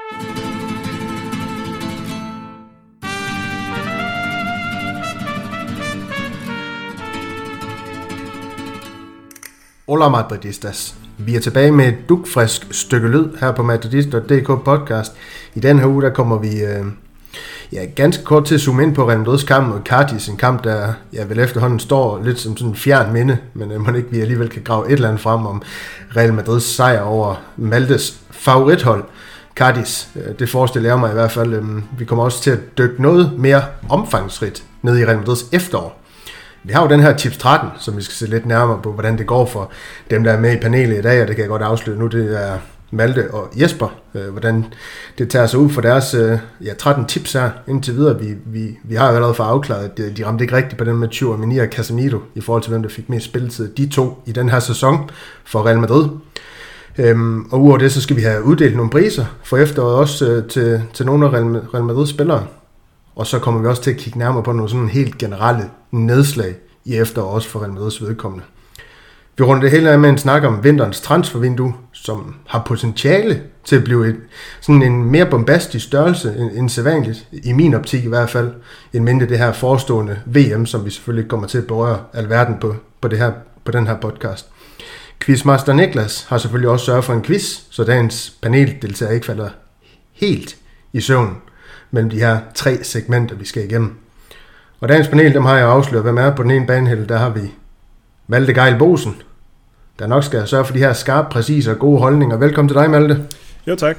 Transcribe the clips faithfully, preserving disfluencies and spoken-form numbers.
Hola madridistas. Vi er tilbage med et dugfrisk stykke lyd her på madridist punktum d k podcast. I den her uge der kommer vi øh, ja, ganske kort til at zoome ind på Real Madrids kamp mod Cadiz. En kamp, der ja, vel efterhånden står lidt som sådan en fjern minde, men øh, man ikke vi alligevel kan grave et eller andet frem om Real Madrids sejr over Maltes favorithold, Cadiz. Det forestiller jeg mig i hvert fald. Øh, vi kommer også til at dykke noget mere omfangsrigt ned i Real Madrids efterår. Vi har jo den her tips tretten, som vi skal se lidt nærmere på, hvordan det går for dem, der er med i panelet i dag, og det kan jeg godt afsløre nu, det er Malte og Jesper, øh, hvordan det tager sig ud for deres øh, ja, tretten tips her indtil videre. Vi, vi, vi har jo allerede fået afklaret, at de, de ramte ikke rigtigt på den med Tchouaméni og Casemiro, i forhold til hvem der fik mest spilletid, de to i den her sæson for Real Madrid. Øhm, og udover det, så skal vi have uddelt nogle priser for efteråret også øh, til, til nogle af Real, Real Madrids spillere. Og så kommer vi også til at kigge nærmere på nogle sådan helt generelle nedslag i efteråret også for Real Madrids vedkommende. Vi runder det hele af med en snak om vinterens transfervindue, som har potentiale til at blive et, sådan en mere bombastisk størrelse end, end sædvanligt, i min optik i hvert fald, end mindre det her forestående V M, som vi selvfølgelig kommer til at berøre alverden på, på, det her, på den her podcast. Quizmaster Niklas har selvfølgelig også sørget for en quiz, så dagens paneldeltager ikke falder helt i søvn mellem de her tre segmenter, vi skal igennem. Og dagens panel, dem har jeg afsløret, hvem er på den ene banehælde. Der har vi Malte Geil Bosen, der nok skal sørge for de her skarpe, præcise og gode holdninger. Velkommen til dig, Malte. Jo, tak.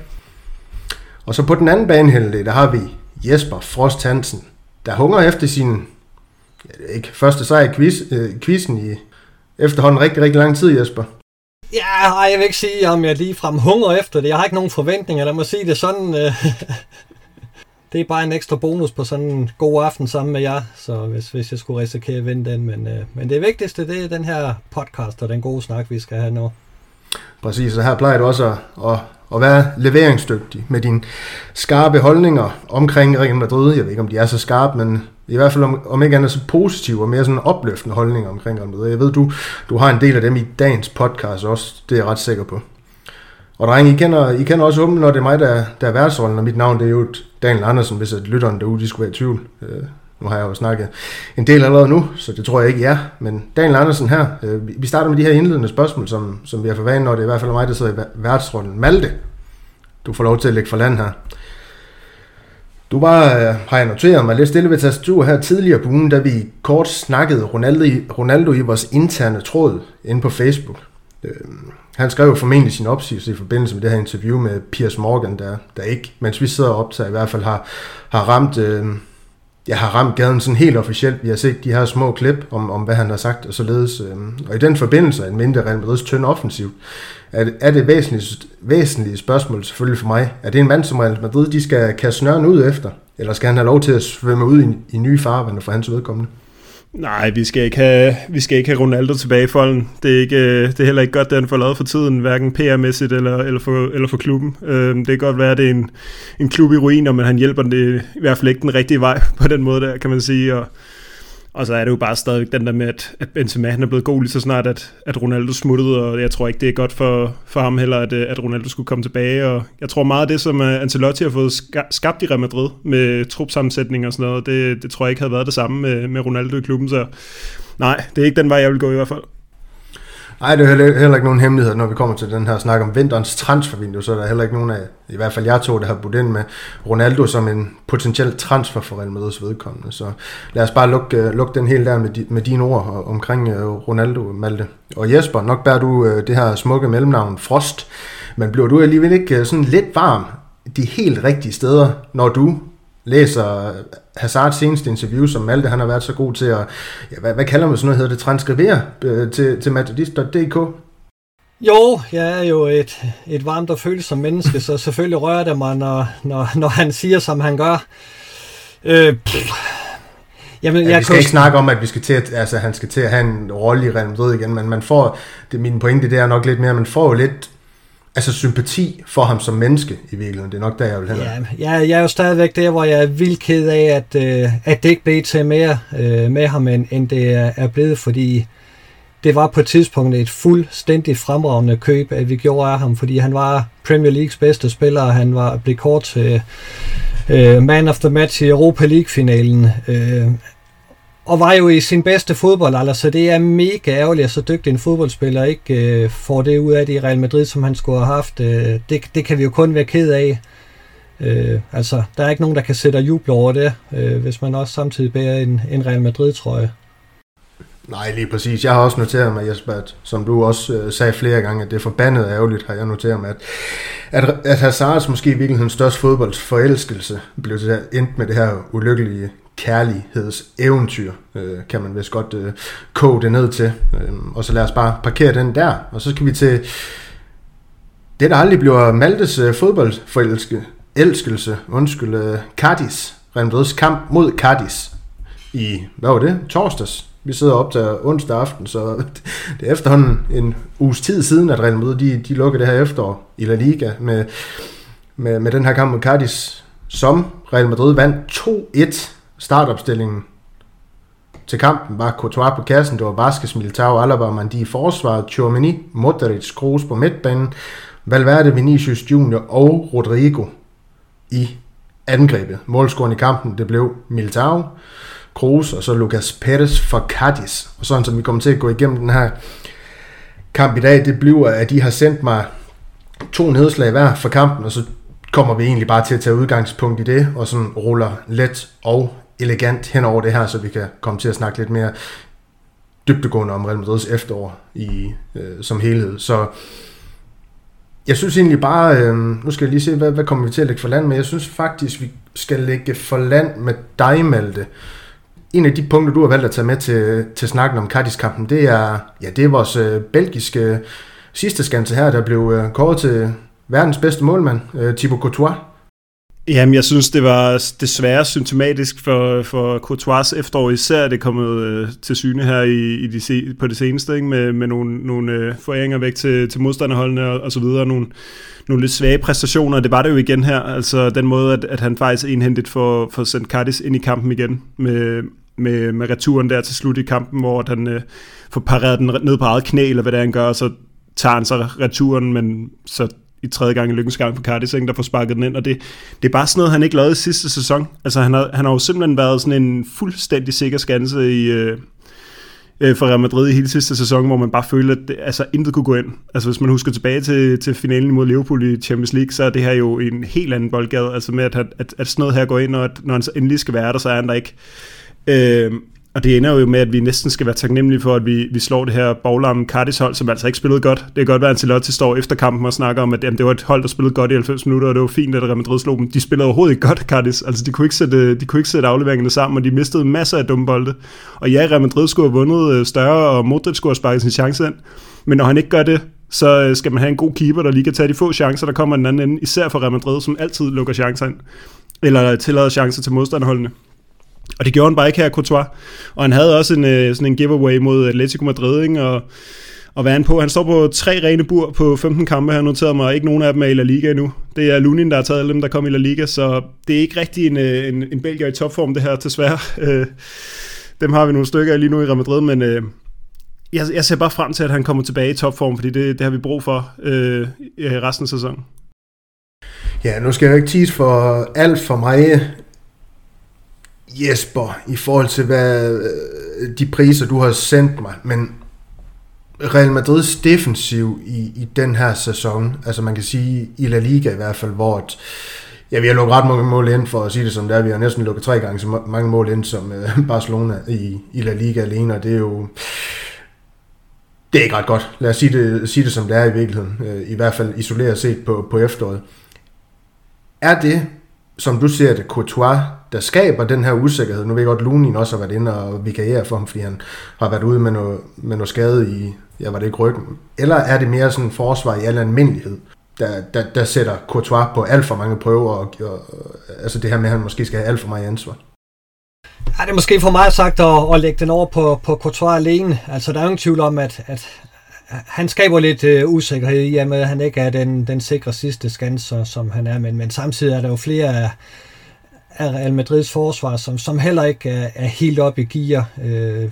Og så på den anden banehælde, der har vi Jesper Frost Hansen, der hungrer efter sin ja, ikke, første sejr i quiz, øh, quizzen i efterhånden rigtig, rigtig lang tid, Jesper. Ja, jeg vil ikke sige, om jeg ligefrem hungrer efter det. Jeg har ikke nogen forventninger, lad mig sige det sådan. Øh Det er bare en ekstra bonus på sådan en god aften sammen med jer, så hvis, hvis jeg skulle risikere at vinde den. Men, øh, men det vigtigste, det er den her podcast og den gode snak, vi skal have nu. Præcis, og her plejer du også at, at, at være leveringsdygtig med dine skarpe holdninger omkring Real Madrid. Jeg ved ikke, om de er så skarpe, men i hvert fald om, om ikke andet så positive og mere sådan opløftende holdninger omkring Real Madrid. Jeg ved, du, du har en del af dem i dagens podcast også, det er jeg ret sikker på. Og drenge, I kender, I kender også åbent, når det er mig, der, der er værtsrollen, og mit navn det er jo Daniel Andersen, hvis at lytteren derude, de skulle være i tvivl. Øh, nu har jeg jo snakket en del allerede nu, så det tror jeg ikke er. Men Daniel Andersen her, øh, vi starter med de her indledende spørgsmål, som, som vi har for vane, når det er i hvert fald mig, der sidder i værtsrollen. Malte, du får lov til at lægge for land her. Du var, øh, har jeg noteret mig lidt stille ved tastatur her tidligere på ugen, da vi kort snakkede Ronaldo i, Ronaldo i vores interne tråd inde på Facebook. Øh, Han skrev jo formentlig sin opsigelse i forbindelse med det her interview med Piers Morgan, der, der ikke, mens vi sidder og optager, i hvert fald har, har ramt øh, jeg har ramt gaden sådan helt officielt. Vi har set de her små klip om, om hvad han har sagt og således. Øh, og i den forbindelse, en mindre Real Madrids tynde offensiv, er det, er det væsentlige, væsentlige spørgsmål selvfølgelig for mig. Er det en mand, som Real Madrid de skal kaste snøren ud efter? Eller skal han have lov til at svømme ud i, i nye farvande for hans vedkommende? Nej, vi skal ikke have, vi skal ikke have Ronaldo tilbage i folden. Det er, ikke, det er heller ikke godt, det han får lavet for tiden, hverken P R-mæssigt eller, eller, for, eller for klubben. Det kan godt være, at det er en, en klub i ruiner, men han hjælper det i hvert fald ikke den rigtige vej på den måde der, kan man sige. Og, og så er det jo bare stadigvæk den der med, at, at Benzema han er blevet god lige så snart, at, at Ronaldo smuttede, og jeg tror ikke, det er godt for, for ham heller, at, at Ronaldo skulle komme tilbage. Og jeg tror meget af det, som Ancelotti har fået skabt i Real Madrid med trupsammensætning og sådan noget, det, det tror jeg ikke havde været det samme med, med Ronaldo i klubben, så nej, det er ikke den vej, jeg vil gå i hvert fald. Nej, det er heller, heller ikke nogen hemmelighed, når vi kommer til den her snak om vinterens transfervindue, så er der heller ikke nogen af, i hvert fald jeg to, der har budt ind med Ronaldo som en potentiel transfer for Real Madrids vedkommende. Så lad os bare lukke, lukke den hele der med, di, med dine ord omkring Ronaldo, Malte. Og Jesper, nok bærer du det her smukke mellemnavn Frost, men bliver du alligevel ikke sådan lidt varm de helt rigtige steder, når du læser Hazards seneste interview, som Malte han har været så god til at, ja, hvad, hvad kalder man sådan noget, hedder det, transkribere øh, til, til madridist punktum d k? Jo, jeg er jo et, et varmt og følsomt menneske, så selvfølgelig rører det mig, når, når, når han siger, som han gør. Øh, Jamen, ja, jeg vi skal kunne... ikke snakke om, at vi skal til at, altså, han skal til at have en rolle i Real Madrid igen, men man får, det, min pointe det er nok lidt mere, man får jo lidt altså sympati for ham som menneske i virkeligheden. Det er nok der, jeg vil hen. Ja, jeg, jeg er jo stadigvæk der, hvor jeg er vildt ked af, at, øh, at det ikke blev til mere øh, med ham, end, end det er blevet, fordi det var på et tidspunkt et fuldstændigt fremragende køb, at vi gjorde af ham, fordi han var Premier Leagues bedste spiller, og han var blevet kåret til øh, Man of the Match i Europa League-finalen, øh, og var jo i sin bedste fodboldalder, så det er mega ærgerligt, at så dygtig en fodboldspiller ikke øh, får det ud af det i Real Madrid, som han skulle have haft. Øh, det, det kan vi jo kun være ked af. Øh, altså, der er ikke nogen, der kan sætte og juble over det, øh, hvis man også samtidig bærer en, en Real Madrid-trøje. Nej, lige præcis. Jeg har også noteret mig, Jesper, at, som du også øh, sagde flere gange, at det er forbandet ærgerligt, har jeg noteret mig, at, at, at Hazards måske i virkeligheden største fodboldsforelskelse blev endt med det her ulykkelige kærlighedseventyr, øh, kan man vist godt øh, koge det ned til. Øh, og så lad os bare parkere den der, og så skal vi til det, der aldrig bliver Maltes øh, fodboldforelskelse, elskelse, undskyld, øh, Cadiz, Real Madrids kamp mod Cadiz i, hvad var det, torsdags. Vi sidder op til onsdag aften, så det er efterhånden en uges tid siden, at Real Madrid de, de lukker det her efterår i La Liga med, med, med den her kamp mod Cadiz, som Real Madrid vandt to et. Startopstillingen til kampen var Courtois på kassen, det var Vázquez, Militao, Alaba, Mandi i forsvaret, Tchouaméni, Modric, Kroos på midtbanen, Valverde, Vinicius Junior og Rodrigo i angrebet. Målscoren i kampen, det blev Militao, Kroos og så Lucas Perez for Cadiz. Og sådan som vi kommer til at gå igennem den her kamp i dag, det bliver, at de har sendt mig to nedslag hver for kampen, og så kommer vi egentlig bare til at tage udgangspunkt i det, og sådan ruller let og elegant hen over det her, så vi kan komme til at snakke lidt mere dybdegående om Real Madrids efterår i, øh, som helhed. Så jeg synes egentlig bare, øh, nu skal jeg lige se, hvad, hvad kommer vi til at lægge for land med. Jeg synes faktisk, vi skal lægge for land med dig, Malte. En af de punkter, du har valgt at tage med til, til snakken om Cadiz-kampen, det er, ja, det er vores øh, belgiske sidste skanse her, der blev øh, kåret til verdens bedste målmand, øh, Thibaut Courtois. Jamen, jeg synes, det var desværre symptomatisk for, for Courtois efterår, især det er kommet øh, til syne her i, i de, på det seneste, ikke? Med, med nogle, nogle øh, foræringer væk til, til modstanderholdene og, og så videre, nogle, nogle lidt svage præstationer, det var det jo igen her, altså den måde, at, at han faktisk enhentet for, for sendt Cadiz ind i kampen igen, med, med, med returen der til slut i kampen, hvor han øh, får pareret den ned på eget knæ, eller hvad det er, han gør, og så tager han så returen, men så i tredje gang i lykkens gang for Cadiz, der får sparket den ind, og det, det er bare sådan noget, han ikke lavede i sidste sæson. Altså, han har, han har jo simpelthen været sådan en fuldstændig sikker skanse i, øh, for Real Madrid i hele sidste sæson, hvor man bare følte, at det, altså, intet kunne gå ind. Altså, hvis man husker tilbage til, til finalen mod Liverpool i Champions League, så er det her jo en helt anden boldgade, altså med, at, at, at sådan noget her går ind, og at når han så endelig skal være der, så er han der ikke. Øh, Og det ender jo med, at vi næsten skal være taknemmelige for, at vi, vi slår det her boglamme Cadiz-hold, som altså ikke spillede godt. Det kan godt være, at Ancelotti står efter kampen og snakker om, at jamen, det var et hold, der spillede godt i halvfems minutter, og det var fint, at Real Madrid slog dem. De spillede overhovedet ikke godt, Cadiz. Altså, de kunne ikke sætte, de kunne ikke sætte afleveringerne sammen, og de mistede masser af dumme bolde. Og ja, Real Madrid skulle have vundet større, og Modric skulle have sparket sin chance ind. Men når han ikke gør det, så skal man have en god keeper, der lige kan tage de få chancer, der kommer den anden ende, især for Real Madrid, som altid lukker chancer ind, eller tillader chancer til modstanderholdene. Og det gjorde han bare ikke her, Courtois. Og han havde også en, sådan en giveaway mod Atletico Madrid, ikke? Og, og hvad han på? Han står på tre rene bur på femten kampe, han noterede mig, ikke nogen af dem er i La Liga endnu. Det er Lunin, der har taget alle dem, der kom i La Liga, så det er ikke rigtig en, en, en belgier i topform, det her, desværre. Dem har vi nogle stykker lige nu i Real Madrid, men øh, jeg, jeg ser bare frem til, at han kommer tilbage i topform, fordi det, det har vi brug for øh, i resten af sæsonen. Ja, nu skal jeg ikke tease for alt for mig, Jesper, i forhold til hvad de priser, du har sendt mig, men Real Madrids defensiv i, i den her sæson, altså man kan sige i La Liga i hvert fald, hvor ja, vi har lukket ret mange mål ind, for at sige det som det er. Vi har næsten lukket tre gange så mange mål ind som uh, Barcelona i, i La Liga alene, og det er jo det er ikke ret godt. Lad os sige det, sige det som det er i virkeligheden, uh, i hvert fald isoleret set på, på efteråret. Er det, som du ser det, Courtois, der skaber den her usikkerhed? Nu ved jeg godt, Lunin også har været inde og vikariere for ham, fordi han har været ude med noget, med noget skade i, ja, var det ikke ryggen? Eller er det mere sådan en forsvar i al almindelighed, der, der, der sætter Courtois på alt for mange prøver, og, og, altså det her med, at han måske skal have alt for meget ansvar? Ja, det er måske for mig sagt at, at lægge den over på, på Courtois alene. Altså, der er jo ingen tvivl om, at, at han skaber lidt uh, usikkerhed i, at han ikke er den, den sikre sidste skanser, som han er, men, men samtidig er der jo flere af, af Real Madrids forsvar, som, som heller ikke er, er helt oppe i gear. Uh,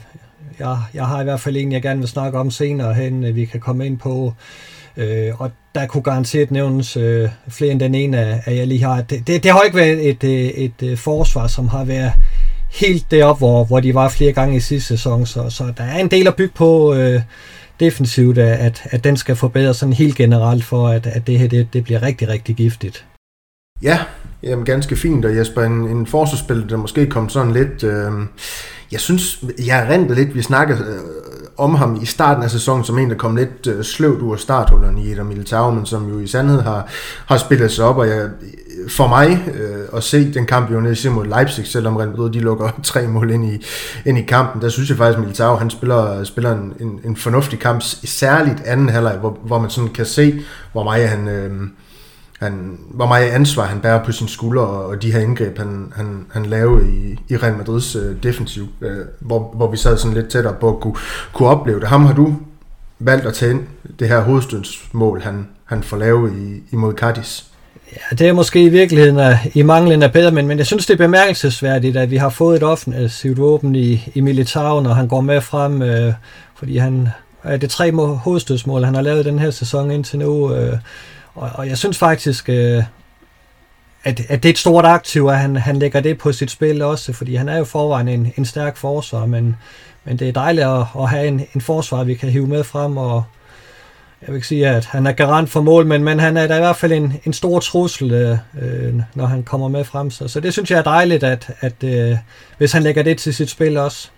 jeg, jeg har i hvert fald en, jeg gerne vil snakke om senere hen, vi kan komme ind på. Øh, og der kunne garanteret nævnes øh, flere end den ene af, af jeg lige har. Det, det, det har ikke været et, et, et, et forsvar, som har været helt deroppe, hvor, hvor de var flere gange i sidste sæson, så, så der er en del at bygge på øh, defensivt, at, at den skal forbedres sådan helt generelt, for at, at det her det, det bliver rigtig, rigtig giftigt. Ja, jamen ganske fint, og Jesper, en, en forsvarsspiller, der måske kom sådan lidt, øh, jeg synes, jeg er rent lidt, vi snakker øh, om ham i starten af sæsonen, som en, der kom lidt øh, sløvt ud af starthullerne i Eder Militao, men som jo i sandhed har, har spillet sig op, og jeg, for mig øh, at se den kamp jo nede mod Leipzig, selvom Real Madrid, de lukker tre mål ind i, ind i kampen, der synes jeg faktisk, at Militao, han spiller, spiller en, en, en fornuftig kamp, særligt anden halvleg, hvor, hvor man sådan kan se, hvor meget han... Øh, Han, hvor meget ansvar han bærer på sine skuldre, og de her indgreb, han, han, han lavede i, i Real Madrids øh, defensiv, øh, hvor, hvor vi sad sådan lidt tættere på at kunne, kunne opleve det. Ham har du valgt at tage ind, det her hovedstødsmål, han, han får lavet i, imod Cadiz. Ja, det er måske i virkeligheden at, i manglen af bedre, men, men jeg synes, det er bemærkelsesværdigt, at vi har fået et offensivt våben i, i Militao, når han går med frem, øh, fordi han er det tre hovedstødsmål, han har lavet den her sæson indtil nu, øh, Og, og jeg synes faktisk, øh, at, at det er et stort aktiv, at han, han lægger det på sit spil også, fordi han er jo forvejen en, en stærk forsvar, men, men det er dejligt at, at have en, en forsvar, vi kan hive med frem, og jeg vil ikke sige, at han er garant for mål, men, men han er da i hvert fald en, en stor trussel, øh, når han kommer med frem. Så, så det synes jeg er dejligt, at, at øh, hvis han lægger det til sit spil også.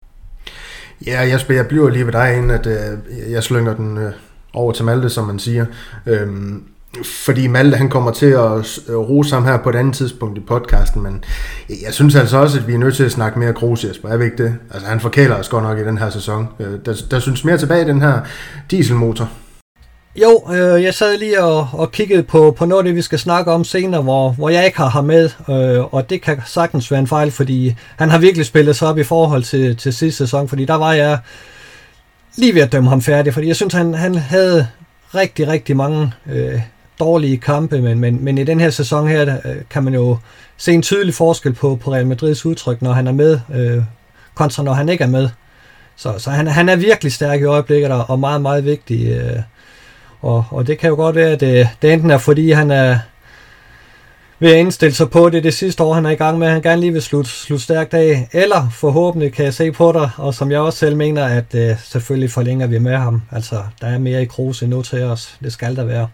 Ja, Jesper, jeg bliver lige ved dig, inden at øh, jeg slynger den... Øh over til Malte, som man siger. Øhm, fordi Malte, han kommer til at rose ham her på et andet tidspunkt i podcasten, men jeg synes altså også, at vi er nødt til at snakke mere Kroos, Jesper. Er vi ikke det? Altså, han forkæler os godt nok i den her sæson. Øh, der, der synes mere tilbage i den her dieselmotor. Jo, øh, jeg sad lige og, og kiggede på, på noget af det, vi skal snakke om senere, hvor, hvor jeg ikke har ham med, øh, og det kan sagtens være en fejl, fordi han har virkelig spillet sig op i forhold til, til sidste sæson, fordi der var jeg lige ved at dømme ham færdig, fordi jeg synes, han, han havde rigtig, rigtig mange øh, dårlige kampe, men, men, men i den her sæson her, øh, kan man jo se en tydelig forskel på, på Real Madrids udtryk, når han er med, øh, kontra når han ikke er med. Så, så han, han er virkelig stærk i øjeblikket, og meget, meget vigtig. Øh, og, og det kan jo godt være, at det, det enten er, fordi han er ved at indstille sig på det det sidste år, han er i gang med, at han gerne lige vil slutte, slutte stærkt af, eller forhåbentlig kan jeg se på dig, og som jeg også selv mener, at øh, selvfølgelig forlænger vi med ham. Altså, der er mere i Kroos endnu til os. Det skal der være.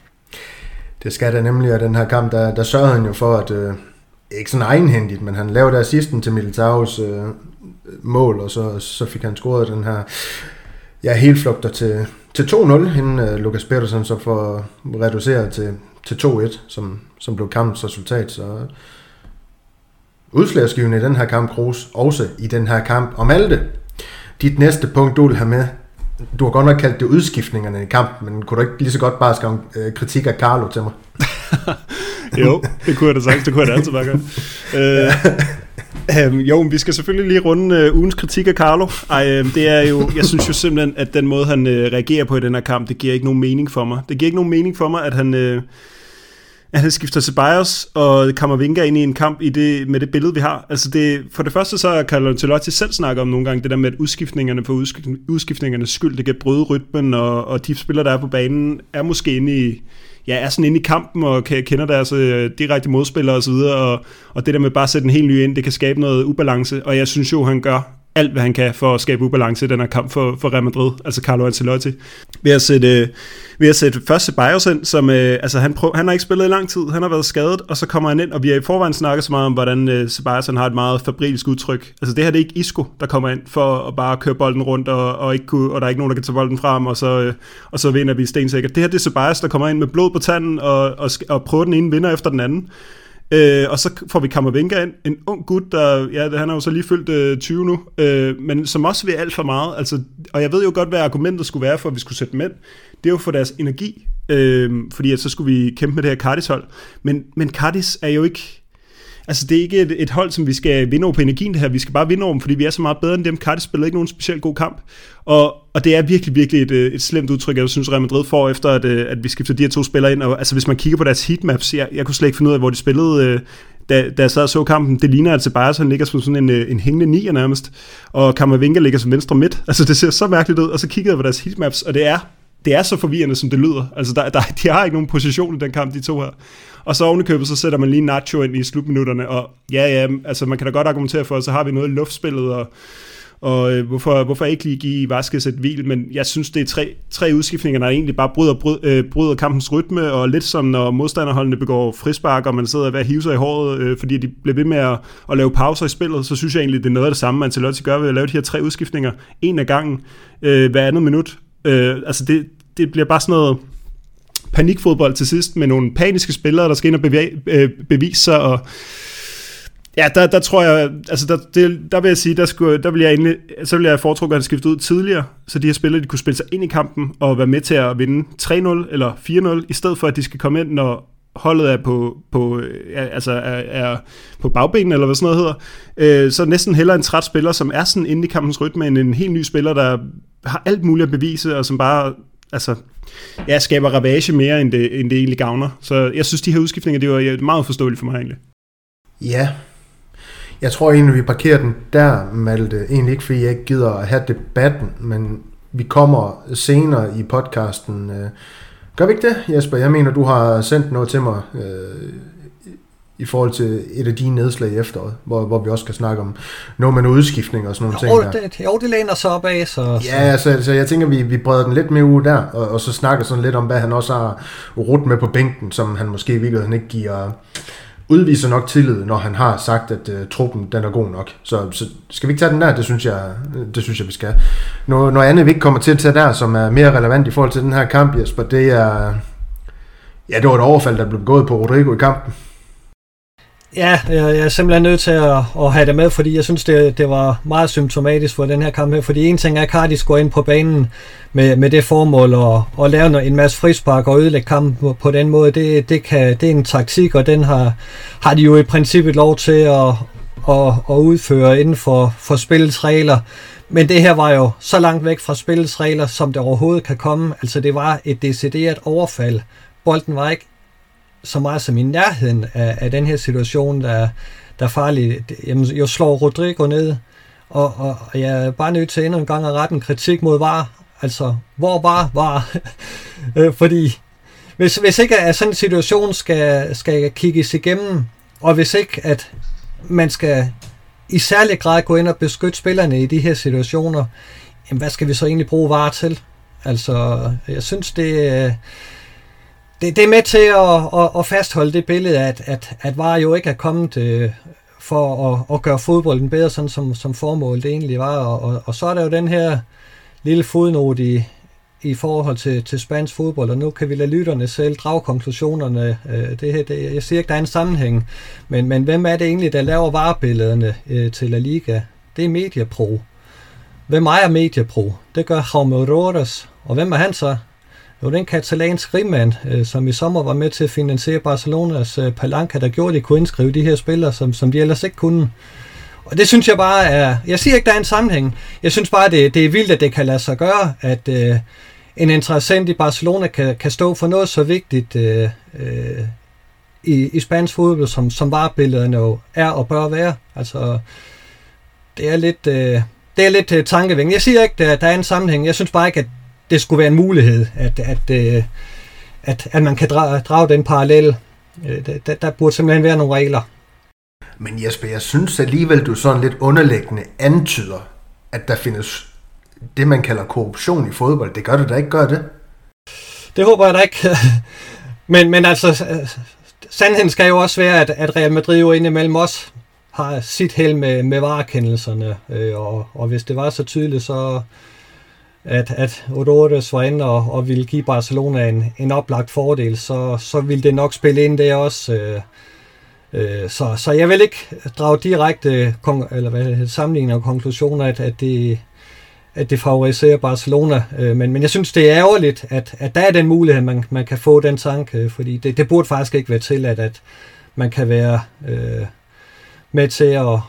Det skal der nemlig, og den her kamp, der, der sørgede han jo for, at øh, ikke sådan egenhændigt, men han lavede assisten til Militaos øh, mål, og så, så fik han scoret den her ja, helt flugter til, til to nul, inden øh, Lucas Pedersen så får reduceret til til to et, som, som blev kampens resultat. Så udslagsgivende i den her kamp, Kroos, også i den her kamp. Og Malte, dit næste punkt, du vil have med, du har godt nok kaldt det udskiftningerne i kampen, men kunne du ikke lige så godt bare skrive øh, kritik af Carlo til mig? Jo, det kunne jeg da sagt, det kunne jeg da altid bare gøre. øh, øh, jo, men vi skal selvfølgelig lige runde øh, ugens kritik af Carlo. Ej, øh, det er jo, jeg synes jo simpelthen, at den måde, han øh, reagerer på i den her kamp, det giver ikke nogen mening for mig. Det giver ikke nogen mening for mig, at han... Øh, at han skifter Ceballos og Camavinga ind i en kamp i det, med det billede, vi har. Altså det, for det første så har Carlo Ancelotti selv snakket om nogle gange, det der med, at udskiftningerne på udskiftningernes skyld, det kan bryde rytmen, og, og de spillere, der er på banen, er måske inde i, ja, er sådan inde i kampen, og kender deres uh, direkte modspillere og så videre, og, og det der med bare at sætte en helt ny ind, det kan skabe noget ubalance, og jeg synes jo, han gør alt, hvad han kan for at skabe ubalance i den her kamp for, for Real Madrid, altså Carlo Ancelotti. Ved at sætte, ved at sætte først Ceballos ind, som øh, altså han, prøv, han har ikke spillet i lang tid, han har været skadet, og så kommer han ind, og vi har i forvejen snakket så meget om, hvordan øh, Ceballos han har et meget fabrilsk udtryk. Altså det her, det er ikke Isco, der kommer ind for at bare køre bolden rundt, og, og, ikke kunne, og der er ikke nogen, der kan tage bolden frem, og så, øh, og så vinder vi stensikkert. Det her, det er Ceballos, der kommer ind med blod på tanden, og, og, og prøver den ene vinder efter den anden. Øh, og så får vi Camavinga ind, en ung gut, der, ja, han er jo så lige fyldt øh, tyve nu, øh, men som også vil alt for meget, altså, og jeg ved jo godt, hvad argumentet skulle være for, at vi skulle sætte dem ind, det er jo for deres energi, øh, fordi at så skulle vi kæmpe med det her Cadiz-hold, men, men Cadiz er jo ikke, altså det er ikke et, et hold, som vi skal vinde over på energien det her, vi skal bare vinde over dem, fordi vi er så meget bedre end dem. Cadiz spiller ikke nogen specielt god kamp, og, og det er virkelig, virkelig et, et slemt udtryk, jeg synes Real Madrid får efter, at, at vi skifter de her to spillere ind, og altså hvis man kigger på deres heatmaps, jeg, jeg kunne slet ikke finde ud af, hvor de spillede, da, da jeg sad og så kampen, det ligner, at Ceballos han ligger som sådan en, en hængende nier nærmest, og Camavinga ligger som venstre midt. Altså det ser så mærkeligt ud, og så kiggede jeg på deres heatmaps, og det er, det er så forvirrende, som det lyder. Altså der, der, de har ikke nogen position i den kamp, de to her. Og så ovenikøbet, så sætter man lige Nacho ind i slutminutterne, og ja, ja, altså man kan da godt argumentere for, at så har vi noget i luftspillet, og Og øh, hvorfor, hvorfor ikke lige give Vazquez et hvil, men jeg synes, det er tre, tre udskiftninger, der egentlig bare bryder, bryder, øh, bryder kampens rytme, og lidt som når modstanderholdene begår frispark, og man sidder ved at hive sig i håret, øh, fordi de bliver ved med at, at lave pauser i spillet, så synes jeg egentlig, det er noget af det samme, Ancelotti gør ved at lave de her tre udskiftninger, en af gangen, øh, hver andet minut. Øh, altså det, det bliver bare sådan noget panikfodbold til sidst, med nogle paniske spillere, der skal ind og bevæge, øh, bevise sig, og ja, der, der tror jeg, altså der, det, der vil jeg sige, der, skulle, der vil jeg egentlig, så vil jeg foretrukke, at han skifte ud tidligere, så de her spillere, de kunne spille sig ind i kampen og være med til at vinde tre nul eller fire nul, i stedet for at de skal komme ind, når holdet er på, på, ja, altså er, er på bagbenene, eller hvad sådan noget hedder. Øh, så næsten hellere en træt spiller, som er sådan inde i kampens rytme, end en helt ny spiller, der har alt muligt at bevise, og som bare, altså, ja, skaber ravage mere, end det, end det egentlig gavner. Så jeg synes, de her udskiftninger, det var meget forståeligt for mig egentlig. Ja. Jeg tror egentlig, vi parkerer den der, Malte. Egentlig ikke, fordi jeg ikke gider at have debatten, men vi kommer senere i podcasten. Gør vi ikke det, Jesper? Jeg mener, du har sendt noget til mig øh, i forhold til et af dine nedslag i efteråret, hvor, hvor vi også kan snakke om noget med noget udskiftning og sådan nogle jo, ting der. Det, jo, det læner sig op af, så... Ja, så, så jeg tænker, vi, vi breder den lidt mere ud der, og, og så snakker sådan lidt om, hvad han også har rudt med på bænken, som han måske i virkeligheden ikke giver... udviser nok tillid, når han har sagt, at uh, truppen den er god nok. Så, så skal vi ikke tage den der? Det synes jeg, det synes jeg vi skal. Noget, noget andet, vi ikke kommer til at tage der, som er mere relevant i forhold til den her kamp, Jesper, det er... Ja, det var et overfald, der blev begået på Rodrigo i kampen. Ja, jeg er simpelthen nødt til at, at have det med, fordi jeg synes, det, det var meget symptomatisk for den her kamp her. Fordi en ting er, at Cardis går ind på banen med, med det formål at, at lave en masse frispark og ødelægge kampen på, på den måde. Det, det, kan, det er en taktik, og den har, har de jo i princippet lov til at, at, at udføre inden for, for spillets regler. Men det her var jo så langt væk fra spillets regler, som det overhovedet kan komme. Altså det var et decideret overfald. Bolden var ikke så meget som i nærheden af, af den her situation, der, der er farlig. Jamen, jo slår Rodrigo ned, og, og, og jeg er bare nødt til endnu en gang at rette en kritik mod V A R. Altså, hvor var V A R? Fordi hvis, hvis ikke at sådan en situation skal, skal kigges igennem, og hvis ikke at man skal i særlig grad gå ind og beskytte spillerne i de her situationer, jamen, hvad skal vi så egentlig bruge V A R til? Altså, jeg synes, det Det, det er med til at, at, at fastholde det billede, at, at, at V A R jo ikke er kommet øh, for at, at gøre fodbolden bedre, sådan som, som formålet det egentlig var. Og, og, og så er der jo den her lille fodnote i, i forhold til, til spansk fodbold, og nu kan vi lade lytterne selv drage konklusionerne. Øh, det her, det, jeg siger ikke, der er en sammenhæng, men, men hvem er det egentlig, der laver V A R-billederne øh, til La Liga? Det er Mediapro. Hvem ejer Mediapro? Det gør Jaume Rodas. Og hvem er han så? Jo, den katalanske rigmand, øh, som i sommer var med til at finansiere Barcelonas øh, Palanca, der gjorde, de kunne indskrive de her spillere, som, som de ellers ikke kunne. Og det synes jeg bare er... Jeg siger ikke, der er en sammenhæng. Jeg synes bare, det, det er vildt, at det kan lade sig gøre, at øh, en interessant i Barcelona kan, kan stå for noget så vigtigt øh, øh, i, i spansk fodbold, som, som V A R-billederne jo er og bør være. Altså, det er lidt, øh, det er lidt øh, tankevækkende. Jeg siger ikke, at der er en sammenhæng. Jeg synes bare ikke, at det skulle være en mulighed, at, at, at, at man kan drage, drage den parallel. Der, der burde simpelthen være nogle regler. Men Jesper, jeg synes alligevel, du sådan lidt underliggende antyder, at der findes det, man kalder korruption i fodbold. Det gør det da ikke, gør det? Det håber jeg da ikke. men, men altså, sandheden skal jo også være, at, at Real Madrid jo indimellem os har sit held med, med varekendelserne. Og, og hvis det var så tydeligt, så at, at Odores var inde og, og ville give Barcelona en, en oplagt fordel, så, så ville det nok spille ind der også. Øh, øh, så, så jeg vil ikke drage direkte kon- eller hvad, sammenligninger og konklusioner, at, at, det, at det favoriserer Barcelona. Øh, men, men jeg synes, det er ærgerligt, at, at der er den mulighed, man, man kan få den tanke, fordi det, det burde faktisk ikke være til, at, at man kan være øh, med til at,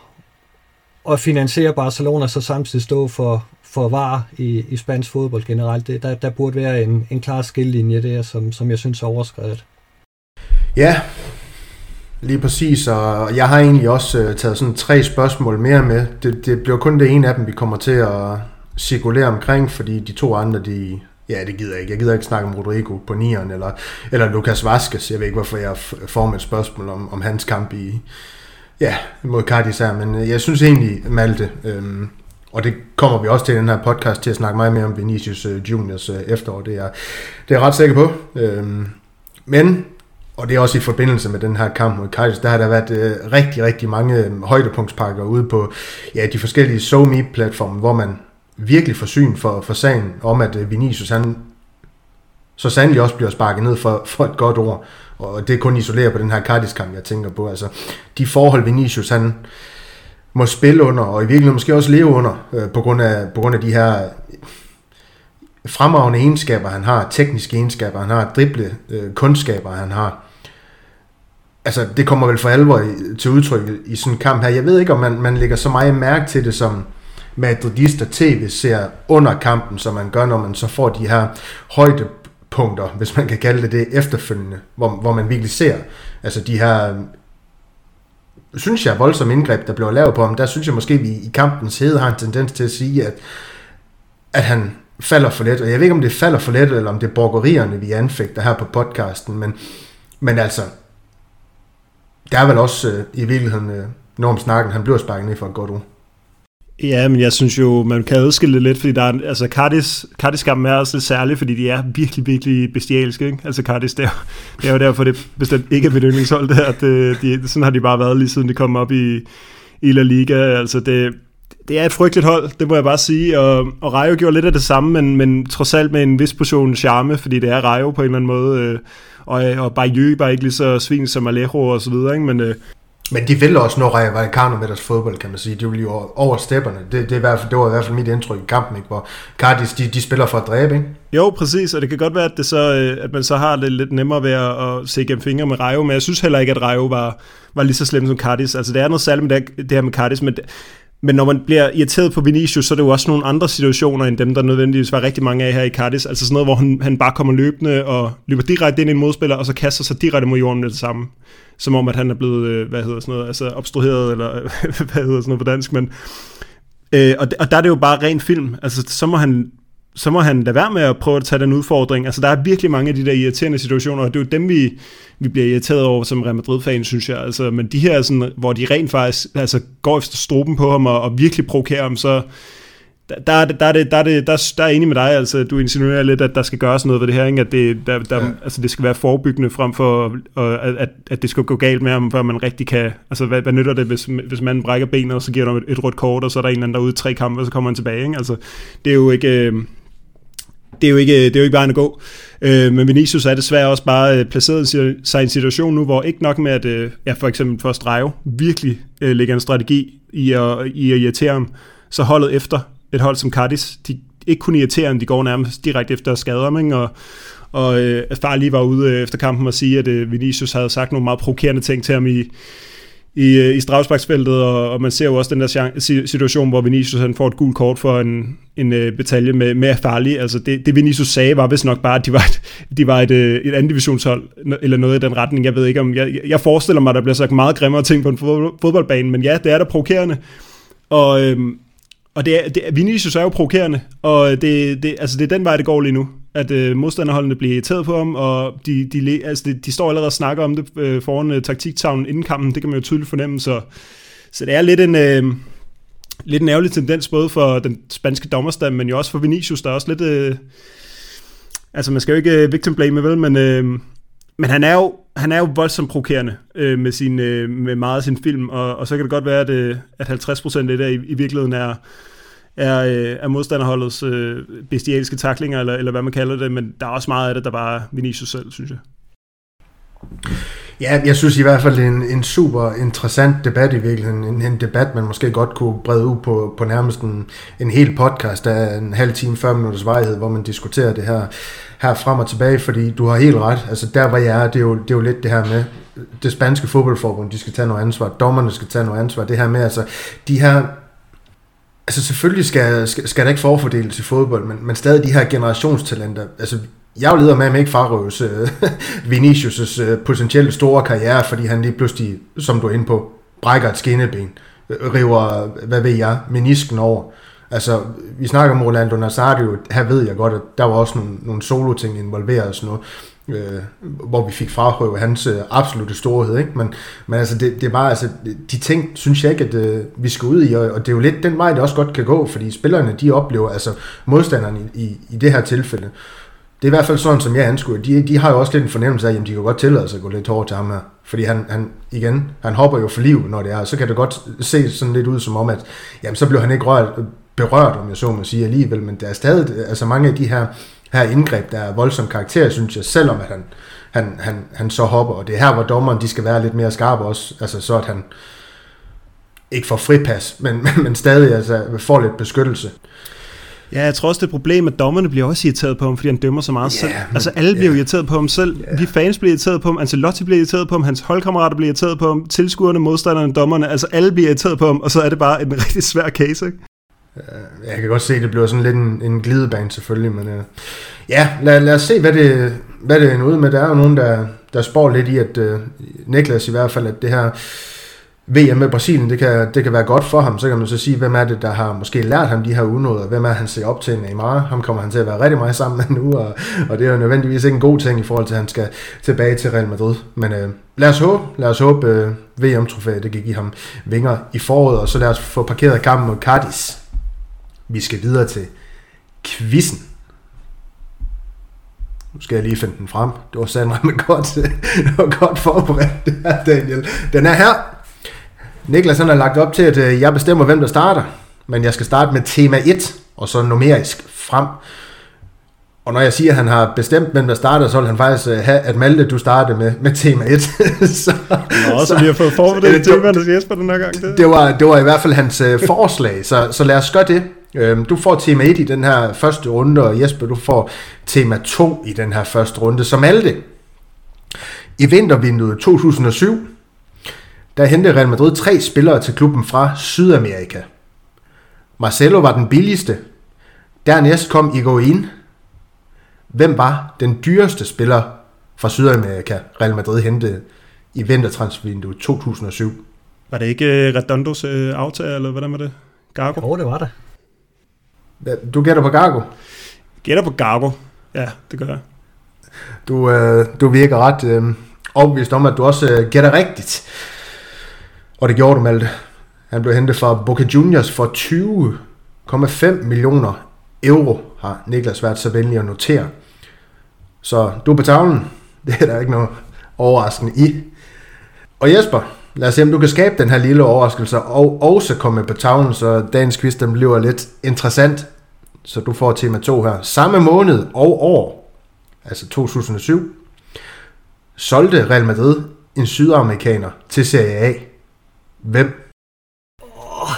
at finansiere Barcelona, så samtidig stå for for V A R i, i spansk fodbold generelt. Det, der, der burde være en, en klar skillelinje der, som, som jeg synes er overskredet. Ja, Lige præcis, og jeg har egentlig også uh, taget sådan tre spørgsmål mere med. Det, det bliver kun det ene af dem, vi kommer til at cirkulere omkring, fordi de to andre, de... Ja, det gider jeg ikke. Jeg gider ikke snakke om Rodrigo på nieren, eller, eller Lucas Vazquez. Jeg ved ikke, hvorfor jeg får med et spørgsmål om, om hans kamp i... Ja, mod Cardis her, men jeg synes egentlig, Malte... Øhm, og det kommer vi også til i den her podcast til at snakke meget mere om Vinicius Juniors efterår. Det er, det er jeg ret sikker på. Øhm, men... Og det er også i forbindelse med den her kamp mod Cardis, der har der været øh, rigtig, rigtig mange øh, højdepunktspakker ude på ja, de forskellige SoMe-platforme, hvor man virkelig får syn for, for sagen om, at øh, Vinicius han så sandelig også bliver sparket ned for, for et godt ord. Og det er kun isoleret på den her Cardis-kamp, jeg tænker på. Altså, de forhold Vinicius han må spille under, og i virkeligheden måske også leve under, øh, på, grund af, på grund af de her fremragende egenskaber, han har, tekniske egenskaber, han har, drible øh, kundskaber, han har. Altså, det kommer vel for alvor i, til udtryk i sådan en kamp her. Jeg ved ikke, om man, man lægger så meget mærke til det, som madridister tv ser under kampen, som man gør, når man så får de her højdepunkter, hvis man kan kalde det det, efterfølgende, hvor, hvor man virkelig ser, altså de her, synes jeg, voldsomme indgreb, der bliver lavet på ham. Der synes jeg måske, vi i kampens hede har en tendens til at sige, at, at han falder for let, og jeg ved ikke, om det falder for let, eller om det er borgerierne, vi anfægter her på podcasten, men, men altså, der er vel også øh, i virkeligheden, øh, når om snakken, han bliver sparket ned for et godt ord. Ja, men jeg synes jo, man kan adskille det lidt, fordi der er, altså Cardis, Cardis-kampen er også lidt særlig, fordi de er virkelig, virkelig bestialske, ikke? Altså Cardis, det er, det er jo derfor, det bestemt ikke er mit yndlingshold, det, at det, de, sådan har de bare været lige siden de kom op i, i La Liga, altså det, det er et frygteligt hold, det må jeg bare sige, og, og Rayo gjorde lidt af det samme, men, men trods alt med en vis portion charme, fordi det er Rayo på en eller anden måde, øh, og, og Bayeux bare ikke lige så svin som Alejo og så videre, ikke? Men, øh, men de vil også nå Rayo Vallecano med deres fodbold, kan man sige. De vil jo over stepperne. Det, det, er i hvert fald, det var i hvert fald mit indtryk i kampen, ikke? Hvor Cardis, de, de spiller for at dræbe, ikke? Jo, præcis, og det kan godt være, at, det så, at man så har det lidt nemmere ved at, at se gennem fingre med Rayo, men jeg synes heller ikke, at Rayo var, var lige så slem som Cardis. Altså, det er noget særligt med det, det her med Cardis, men Men når man bliver irriteret på Vinicius, så er det jo også nogle andre situationer, end dem, der nødvendigvis var rigtig mange af her i Cardis. Altså sådan noget, hvor han, han bare kommer løbende og løber direkte ind i en modspiller, og så kaster sig direkte mod jorden med det samme. Som om, at han er blevet, hvad hedder sådan noget, altså obstrueret, eller hvad hedder sådan noget på dansk. Men, øh, og, og der er det jo bare ren film. Altså så må han... så må han lade være med at prøve at tage den udfordring. Altså, der er virkelig mange af de der irriterende situationer, og det er jo dem, vi, vi bliver irriteret over som Real Madrid-fan, synes jeg. Altså, men de her, sådan, hvor de rent faktisk altså, går efter struben på ham og, og virkelig provokerer ham, så der, der, er det, der, er det, der, er det, der, der er enig med dig. Altså, du insinuerer lidt, at der skal gøres noget ved det her, ikke? At det, der, der, ja. altså, det skal være forebyggende frem for, og, at, at det skal gå galt med ham, før man rigtig kan... Altså, hvad, hvad nytter det, hvis, hvis man brækker benet, og så giver der et, et rødt kort, og så er der en eller anden derude i tre kampe, og så kommer han tilbage, ikke? Altså, det er jo ikke... Øh, Det er jo ikke, det er jo ikke vejen at gå. Øh, men Vinicius er desværre også bare øh, placeret sig i en situation nu, hvor ikke nok med, at øh, ja, for eksempel først Rayo virkelig øh, lægger en strategi i at, i at irritere ham, så holdet efter et hold som Cardis, de ikke kun irriterer ham, de går nærmest direkte efter skader ham, ikke? Og, og øh, far lige var ude øh, efter kampen og sige, at øh, Vinicius havde sagt nogle meget provokerende ting til ham i i, i straffesparksfeltet, og, og man ser jo også den der situation, hvor Vinicius han får et gult kort for en, en uh, batalje med, med Farli. Altså det, det Vinicius sagde var vist nok bare, at de var et, de var et, et anden divisionshold, eller noget i den retning. Jeg ved ikke om, jeg, jeg forestiller mig, at der bliver sagt meget grimmere ting på en fodboldbane, men ja, det er da provokerende. Og, øhm, og det er, det, Vinicius er jo provokerende, og det, det, altså det er den vej, det går lige nu. At øh, modstanderholdene bliver irriteret på ham, og de, de, altså de, de står allerede og snakker om det øh, foran øh, taktiktavlen inden kampen, det kan man jo tydeligt fornemme, så, så det er lidt en, øh, lidt en ærgerlig tendens, både for den spanske dommerstand, men jo også for Vinicius, der er også lidt, øh, altså man skal jo ikke øh, victim blame, vel, men, øh, men han er jo, han er jo voldsomt provokerende øh, med, sin, øh, med meget af sin film, og, og så kan det godt være, at, øh, at halvtreds procent af det der i, i virkeligheden er er, øh, er modstanderholdets øh, bestialske taklinger, eller, eller hvad man kalder det, men der er også meget af det, der bare er Vinicius selv, synes jeg. Ja, jeg synes i hvert fald, det er en, en super interessant debat i virkeligheden. En, en debat, man måske godt kunne brede ud på, på nærmest en, en hel podcast af en halv time, fyrre minutters varighed, hvor man diskuterer det her, her frem og tilbage, fordi du har helt ret. Altså der, hvor jeg er, det er jo, det er jo lidt det her med, det spanske fodboldforbund, de skal tage noget ansvar, dommerne skal tage noget ansvar, det her med, altså de her... Altså selvfølgelig skal, skal, skal der ikke forfordeles i fodbold, men, men stadig de her generationstalenter, altså jeg er jo leder med, at man ikke frarøves uh, Vinicius' uh, potentielle store karriere, fordi han lige pludselig, som du er inde på, brækker et skinneben, river, hvad ved jeg, menisken over. Altså, vi snakker om Rolando Nazario, her ved jeg godt, at der var også nogle, nogle solo-ting involveret og sådan noget, øh, hvor vi fik frarøvet hans øh, absolutte storhed, ikke? Men, men altså, det, det er bare, altså, de ting, synes jeg ikke, at øh, vi skal ud i, og, og det er jo lidt den vej, det også godt kan gå, fordi spillerne, de oplever, altså modstanderne i, i, i det her tilfælde, det er i hvert fald sådan, som jeg anskuer, de, de har jo også lidt en fornemmelse af, at de kan godt tillade sig at gå lidt hårdt til ham her, fordi han, han igen, han hopper jo for liv, når det er, så kan det godt se sådan lidt ud som om, at jamen, så bliver han ikke rørt, berørt, om jeg så må sige alligevel, men der er stadig, altså mange af de her, her indgreb, der er voldsomme karakterer, synes jeg, selvom at han, han, han, han så hopper, og det er her, hvor dommeren, de skal være lidt mere skarpe også, altså så at han ikke får fripas, men, men, men stadig altså, får lidt beskyttelse. Ja, jeg tror også, det er et problem, at dommerne bliver også irriteret på ham, fordi han dømmer så meget yeah, selv. Men, altså alle bliver yeah. irriteret på ham selv. Yeah. Vi fans bliver irriteret på ham, Ancelotti bliver irriteret på ham, hans holdkammerater bliver irriteret på ham, tilskuerne, modstanderne, dommerne, altså alle bliver irriteret på ham, og så er det bare en rigtig svær case, ikke? Jeg kan godt se, at det bliver sådan lidt en, en glidebane selvfølgelig, men uh, ja, lad, lad os se, hvad det, hvad det er ude med. Der er jo nogen, der, der spår lidt i, at uh, Niklas i hvert fald, at det her V M med Brasilien, det kan, det kan være godt for ham. Så kan man så sige, hvem er det, der har måske lært ham de her unåder, hvem er han ser op til Neymar. Ham kommer han til at være rigtig meget sammen med nu, og, og det er jo nødvendigvis ikke en god ting i forhold til, at han skal tilbage til Real Madrid. Men uh, lad os håbe, lad os håbe uh, V M-trofæet, det kan give ham vinger i foråret, og så lad os få parkeret kampen mod Cadiz. Vi skal videre til quizzen. Nu skal jeg lige finde den frem. Det var sandelig godt, det var godt forberedt, det her, Daniel. Den er her. Niklas han har lagt op til, at jeg bestemmer, hvem der starter. Men jeg skal starte med tema et, og så numerisk frem. Og når jeg siger, at han har bestemt, hvem der starter, så vil han faktisk have, at Malte, du starter med, med tema et. så, Nå, så, så vi har fået forberedt temaerne til Jesper den her gang. Det. Det, var, det var i hvert fald hans uh, forslag, så, så lad os gøre det. Du får tema et i den her første runde, og Jesper, du får tema to i den her første runde. Som Malte, i vintervinduet to tusind og syv, der hentede Real Madrid tre spillere til klubben fra Sydamerika. Marcelo var den billigste. Dernæst kom Higuaín. Hvem var den dyreste spiller fra Sydamerika, Real Madrid hentede i vintertransfervinduet to tusind og syv? Var det ikke Redondos øh, aftager, eller hvordan var det? Gargo? Jo, det var det. Du gætter på Gargo? Gætter på Gargo. Ja, det gør jeg. Du, øh, du virker ret øh, overbevist om, at du også øh, gætter rigtigt. Og det gjorde du, Malte. Han blev hentet fra Boca Juniors for tyve komma fem millioner euro, har Niklas været så venlig at notere. Så du er på tavlen. Det er der ikke noget overraskende i. Og Jesper, lad os se, om du kan skabe den her lille overraskelse, og også komme på tavlen, så dagens quiz den bliver lidt interessant. Så du får tema to her. Samme måned og år, altså to tusind og syv, solgte Real Madrid en sydamerikaner til Serie A. Hvem? Oh.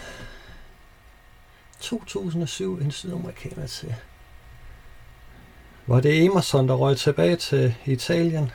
to tusind og syv, en sydamerikaner til. Var det Emerson, der røg tilbage til Italien?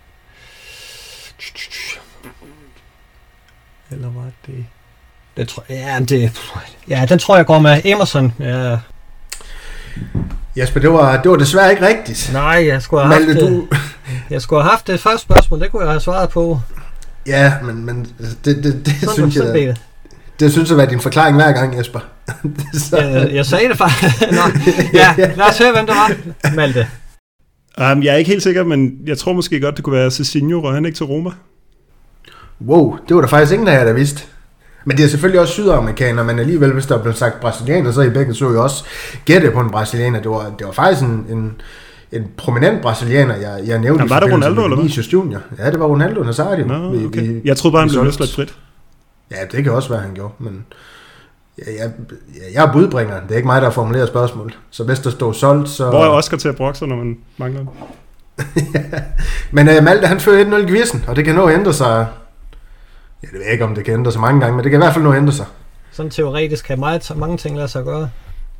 Eller var det... det tror, ja, det, ja, den tror jeg går med Emerson. Ja. Jesper, det var, det var desværre ikke rigtigt. Nej, jeg skulle have Malte, haft du... det. Jeg skulle have haft det første spørgsmål, det kunne jeg have svaret på. Ja, men, men det, det, det sådan, synes sådan jeg... Det. det synes jeg var din forklaring hver gang, Jesper. Så... jeg, jeg sagde det faktisk. Nå, ja, lad os høre, hvem det var. Malte. Um, jeg er ikke helt sikker, men jeg tror måske godt, det kunne være Cezinho, og han ikke til Roma. Wow, det var der faktisk ingen af jer, der vidste. Men det er selvfølgelig også sydamerikaner, men alligevel, hvis der er blevet sagt brasilianer, så i begge så jo også gætte på en brasilianer. Det var, det var faktisk en, en, en prominent brasilianer, jeg, jeg nævnte. Ja, var det Ronaldo, eller hvad? Vinicius Junior. Ja, det var Ronaldo Nazario. Nå, okay. vi, vi, jeg troede bare, han blev løsladt frit. Ja, det kan også være, han gjorde, men jeg, jeg, jeg er budbringeren. Det er ikke mig, der har formuleret spørgsmål. Så hvis der står solgt, så... Hvor er Oscar til at brokke sig, når man mangler den? Men uh, Malte, han fører et nul i quizzen, og det kan nå at ændre sig... Ja, det ved jeg ikke, om det kan ændre sig mange gange, men det kan i hvert fald nå at ændre sig. Sådan teoretisk kan meget, mange ting lade sig gøre.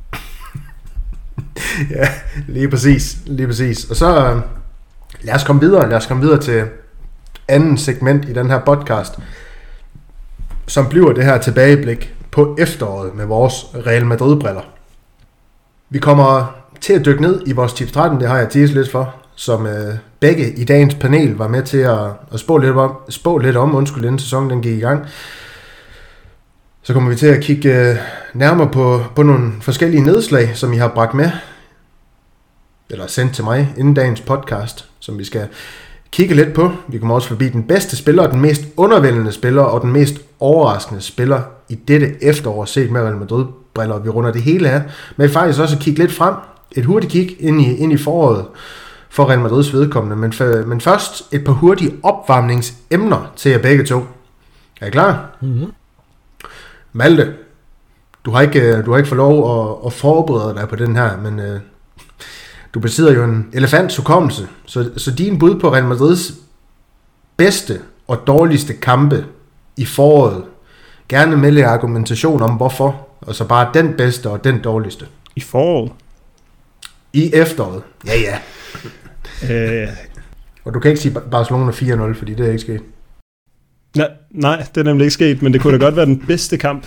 Ja, lige præcis, lige præcis. Og så uh, lad os komme videre, lad os komme videre til anden segment i den her podcast, som bliver det her tilbageblik på efteråret med vores Real Madrid-briller. Vi kommer til at dykke ned i vores tips tretten, det har jeg teaset lidt for, som øh, begge i dagens panel var med til at, at spå, lidt om, spå lidt om, undskyld, inden sæsonen den gik i gang. Så kommer vi til at kigge øh, nærmere på, på nogle forskellige nedslag, som I har bragt med, eller sendt til mig inden dagens podcast, som vi skal kigge lidt på. Vi kommer også forbi den bedste spiller, den mest undervældende spiller og den mest overraskende spiller i dette efterår, set med Real Madrid-briller. Vi runder det hele af, men faktisk også kigge lidt frem. Et hurtigt kig ind i, ind i foråret for Real Madrids vedkommende. Men, for, men først et par hurtige opvarmningsemner til jer begge to. Er I klar? Mm-hmm. Malte, du har ikke, du har ikke fået lov at, at forberede dig på den her, men øh, du besidder jo en elefants hukommelse. Så, så din bud på Real Madrids bedste og dårligste kampe i foråret. Gerne med lidt argumentation om hvorfor. Og så bare den bedste og den dårligste. I foråret? I efteråret. Ja, ja. Øh. Og du kan ikke sige Barcelona fire nul, fordi det er ikke sket. Nej, nej, det er nemlig ikke sket, men det kunne da godt være den bedste kamp.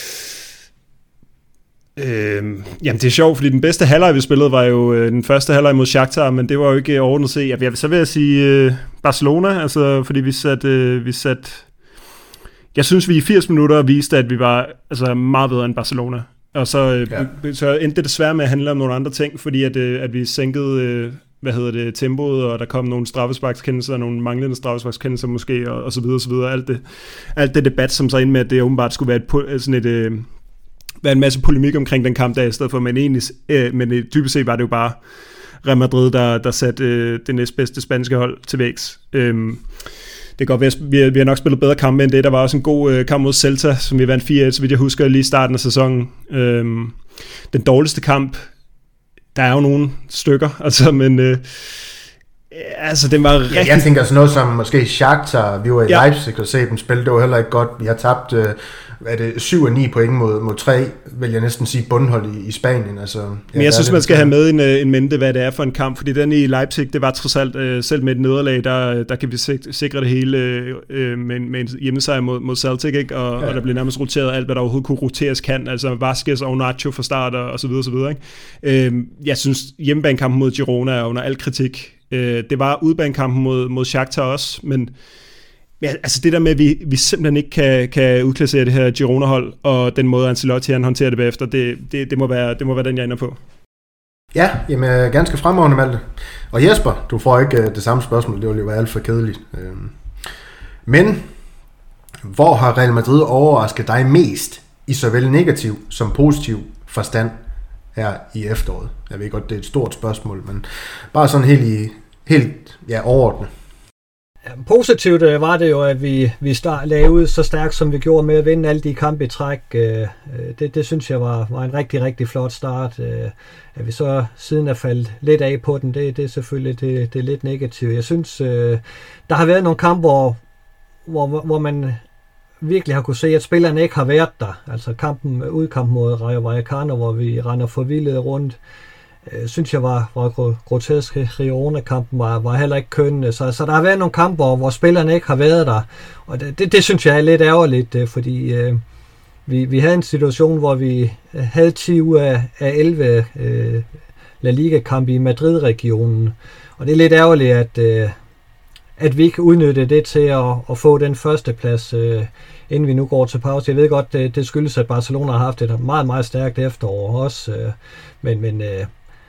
Øh, jamen det er sjovt, fordi den bedste halvleg vi spillede var jo øh, den første halvleg mod Shakhtar, men det var jo ikke ordentligt set. Ja, så vil jeg sige øh, Barcelona, altså fordi vi satte, øh, vi satte, jeg synes vi i firs minutter viste, at vi var altså meget bedre end Barcelona. Og så, øh, ja. så endte det desværre med at handle om nogle andre ting, fordi at, øh, at vi sænkede øh, hvad hedder det, tempoet, og der kom nogle straffesparkskendelser, nogle manglende straffesparkskendelser måske, og, og så videre, og så videre. Alt det, alt det debat, som så ind med, at det åbenbart skulle være et, sådan et, øh, være en masse polemik omkring den kamp der i stedet for, men egentlig, øh, men dybest set var det jo bare Real Madrid, der, der satte øh, det næstbedste spanske hold til vægs. Øhm, det kan godt være, vi, vi har nok spillet bedre kampe end det. Der var også en god øh, kamp mod Celta, som vi vandt fire et, så vidt jeg husker, lige i starten af sæsonen. Øhm, den dårligste kamp, der er jo nogle stykker, altså, men øh, altså, den var rigtig... Ja, jeg tænker sådan noget som måske Shakhtar, vi var i ja. Leipzig og se dem spille, det var heller ikke godt. Vi har tabt, øh, hvad er det, syv og ni point mod, mod tre, vil jeg næsten sige, bundhold i, i Spanien. Altså, ja, men jeg synes, man skal have med en, en mente, hvad det er for en kamp, fordi den i Leipzig, det var trods alt, øh, selv med et nederlag, der, der kan vi sikre det hele øh, med, med en hjemmesejr mod, mod Celtic, ikke? Og, ja. og der bliver nærmest roteret alt, hvad der overhovedet kunne roteres kan, altså Vázquez og Nacho fra start og, og så videre, så videre, ikke? Øh, jeg synes, hjemmebanekampen mod Girona er under al kritik. Øh, det var udbanekampen mod, mod Shakhtar også, men ja, altså det der med, at vi, vi simpelthen ikke kan, kan udklassere det her Girona-hold, og den måde Ancelotti han håndterer det bagefter, det, det, det, må være, det må være den, jeg ender på. Ja, jamen ganske fremragende, Malte. Og Jesper, du får ikke uh, det samme spørgsmål, det ville jo være alt for kedeligt. Uh, men, hvor har Real Madrid overrasket dig mest, i såvel negativ som positiv forstand her i efteråret? Jeg ved godt, det er et stort spørgsmål, men bare sådan helt, i, helt ja, overordnet. Positivt var det jo, at vi, vi start, lagde ud så stærkt, som vi gjorde med at vinde alle de kampe i træk. Det, det synes jeg var, var en rigtig, rigtig flot start. At vi så siden er faldet lidt af på den, det, det er selvfølgelig det, det er lidt negativt. Jeg synes, der har været nogle kampe, hvor, hvor, hvor man virkelig har kunne se, at spillerne ikke har været der. Altså kampen, udkampen mod Rayo Vallecano, hvor vi render forvildet rundt. Øh, synes jeg var, var grotesk. Girona-kampen var, var heller ikke kønnende. Så, så der har været nogle kampe, hvor spillerne ikke har været der. Og det, det, det synes jeg er lidt ærgerligt, fordi øh, vi, vi havde en situation, hvor vi havde ti ud af, af elleve øh, La Liga-kampe i Madrid-regionen. Og det er lidt ærgerligt, at, øh, at vi ikke udnyttede det til at, at få den første plads, øh, inden vi nu går til pause. Jeg ved godt, det, det skyldes, at Barcelona har haft et meget, meget stærkt efterår også. Øh, men men øh,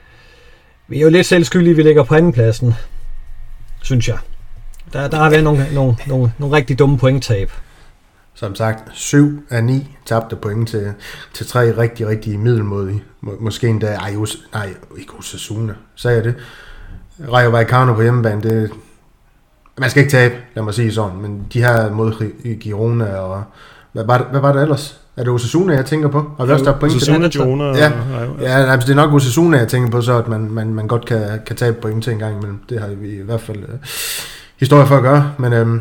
vi er jo lidt selvskyldige, vi ligger på andenpladsen, synes jeg. Der, der har været nogle, nogle, nogle, nogle rigtig dumme pointtab. Som sagt, syv af ni tabte point til, til tre rigtig, rigtig middelmådige. Må, måske endda, ej, us, nej, ikke Osasuna, sagde jeg det. Rayo Vallecano på hjemmebane, det, man skal ikke tabe, lad mig sige sådan, men de her mod Girona og, hvad var det, hvad var det ellers? Er det Osasuna, jeg tænker på? Har vi også tabt point til Osasuna, Girona. Ja, ja altså, det er nok Osasuna, jeg tænker på, så at man, man, man godt kan, kan tabe point til en gang imellem. Det har vi i hvert fald øh, historie for at gøre, men øh,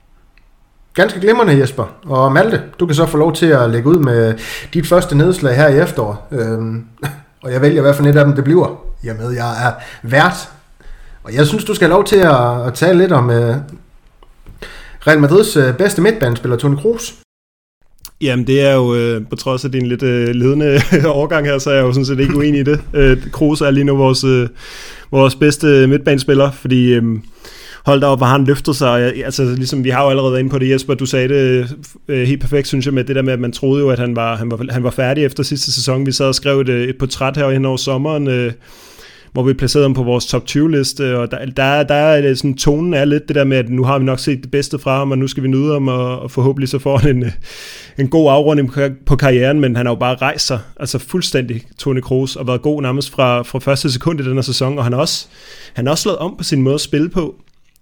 ganske glimrende, Jesper. Og Malte, du kan så få lov til at lægge ud med dit første nedslag her i efteråret. Øh, og jeg vælger, hvad for net af dem det bliver. Jamen, jeg er vært. Og jeg synes, du skal have lov til at, at tale lidt om øh, Real Madrids øh, bedste midtbanespiller, Toni Kroos. Jamen det er jo, øh, på trods af din lidt øh, ledende overgang her, så er jeg jo sådan set ikke uenig i det. Øh, Kroos er lige nu vores, øh, vores bedste midtbanespiller, fordi øh, hold da op, hvor han løftet sig. Jeg, altså ligesom vi har jo allerede været inde på det, Jesper, du sagde det øh, helt perfekt, synes jeg, med det der med, at man troede jo, at han var, han var, han var færdig efter sidste sæson. Vi sad og skrev et, et portræt her hen over sommeren, øh, hvor vi placerede ham på vores top tyve-liste, og der, der, der er sådan, tonen er lidt det der med, at nu har vi nok set det bedste fra ham, og nu skal vi nyde ham, og, og forhåbentlig så får han en, en god afrunding på karrieren, men han har jo bare rejst sig, altså fuldstændig Toni Kroos, og været god nærmest fra, fra første sekund i den her sæson, og han har også, han har også slået om på sin måde at spille på.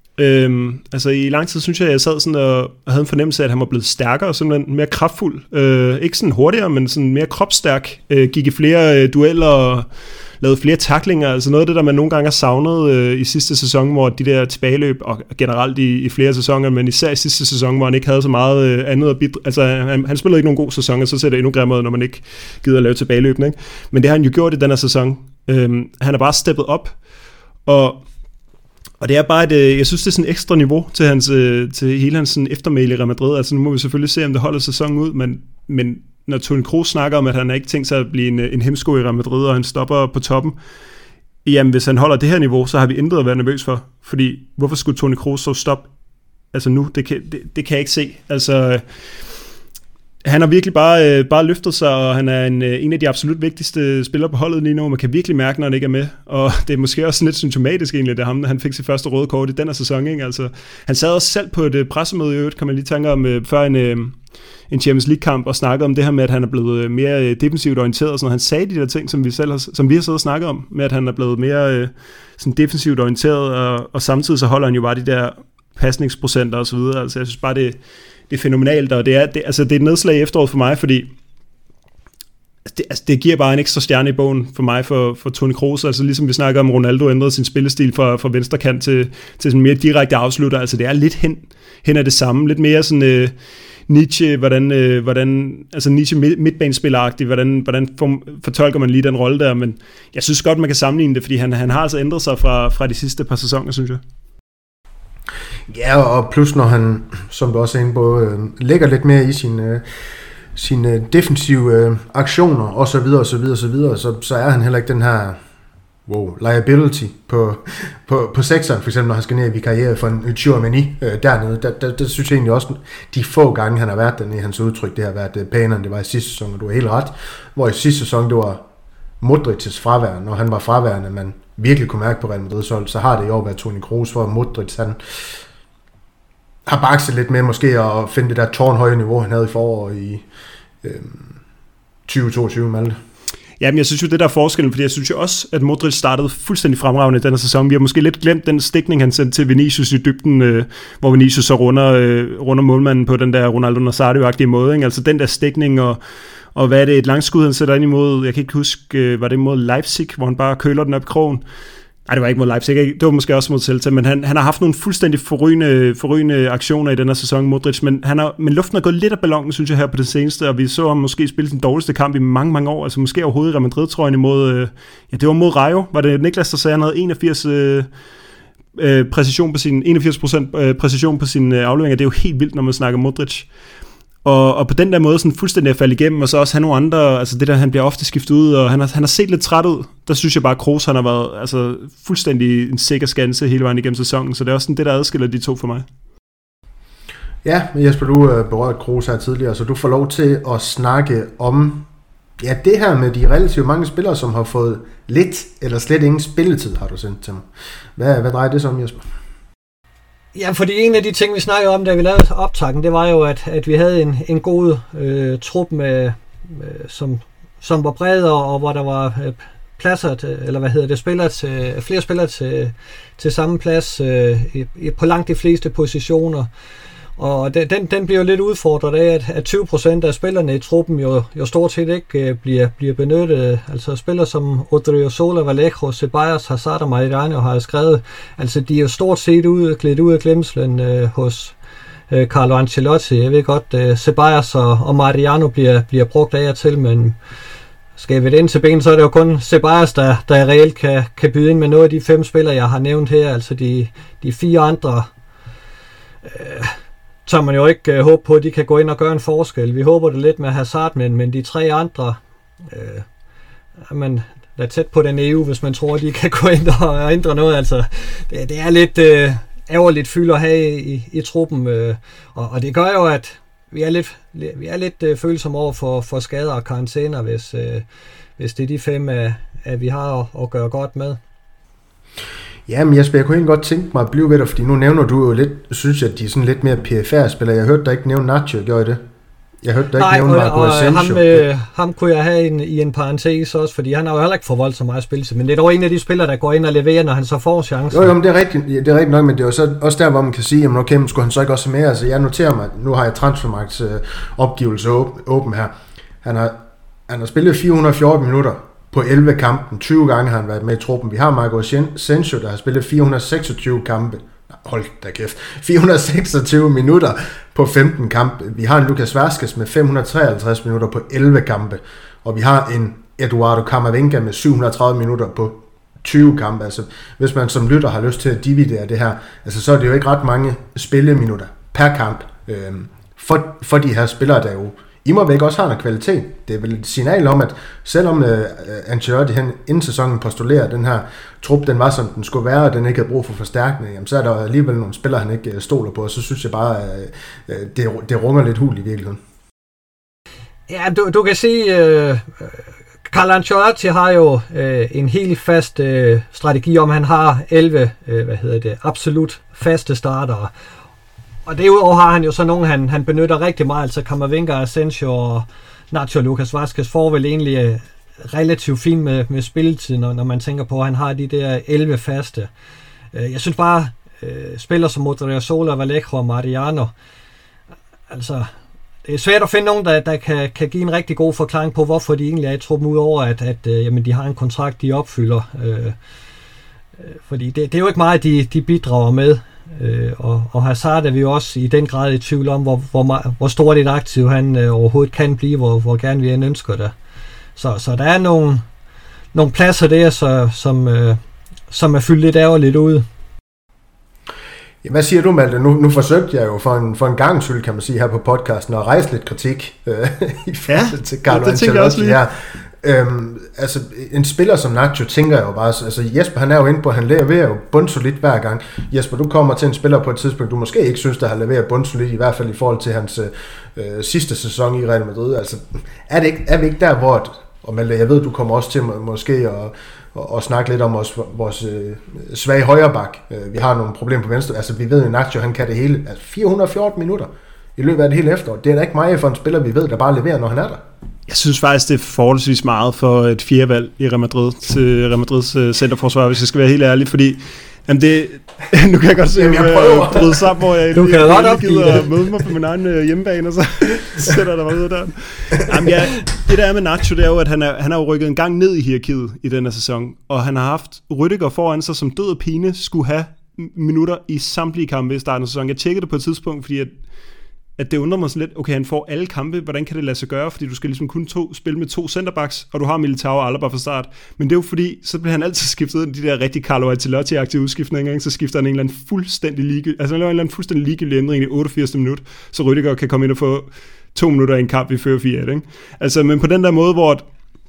Øhm, altså i lang tid synes jeg, at jeg sad sådan og havde en fornemmelse af, at han var blevet stærkere, simpelthen mere kraftfuld, øh, ikke sådan hurtigere, men sådan mere kropsstærk, øh, gik i flere øh, dueller og lavede flere tacklinger, altså noget af det, der man nogle gange har savnet øh, i sidste sæson, hvor de der tilbageløb, og generelt i, i flere sæsoner, men især i sidste sæson, hvor han ikke havde så meget øh, andet at bidra- altså han, han spillede ikke nogen god sæson, og så ser det endnu grimmere, når man ikke gider at lave tilbageløbene, ikke? Men det har han jo gjort i den her sæson. Øhm, han er bare steppet op, og Og det er bare et, jeg synes det er sådan et ekstra niveau til, hans, til hele hans sådan eftermæle i Real Madrid. Altså nu må vi selvfølgelig se, om det holder sæsonen ud, men, men når Toni Kroos snakker om, at han ikke tænkt sig at blive en, en hemsko i Real Madrid, og han stopper på toppen, jamen hvis han holder det her niveau, så har vi intet at være nervøs for. Fordi hvorfor skulle Toni Kroos så stoppe altså nu? Det kan, det, det kan jeg ikke se. Altså han har virkelig bare, øh, bare løftet sig, og han er en, en af de absolut vigtigste spillere på holdet lige nu. Man kan virkelig mærke, når han ikke er med. Og det er måske også lidt symptomatisk egentlig, det ham, han fik sit første røde kort i den her sæson. Ikke? Altså, han sad også selv på et pressemøde i øvrigt, kan man lige tænke om, øh, før en, øh, en Champions League-kamp, og snakkede om det her med, at han er blevet mere defensivt orienteret. Og sådan, han sagde de der ting, som vi, selv har, som vi har siddet og snakket om, med at han er blevet mere øh, sådan defensivt orienteret, og, og samtidig så holder han jo bare de der pasningsprocenter og så videre. Altså, jeg synes bare, det Det er fænomenalt, og det er, det, altså det er et nedslag i efteråret for mig, fordi det, altså det giver bare en ekstra stjerne i bogen for mig, for, for Toni Kroos. Altså ligesom vi snakker om, Ronaldo ændrede sin spillestil fra, fra venstre kant til, til sådan mere direkte afslutter. Altså det er lidt hen, hen af det samme. Lidt mere sådan øh, Nietzsche, hvordan, øh, hvordan, altså Nietzsche midtbanespilleragtigt, hvordan, hvordan for, fortolker man lige den rolle der. Men jeg synes godt, man kan sammenligne det, fordi han, han har altså ændret sig fra, fra de sidste par sæsoner, synes jeg. Ja, og plus når han, som du også er inde på, øh, lægger lidt mere i sine, øh, sine defensive øh, aktioner, og så videre, og så videre, og så videre, så, så er han heller ikke den her wow, liability på, på, på sekseren, for eksempel når han skal ned i vikariere for en Tchouaméni øh, dernede. Der, der, der synes jeg egentlig også, de få gange han har været dernede i hans udtryk, det har været pænere, end det var i sidste sæson, og du har helt ret, hvor i sidste sæson, det var Modric's fravær, når han var fraværende, man virkelig kunne mærke på Real Madrid's hold, så har det i år været Toni Kroos, for Modric, han har bakset lidt med måske at finde det der tårnhøje niveau, han havde i foråret i øh, tyve toogtyve Malte. Ja, men jeg synes jo, det der er forskellen, fordi jeg synes jo også, at Modric startede fuldstændig fremragende i denne sæson. Vi har måske lidt glemt den stikning, han sendte til Vinicius i dybden, øh, hvor Vinicius så runder, øh, runder målmanden på den der Ronaldo Nazario-agtige måde. Ikke? Altså den der stikning, og, og hvad er det, et langskud, han sætter ind imod, jeg kan ikke huske, øh, var det mod Leipzig, hvor han bare køler den op i krogen. Nej, det var ikke mod Leipzig, det var måske også mod Celta, men han, han har haft nogle fuldstændig forrygende, forrygende aktioner i den her sæson, Modric, men, han har, men luften er gået lidt af ballonen, synes jeg, her på det seneste, og vi så ham måske spille den dårligste kamp i mange, mange år, altså måske overhovedet i Real Madrid-trøjen imod, øh, ja, det var mod Rayo, var det Niklas, der sagde, han havde enogfirs øh, øh, præcision på sin, enogfirs procent øh, præcision på sine øh, afleveringer, det er jo helt vildt, når man snakker Modric. Og, og på den der måde sådan fuldstændig at falde igennem, og så også have nogle andre, altså det der, han bliver ofte skiftet ud, og han har, han har set lidt træt ud. Der synes jeg bare, at Kroos, han har været altså, fuldstændig en sikker skanse hele vejen igennem sæsonen, så det er også sådan det, der adskiller de to for mig. Ja, men Jesper, du uh, berørte Kroos her tidligere, så du får lov til at snakke om ja, det her med de relativt mange spillere, som har fået lidt eller slet ingen spilletid, har du sendt til mig. Hvad, hvad drejer det så om, Jesper? Ja, fordi en af de ting, vi snakkede om, da vi lavede optakken, det var jo, at, at vi havde en, en god øh, trup, med, med, som, som var bredere, og hvor der var øh, pladser, til, eller hvad hedder det, spillere til, flere spillere til, til samme plads øh, i, på langt de fleste positioner. Og den, den bliver jo lidt udfordret af, at, at tyve procent af spillerne i truppen jo, jo stort set ikke øh, bliver, bliver benyttet. Altså spillere som Odriozola, Vallejo, Ceballos, Hazard og Mariano har skrevet, altså de er jo stort set ud, klædt ud af glemslen øh, hos øh, Carlo Ancelotti. Jeg ved godt, øh, Ceballos og, og Mariano bliver, bliver brugt af og til, men skal vi det ind til ben, så er det jo kun Ceballos, der, der reelt kan, kan byde ind med noget af de fem spillere, jeg har nævnt her. Altså de, de fire andre... Øh, tør man jo ikke øh, håbe på, at de kan gå ind og gøre en forskel. Vi håber det lidt med Hazard, men, men de tre andre, øh, man er tæt på den E U, hvis man tror, at de kan gå ind og ændre noget. Altså, det, det er lidt øh, ærgerligt fyld at have i, i truppen, øh, og, og det gør jo, at vi er lidt, vi er lidt øh, følsomme over for, for skader og karantæner, hvis, øh, hvis det er de fem, øh, at vi har at, at gøre godt med. Jamen Jesper, jeg kunne egentlig godt tænke mig at blive ved dig, fordi nu nævner du jo lidt, synes jeg, at de er sådan lidt mere P F R-spillere. Jeg hørte dig ikke nævne Nacho, gjorde I det? Jeg hørte dig ikke Nej, nævne Marco Asensio. Ham, øh, ham kunne jeg have en, i en parentes også, fordi han har jo heller ikke forvoldt så meget spil, men det er dog en af de spillere, der går ind og leverer, når han så får chancen. Jo, jo, men det er rigtigt, det er rigtigt nok, men det er jo så også der, hvor man kan sige, jamen okay, men skulle han så ikke også med? Altså jeg noterer mig, nu har jeg Transfermarkts øh, opgivelse åben her. Han har, han har spillet fire hundrede og fjorten minutter på elleve kampe. tyve gange har han været med i truppen. Vi har Marco Asensio, der har spillet fire hundrede og seksogtyve kampe. Hold da kæft. fire hundrede og seksogtyve minutter på femten kampe. Vi har en Lucas Vázquez med fem hundrede og treoghalvtreds minutter på elleve kampe. Og vi har en Eduardo Camavinga med syv hundrede og tredive minutter på tyve kampe. Altså, hvis man som lytter har lyst til at dividere det her, altså, så er det jo ikke ret mange spilleminutter per kamp øh, for, for de her spillere, der jo I må væk også har noget kvalitet. Det er vel et signal om, at selvom uh, Ancelotti hen inden sæsonen postulerer, at den her trup, den var som den skulle være, og den ikke havde brug for forstærkning, jamen, så er der alligevel nogle spillere, han ikke uh, stoler på, og så synes jeg bare, at uh, det, det runger lidt hul i virkeligheden. Ja, du, du kan sige, uh, Carlo Ancelotti har jo uh, en helt fast uh, strategi om, han har elleve uh, hvad hedder det, absolut faste startere. Og derudover har han jo så nogen, han, han benytter rigtig meget, altså Camavinga, Asensio og Nacho og Lucas Vázquez får vel egentlig uh, relativt fint med, med spilletid, når, når man tænker på, at han har de der elleve faste. Uh, jeg synes bare, uh, spillere som Odriozola, Vallejo og Mariano, altså det er svært at finde nogen, der, der kan, kan give en rigtig god forklaring på, hvorfor de egentlig er i truppen, udover at, at uh, jamen, de har en kontrakt, de opfylder. Uh, uh, fordi det, det er jo ikke meget, de, de bidrager med. Øh, og, og Hazard er vi jo også i den grad i tvivl om, hvor, hvor, hvor stort et aktiv han øh, overhovedet kan blive, hvor, hvor gerne vi end ønsker det. Så, så der er nogle, nogle pladser der, så, som, øh, som er fyldt lidt ærgerligt ud. Ja, hvad siger du, Malte? Nu, nu forsøgte jeg jo for en, for en gang skyld, kan man sige, her på podcasten, at rejse lidt kritik øh, i forhold til Carlo Ancelotti her. Øhm, altså en spiller som Nacho, tænker jeg jo bare, altså Jesper, han er jo inde på, han leverer jo bundsolidt hver gang. Jesper, du kommer til en spiller på et tidspunkt, du måske ikke synes, der har leveret bundsolidt, i hvert fald i forhold til hans øh, sidste sæson i Real Madrid. Altså er, det ikke, er vi ikke der, hvor, og Malte, jeg ved, du kommer også til måske at og, og snakke lidt om vores, vores øh, svage højrebak. Øh, vi har nogle problemer på venstre, altså vi ved jo, Nacho, han kan det hele, altså fire hundrede og fjorten minutter i løbet af det hele efterår. Det er da ikke meget for en spiller, vi ved, der bare leverer, når han er der. Jeg synes faktisk, det er forholdsvis meget for et fjerdevalg i Real Madrid til Real Madrids uh, centerforsvar, hvis jeg skal være helt ærlig, fordi jamen det, nu kan jeg godt se, at jeg prøver at bryde sammen, hvor jeg, du kan jeg, jeg, jeg gider at møde mig på min egen uh, hjemmebane, og så sætter der mig ud der. Jamen ja, det der er med Nacho, det er jo, at han, er, han har jo rykket en gang ned i hierarkiet i denne sæson, og han har haft Rüdiger foran sig, som død og pine skulle have minutter i samtlige kampe i starten af sæsonen. Jeg tjekkede det på et tidspunkt, fordi at at det undrer mig sådan lidt, okay, han får alle kampe, hvordan kan det lade sig gøre, fordi du skal ligesom kun to, spille med to centerbacks, og du har Militao og Alaba fra start, men det er jo fordi, så bliver han altid skiftet ind i de der rigtig Carlo Ancelotti-aktive udskiftninger, så skifter han en eller anden fuldstændig lige, altså han laver en eller anden fuldstændig ligegyldig ændring i otteogfirs minut, så Rüdiger kan komme ind og få to minutter i en kamp, vi fører fire et, ikke? Altså, men på den der måde, hvor at,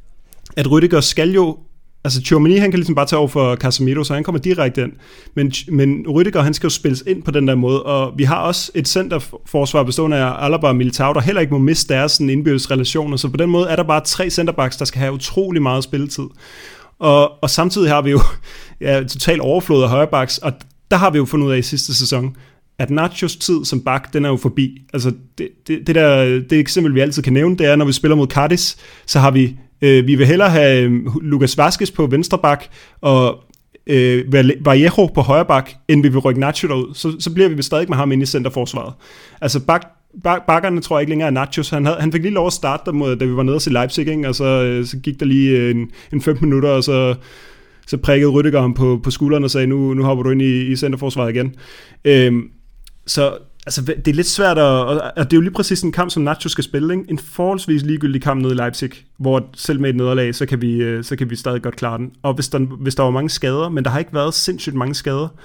at Rüdiger skal jo, altså Tchouaméni, han kan ligesom bare tage over for Casemiro, så han kommer direkte ind. Men, men Rüdiger, han skal jo spilles ind på den der måde, og vi har også et centerforsvar bestående af Alaba og Militao, der heller ikke må miste deres indbyrdes relationer, så på den måde er der bare tre centerbacks, der skal have utrolig meget spilletid. Og, og samtidig har vi jo ja, total overflod af højrebacks, og der har vi jo fundet ud af i sidste sæson, at Nachos tid som bak, den er jo forbi. Altså det, det, det der, det eksempel, vi altid kan nævne, det er, når vi spiller mod Cadiz, så har vi Vi vil hellere have Lucas Vázquez på venstre bak og øh, Vallejo på højre bak, end vi vil rykke Nacho derud. Så, så bliver vi stadig med ham inde i centerforsvaret. Altså bak, bak, bakkerne tror jeg ikke længere er Nachos. Han, havde, han fik lige lov at starte der, mod, da vi var nede til Leipzig, ikke? Og så, øh, så gik der lige en, en femten minutter, og så, så prikkede Rüdiger ham på, på skulderen og sagde, nu, nu hopper du ind i, i centerforsvaret igen. Øhm, så altså, det er lidt svært, at, og det er jo lige præcis en kamp, som Nacho skal spille, ikke? En forholdsvis ligegyldig kamp nede i Leipzig, hvor selv med et nederlag, så kan vi, så kan vi stadig godt klare den. Og hvis der, hvis der var mange skader, men der har ikke været sindssygt mange skader,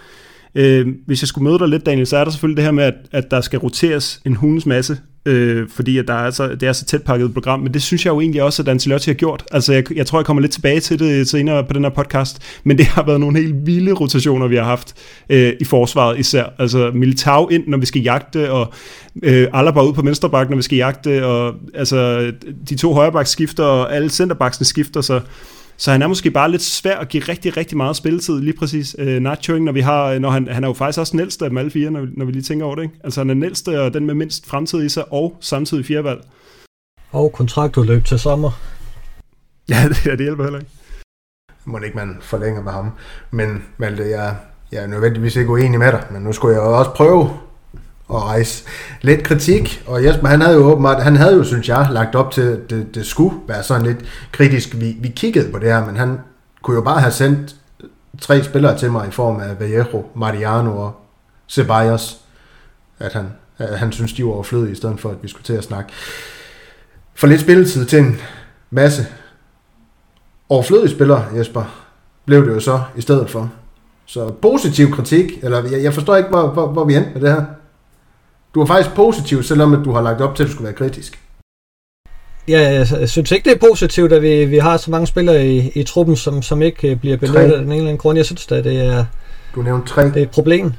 Øh, hvis jeg skulle møde dig lidt, Daniel, så er der selvfølgelig det her med, at, at der skal roteres en hundens masse, øh, fordi at der er så, det er så tæt pakket et program, men det synes jeg jo egentlig også, at Ancelotti har gjort. Altså, jeg, jeg tror, jeg kommer lidt tilbage til det senere på den her podcast, men det har været nogle helt vilde rotationer, vi har haft øh, i forsvaret især. Altså, Militao ind, når vi skal jagte, og øh, Alaba ud på venstreback, når vi skal jagte, og altså, de to højrebacks skifter, og alle centerbacksene skifter, så Så han er måske bare lidt svær at give rigtig, rigtig meget spilletid, lige præcis. Øh, Nacho, når vi har, når han, han er jo faktisk også den ældste af dem alle fire, når vi, når vi lige tænker over det, ikke? Altså han er den ældste, og den med mindst fremtid i sig, og samtidig fjerdevalg. Og kontraktudløb til sommer. Ja, det, det hjælper heller ikke. Må ikke man forlænger med ham. Men Malte, jeg, jeg er nødvendigvis ikke uenig med dig, men nu skulle jeg også prøve at rejse lidt kritik, og Jesper, han havde jo åbenbart, han havde jo, synes jeg, lagt op til, at det, det skulle være sådan lidt kritisk. Vi, vi kiggede på det her, men han kunne jo bare have sendt tre spillere til mig i form af Vallejo, Mariano og Ceballos, at han, at han synes, de var overflødige, i stedet for, at vi skulle til at snakke for lidt spilletid til en masse overflødige spillere, Jesper, blev det jo så i stedet for. Så positiv kritik, eller jeg, jeg forstår ikke, hvor, hvor, hvor vi endte med det her. Du er faktisk positiv, selvom at du har lagt op til, at du skulle være kritisk. Ja, jeg synes ikke, det er positivt, at vi, vi har så mange spillere i, i truppen, som, som ikke bliver benyttet af den ene eller anden grund. Jeg synes, at det er, du nævnte tre. Det er et problem.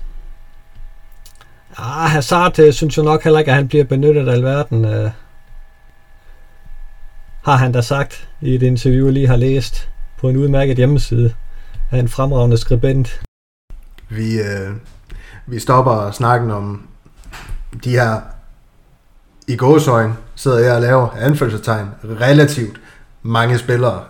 Ah, Hazard synes jo nok heller ikke, at han bliver benyttet af alverden. Uh, har han da sagt i et interview, jeg lige har læst på en udmærket hjemmeside af en fremragende skribent. Vi, øh, vi stopper snakken om de her i gåseøjne, sidder jeg og laver anførselstegn, relativt mange spillere,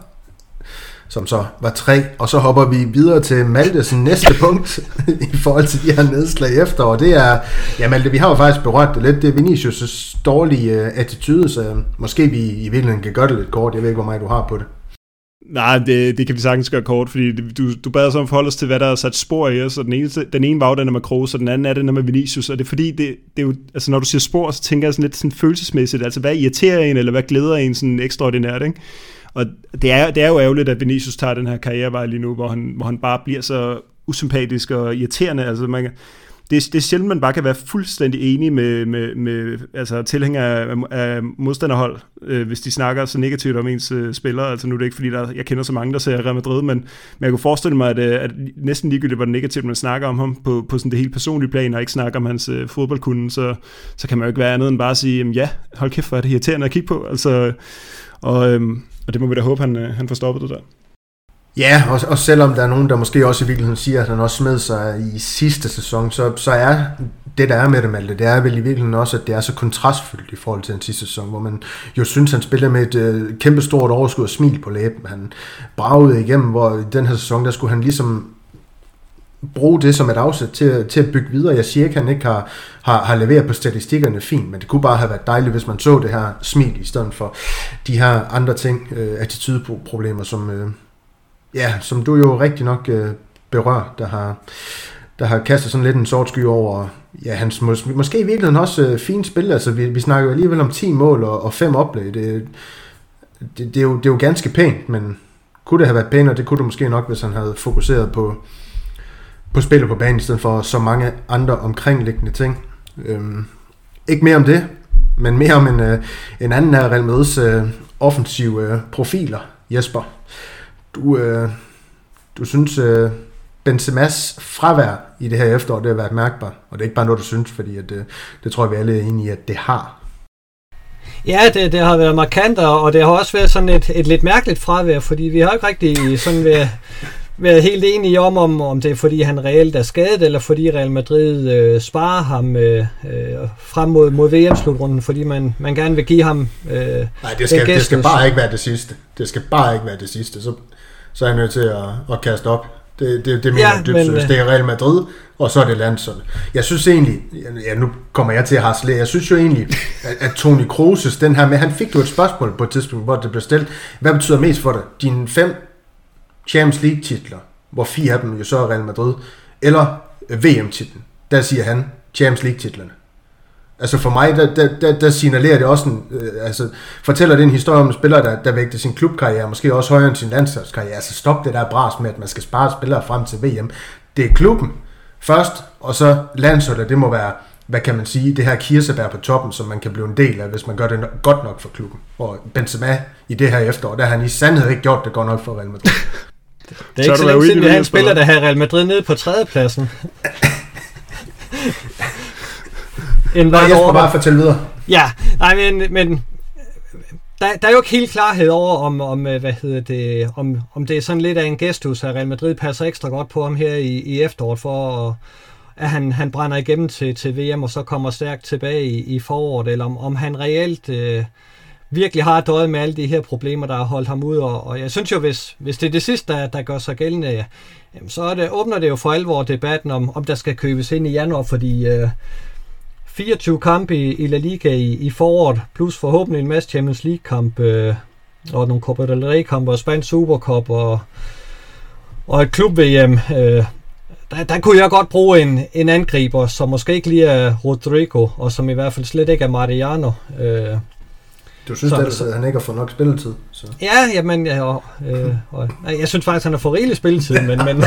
som så var tre, og så hopper vi videre til Maltes næste punkt i forhold til de her nedslag efter, og det er, ja Malte, vi har jo faktisk berørt det lidt, det er Vinicius' dårlige uh, attitude, så måske vi i virkeligheden kan gøre det lidt kort, jeg ved ikke, hvor meget du har på det. Nej, det, det kan vi sagtens gøre kort, fordi det, du, du bad os om at forholde os til, hvad der er sat spor i os, og den ene, den ene var jo den med Kroos, og den anden er den med Vinicius, og det er fordi, det, det er jo, altså når du siger spor, så tænker jeg sådan lidt sådan følelsesmæssigt, altså hvad irriterer en, eller hvad glæder en sådan ekstraordinært, ikke? Og det er, det er jo ærgerligt, at Vinicius tager den her karrierevej lige nu, hvor han, hvor han bare bliver så usympatisk og irriterende, altså man kan, Det, det er sjældent, man bare kan være fuldstændig enig med, med, med altså, tilhængere af, af modstanderhold, øh, hvis de snakker så negativt om ens øh, spillere. Altså nu er det ikke, fordi der, jeg kender så mange, der ser Real Madrid, men, men jeg kunne forestille mig, at, at næsten ligegyldigt, hvor det negativt, man snakker om ham på, på sådan det helt personlige plan, og ikke snakker om hans øh, fodboldkunde, så, så kan man jo ikke være andet end bare at sige, jamen, ja, hold kæft, hvor er det irriterende at kigge på. Altså, og, øhm, og det må vi da håbe, han, han får stoppet det der. Ja, og, og selvom der er nogen, der måske også i virkeligheden siger, at han også smed sig i sidste sæson, så, så er det, der er med det, Malte, det er vel i virkeligheden også, at det er så kontrastfyldt i forhold til den sidste sæson, hvor man jo synes, han spiller med et øh, kæmpe stort overskud og smil på læben. Han bragede igennem, hvor i den her sæson, der skulle han ligesom bruge det som et afsæt til, til at bygge videre. Jeg siger ikke, at han ikke har, har, har leveret på statistikkerne fint, men det kunne bare have været dejligt, hvis man så det her smil, i stedet for de her andre ting, øh, attitudeproblemer, som... Øh, Ja, som du jo rigtig nok øh, berører, der har, der har kastet sådan lidt en sort sky over, ja, hans mås- måske i virkeligheden også øh, fint spil, altså vi, vi snakker jo alligevel om ti mål og, og fem oplæg, det, det, det, er jo, det er jo ganske pænt, men kunne det have været pænere, det kunne det måske nok, hvis han havde fokuseret på, på spillet på banen, i stedet for så mange andre omkringliggende ting. Øhm, ikke mere om det, men mere om en, øh, en anden af Real Madrids øh, offensive øh, profiler, Jesper. Du, øh, du synes, øh, Benzemas fravær i det her efterår, det har været mærkbart, og det er ikke bare noget, du synes, fordi at, øh, det tror jeg, vi alle er enige i, at det har. Ja, det, det har været markant, og det har også været sådan et, et lidt mærkeligt fravær, fordi vi har ikke rigtig sådan været, været helt enige om, om, om det er, fordi han reelt er skadet, eller fordi Real Madrid øh, sparer ham øh, frem mod, mod V M-slutrunden, fordi man, man gerne vil give ham øh, Nej, det skal, det skal bare ikke være det sidste. Det skal bare ikke være det sidste. Så, så er jeg nødt til at, at kaste op. Det, det, det mener ja, jeg dybt seriøst. Det er Real Madrid, og så er det landsholdet. Jeg synes egentlig, ja, nu kommer jeg til at hasle, jeg synes jo egentlig, at, at Toni Kroos, den her med, han fik jo et spørgsmål på et tidspunkt, hvor det blev stillet, hvad betyder mest for dig? Dine fem Champions League titler, hvor fire af dem jo så er Real Madrid, eller V M-titlen. Der siger han Champions League titlerne. Altså for mig, der, der, der, der signalerer det også en, øh, altså fortæller det en historie om en spiller, der, der vægter sin klubkarriere, måske også højere end sin landsholdskarriere. Altså stop det der bras med, at man skal spare spillere frem til V M. Det er klubben, først, og så landsholdet, det må være, hvad kan man sige, det her kirsebær på toppen, som man kan blive en del af, hvis man gør det godt nok for klubben. Og Benzema i det her efterår, der har han i sandhed ikke gjort det godt nok for Real Madrid. Det er ikke så, så længe siden, at han spiller, der har Real Madrid nede på tredjepladsen. En vej over. Bare fortælle videre. Ja, nej, men, men der, der er jo ikke helt klarhed over, om, om, hvad hedder det, om, om det er sådan lidt af en gestus, at Real Madrid passer ekstra godt på ham her i, i efteråret, for at, at han, han brænder igennem til, til V M, og så kommer stærkt tilbage i, i foråret, eller om, om han reelt øh, virkelig har døjet med alle de her problemer, der har holdt ham ud. Og, og jeg synes jo, hvis, hvis det er det sidste, der, der gør sig gældende, ja, så er det, åbner det jo for alvor debatten om, om der skal købes ind i januar, fordi øh, fireogtyve kampe i, i La Liga i, i foråret, plus forhåbentlig en masse Champions League-kamp, øh, og nogle Copa del Rey-kampe, og Spansk Supercup, og, og et klub-V M. Øh, der, der kunne jeg godt bruge en, en angriber, som måske ikke lige er Rodrigo, og som i hvert fald slet ikke er Mariano. Øh, du synes ellers, at han ikke har fået nok spilletid? Så. Ja, jamen, ja, og, øh, og, jeg synes faktisk, han har fået rigelig spilletid, men... men,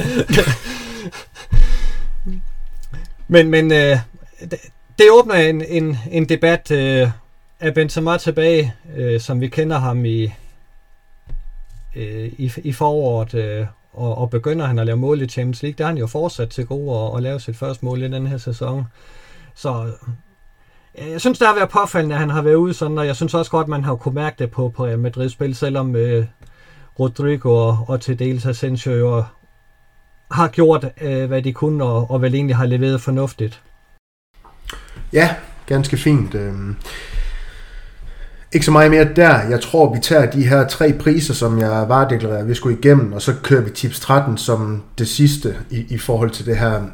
men, men øh, det, det åbner en, en, en debat øh, af Benzema tilbage, øh, som vi kender ham i, øh, i, i foråret, øh, og, og begynder han at lave mål i Champions League. Der har han jo fortsat til gode at, at lave sit første mål i den her sæson. Så jeg synes, der har været påfaldende, at han har været ude sådan, og jeg synes også godt, at man har kunne mærke det på, på Real Madrid-spil, selvom øh, Rodrigo og, og til dels Asensio jo har gjort, øh, hvad de kunne, og, og vel egentlig har leveret fornuftigt. Ja, ganske fint. Ikke så meget mere der. Jeg tror, vi tager de her tre priser, som jeg varedeklarerer, vi skulle igennem, og så kører vi tips tretten som det sidste i, i forhold til det her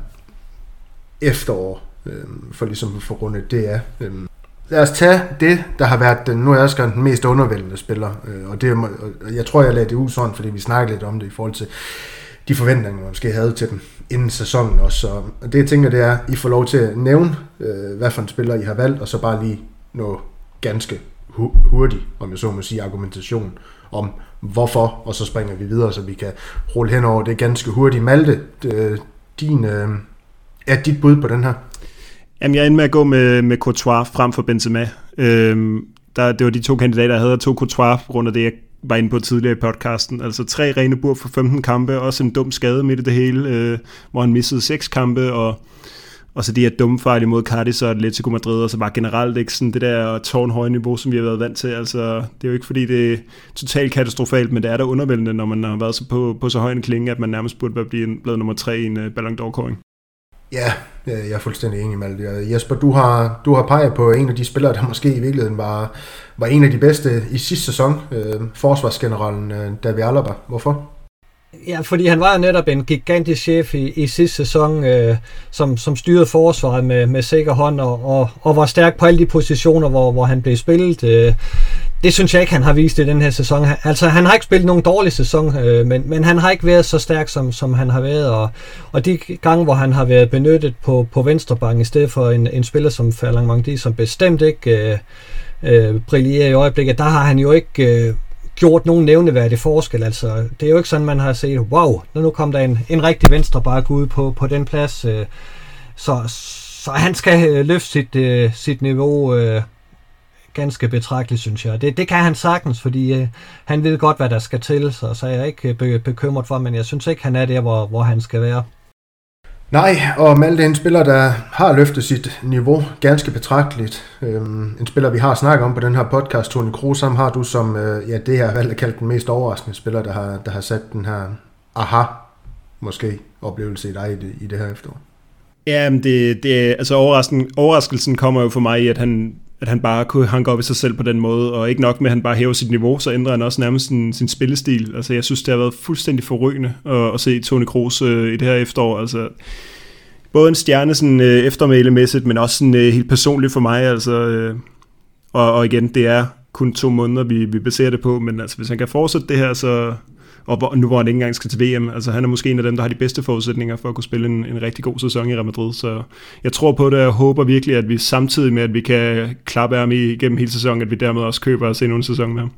efterår, for ligesom at få rundet det af. Lad os tage det, der har været den, nu er jeg den mest undervældende spiller, og det, jeg tror, jeg lagde det ud sådan, fordi vi snakkede lidt om det i forhold til de forventninger, man måske havde til dem inden sæsonen også. Så det, jeg tænker, det er, I får lov til at nævne, øh, hvad for en spiller I har valgt, og så bare lige noget ganske hu- hurtigt, om jeg så må sige, argumentation om hvorfor, og så springer vi videre, så vi kan rulle hen over det ganske hurtigt. Malte, øh, din, øh, er dit bud på den her? Jamen, jeg er inde med at gå med, med Courtois frem for Benzema. Øhm, der, det var de to kandidater, jeg havde, og to Courtois på grund af det, jeg var inde på tidligere i podcasten. Altså tre rene bur for femten kampe, også en dum skade midt i det hele, øh, hvor han missede seks kampe, og, og så de her dumme fejl imod Cardis og Atletico Madrid, og så bare generelt ikke sådan det der tårnhøje niveau, som vi har været vant til. Altså, det er jo ikke fordi, det er totalt katastrofalt, men det er da undervældende, når man har været så på, på så høj en klinge, at man nærmest burde være blevet nummer tre i en uh, Ballon d'Or-kåring. Ja, jeg er fuldstændig enig med det. Jesper, du har, du har peget på en af de spillere, der måske i virkeligheden var, var en af de bedste i sidste sæson, øh, forsvarsgeneralen øh, David Alaba. Hvorfor? Ja, fordi han var jo netop en gigantisk chef i, i sidste sæson, øh, som, som styrede forsvaret med, med sikker hånd, og, og, og var stærk på alle de positioner, hvor, hvor han blev spillet. Øh, det synes jeg ikke, han har vist i den her sæson. Altså, han har ikke spillet nogen dårlig sæson, øh, men, men han har ikke været så stærk, som, som han har været. Og, og de gange, hvor han har været benyttet på, på venstrebank, i stedet for en, en spiller som Ferland Mendy, som bestemt ikke øh, øh, brillerer i øjeblikket, der har han jo ikke øh, gjort nogen nævneværdig forskel. Altså, det er jo ikke sådan, man har set, wow, nu kom der en, en rigtig venstreback ud på, på den plads. Øh, så, så han skal øh, løfte sit, øh, sit niveau øh, ganske betragteligt, synes jeg. Det, det kan han sagtens, fordi øh, han ved godt, hvad der skal til, så, så er jeg ikke be, bekymret for, men jeg synes ikke, han er der, hvor, hvor han skal være. Nej, og Malte er en spiller, der har løftet sit niveau ganske betragteligt. Øhm, en spiller, vi har snakket om på den her podcast, Toni Kroos, ham har du som, øh, ja, det her valgt at kalde den mest overraskende spiller, der har, der har sat den her aha, måske, oplevelse i dig i det, i det her efterår. Ja, men det, det, altså overraskelsen, overraskelsen kommer jo for mig i, at han, at han bare kunne hanke op i sig selv på den måde, og ikke nok med, at han bare hæver sit niveau, så ændrer han også nærmest sin, sin spillestil. Altså, jeg synes, det har været fuldstændig forrygende at, at se Toni Kroos øh, i det her efterår. Altså, både en stjerne sådan, øh, eftermælemæssigt, men også sådan, øh, helt personligt for mig. Altså, øh, og, og igen, det er kun to måneder, vi, vi baserer det på, men altså, hvis han kan fortsætte det her, så... Og nu hvor han ikke engang skal til V M, altså han er måske en af dem, der har de bedste forudsætninger for at kunne spille en, en rigtig god sæson i Real Madrid, så jeg tror på det, og håber virkelig, at vi samtidig med, at vi kan klappe ham igennem hele sæsonen, at vi dermed også køber os endnu en sæson med ham.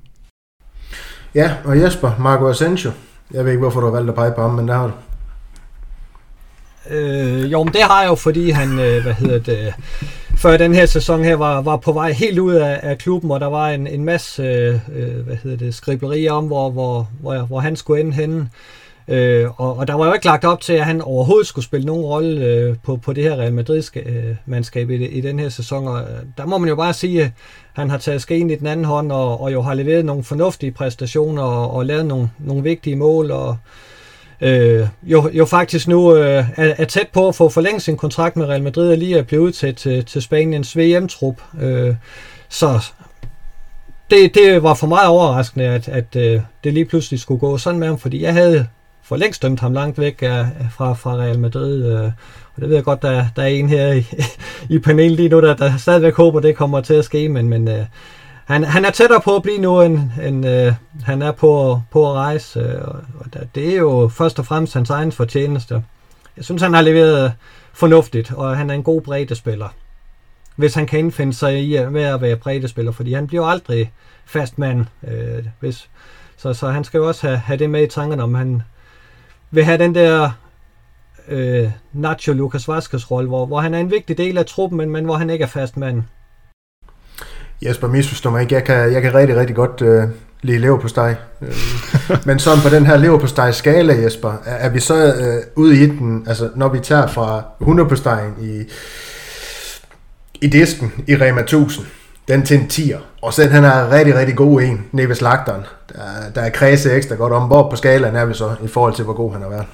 Ja, og Jesper, Marco Asensio, jeg ved ikke, hvorfor du har valgt at pege på ham, men der har du. Øh, jo, men det har jeg jo, fordi han, øh, hvad hedder det, før den her sæson her var, var på vej helt ud af, af klubben, og der var en, en masse, øh, hvad hedder det, skriblerier om, hvor, hvor, hvor, hvor han skulle ende henne. Øh, og, og der var jo ikke lagt op til, at han overhovedet skulle spille nogen rolle øh, på, på det her Real Madrid-mandskab i, i den her sæson. Og der må man jo bare sige, at han har taget skeen i den anden hånd, og, og jo har leveret nogle fornuftige præstationer, og, og lavet nogle, nogle vigtige mål, og øh, jo, jo faktisk nu øh, er, er tæt på at få forlænget sin kontrakt med Real Madrid, og lige er blevet til, til, til Spaniens V M-trup. Øh, så det, det var for mig overraskende, at, at øh, det lige pludselig skulle gå sådan med ham, fordi jeg havde for længst dømt ham langt væk af, fra, fra Real Madrid. Øh, og det ved jeg godt, der, der er en her i, i panelet lige nu, der, der stadigvæk håber, det kommer til at ske, men, men øh, han, han er tættere på at blive nu, end, end øh, han er på, på at rejse. Øh, og der, det er jo først og fremmest hans egen fortjeneste. Jeg synes, han har leveret fornuftigt, og han er en god breddespiller. Hvis han kan indfinde sig i at være, være breddespiller, fordi han bliver aldrig fast mand. Øh, hvis, så, så han skal jo også have, have det med i tankerne, om han vil have den der øh, Nacho Lucas Vazquez rolle, hvor, hvor han er en vigtig del af truppen, men, men hvor han ikke er fast mand. Jesper, misforstår mig ikke. Jeg kan, jeg kan rigtig, rigtig godt øh, lide leverpostej. Øh, men sådan på den her leverpostej-skala, Jesper, er, er vi så øh, ude i den, altså når vi tager fra hundrede-postejen i, i disken i Rema tusind, den til en tier, og så han er rigtig, rigtig god en nede ved slagteren. Der, der er kredse ekstra godt om. Hvor på skalaen er vi så, i forhold til, hvor god han har været?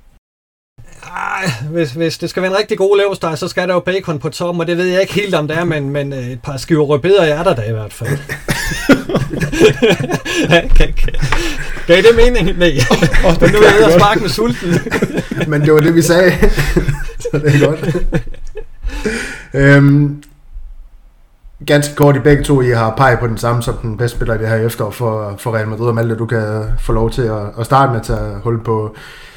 Ej, hvis, hvis det skal være en rigtig god leverpostej, så skal der jo bacon på toppen, og det ved jeg ikke helt, om det er, men, men et par skiver rødbeder er der da i hvert fald. kan, kan, gav det mening? Nej. Oh, men nu er jeg ude og sparke med sulten. Men det var det, vi sagde. Så det er godt. øhm, Ganske kort, i begge to, I har peget på den samme som den bedste spiller i det her efterår for, for Real Madrid, og Malte, du kan få lov til at, at starte med at tage hul på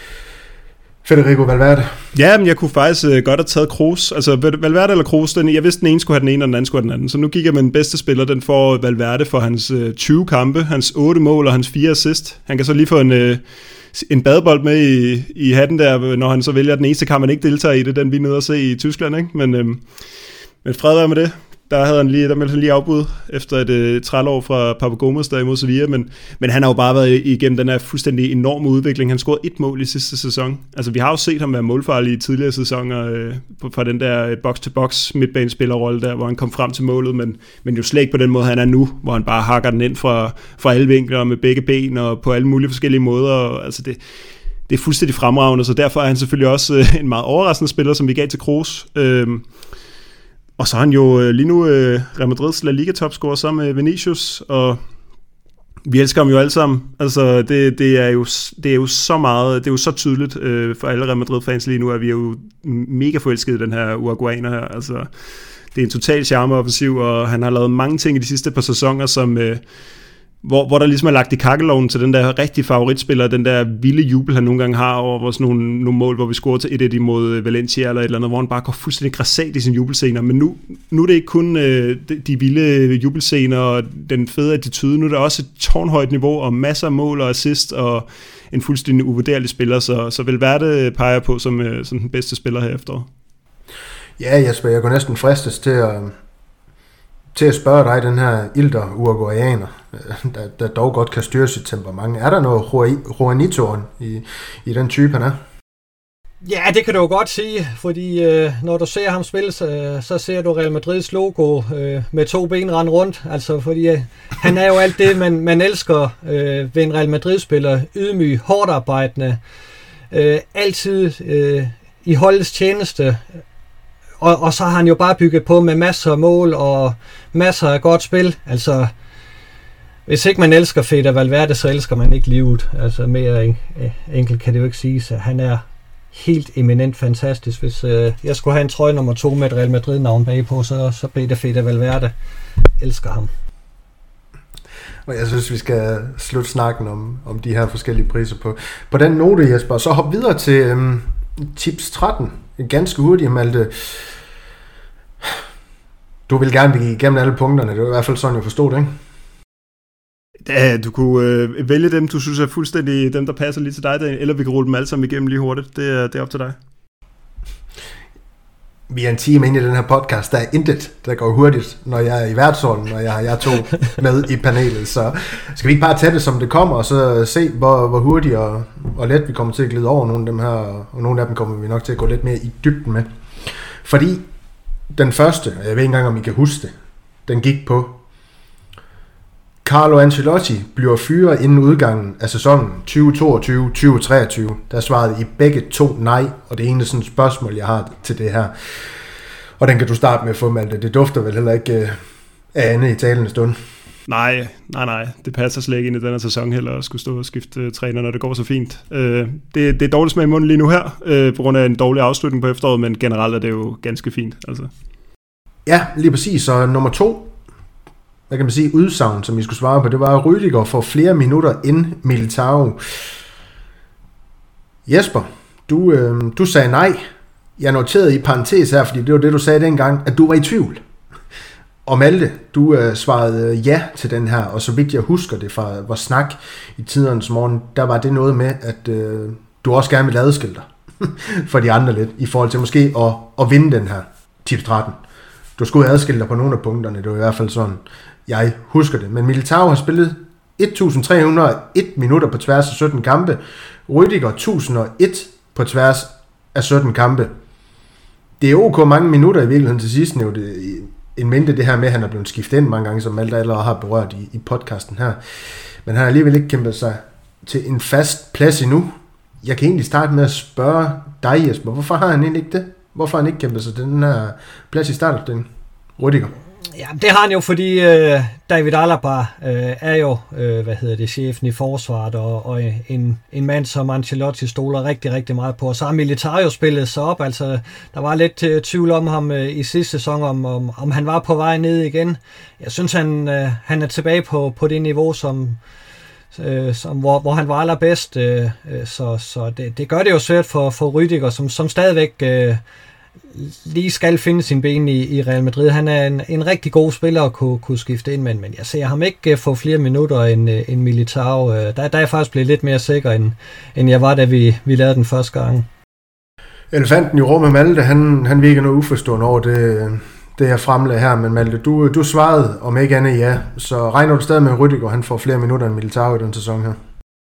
Federico Valverde. Ja, men jeg kunne faktisk uh, godt have taget Kroos. Altså Valverde eller Kroos, den, jeg vidste, den ene skulle have den ene, og den anden skulle have den anden. Så nu gik jeg med den bedste spiller, den får Valverde for hans uh, tyve kampe, hans otte mål og hans fire assist. Han kan så lige få en, uh, en badebold med i, i hatten der, når han så vælger den eneste kamp, han ikke deltager i det, den vi er nede at se i Tyskland, ikke? Men, uh, men fred være med det. Der havde han lige, der meldte han lige afbud efter et øh, trælår fra Papa Gomes der imod Sevilla, men, men han har jo bare været igennem den her fuldstændig enorme udvikling. Han scorede et mål i sidste sæson. Altså vi har jo set ham være målfarlig i tidligere sæsoner øh, fra den der box-to-box midtbanespillerrolle der, hvor han kom frem til målet, men, men jo slet ikke på den måde, han er nu, hvor han bare hakker den ind fra, fra alle vinkler med begge ben og på alle mulige forskellige måder. Og, altså det, det er fuldstændig fremragende, så derfor er han selvfølgelig også øh, en meget overraskende spiller, som vi gav til Kroos. Øh, Og så er han jo øh, lige nu øh, Real Madrids La Liga-topscorer sammen med Vinicius, og vi elsker ham jo alle sammen. Altså, det, det, er, jo, det er jo så meget, det er jo så tydeligt øh, for alle Real Madrid-fans lige nu, at vi er jo mega forelskede i den her uruguayaner her. Altså, det er en total charmeoffensiv, og han har lavet mange ting i de sidste par sæsoner, som... Øh, Hvor, hvor der ligesom er lagt i kakkeloven til den der rigtige favoritspiller, den der vilde jubel, han nogle gange har over sådan nogle, nogle mål, hvor vi scorer til et et imod Valencia eller et eller andet, hvor han bare går fuldstændig grassat i sine jubelscener. Men nu, nu er det ikke kun øh, de, de vilde jubelscener og den fede attitude, nu er der også et tårnhøjt niveau og masser af mål og assist og en fuldstændig uvurderlig spiller, så, så Valverde peger på som, øh, som den bedste spiller her efter. Ja, Jesper, jeg går næsten fristes til at... til at spørge dig, den her ilter uruguayaner, der, der dog godt kan styre sit temperament. Er der noget Juanitoen i, i den type, han er? Ja, det kan du jo godt sige, fordi øh, når du ser ham spille, så, så ser du Real Madrids logo øh, med to ben rende rundt. Altså, fordi øh, han er jo alt det, man, man elsker øh, ved en Real Madrid-spiller. Ydmyg, hårdt arbejdende, øh, altid øh, i holdets tjeneste. Og, og så har han jo bare bygget på med masser af mål og masser af godt spil. Altså, hvis ikke man elsker Fede Valverde, så elsker man ikke livet. Altså, mere en, enkelt kan det jo ikke sige. Så han er helt eminent fantastisk. Hvis øh, jeg skulle have en trøje nummer to med et Real Madrid-navn bagpå, så, så blev det Fede Valverde. Elsker ham. Og jeg synes, vi skal slutte snakken om, om de her forskellige priser på, på den note, Jesper. Så hop videre til øhm, tips tretten. Ganske hurtigt, Malte. Du vil gerne blive igennem alle punkterne. Det er i hvert fald sådan, jeg forstod det, ikke? Ja, du kunne øh, vælge dem, du synes er fuldstændig dem, der passer lige til dig, eller vi kan rulle dem alle sammen igennem lige hurtigt. Det er, det er op til dig. Vi er en time inde i den her podcast, der er intet, der går hurtigt, når jeg er i værtsholden, og jeg har jeg to med i panelet. Så skal vi ikke bare tage det, som det kommer, og så se, hvor, hvor hurtigt og, og let vi kommer til at glide over nogle af dem her, og nogle af dem kommer vi nok til at gå lidt mere i dybden med. Fordi den første, og jeg ved ikke engang, om I kan huske det, den gik på: Carlo Ancelotti bliver fyret inden udgangen af sæsonen tyve toogtyve tyve treogtyve. Der svarede I begge to nej, og det ene sådan spørgsmål, jeg har til det her. Og den kan du starte med at få, Malte. Det dufter vel heller ikke uh, af andet i talende stund. Nej, nej, nej. Det passer slet ikke ind i denne sæson heller at skulle stå og skifte uh, træner, når det går så fint. Uh, det, det er dårligt smag i munden lige nu her, uh, på grund af en dårlig afslutning på efteråret, men generelt er det jo ganske fint. Altså. Ja, lige præcis. Så nummer to, hvad kan man sige, udsagn, som I skulle svare på, det var, at Rüdiger får flere minutter end Militao. Jesper, du, øh, du sagde nej. Jeg noterede i parentes her, fordi det var det, du sagde dengang, at du var i tvivl. Og Malte, du øh, svarede ja til den her, og så vidt jeg husker det fra vores snak i tidernes morgen, der var det noget med, at øh, du også gerne ville adskille dig for de andre lidt, i forhold til måske at, at vinde den her ti tretten. Du skulle adskille dig på nogle af punkterne, det var i hvert fald sådan, jeg husker det. Men Militao har spillet et tusind tre hundrede og en minutter på tværs af sytten kampe. Rüdiger et tusind og en på tværs af sytten kampe. Det er ok mange minutter i virkeligheden til sidst, nævnte en mente det her med, at han er blevet skiftet ind mange gange, som Malte allerede har berørt i, i podcasten her. Men han har alligevel ikke kæmpet sig til en fast plads endnu. Jeg kan egentlig starte med at spørge dig, Jesper, hvorfor har han egentlig ikke det? Hvorfor har han ikke kæmpet sig til den her plads i startopstillingen? Rüdiger. Ja, det har han jo, fordi øh, David Alaba øh, er jo, øh, hvad hedder det, chefen i forsvaret, og, og en, en mand, som Ancelotti stoler rigtig, rigtig meget på. Så har Militao spillet sig op, altså der var lidt øh, tvivl om ham øh, i sidste sæson, om, om, om han var på vej ned igen. Jeg synes, han, øh, han er tilbage på, på det niveau, som, øh, som, hvor, hvor han var allerbedst. Øh, så så det, det gør det jo svært for, for Rüdiger, som, som stadigvæk Øh, lige skal finde sin ben i, i Real Madrid. Han er en, en rigtig god spiller at kunne, kunne skifte ind, men, men jeg ser ham ikke få flere minutter end, end Militao. Der, der er jeg faktisk blevet lidt mere sikker, end, end jeg var, da vi, vi lavede den første gang. Elefanten i rummet, Malte, han, han virker noget uforstående over det, det jeg fremlagde her, men Malte, du, du svarede om ikke andet ja, så regner du stadig med Rüdiger, han får flere minutter end Militao i den sæson her?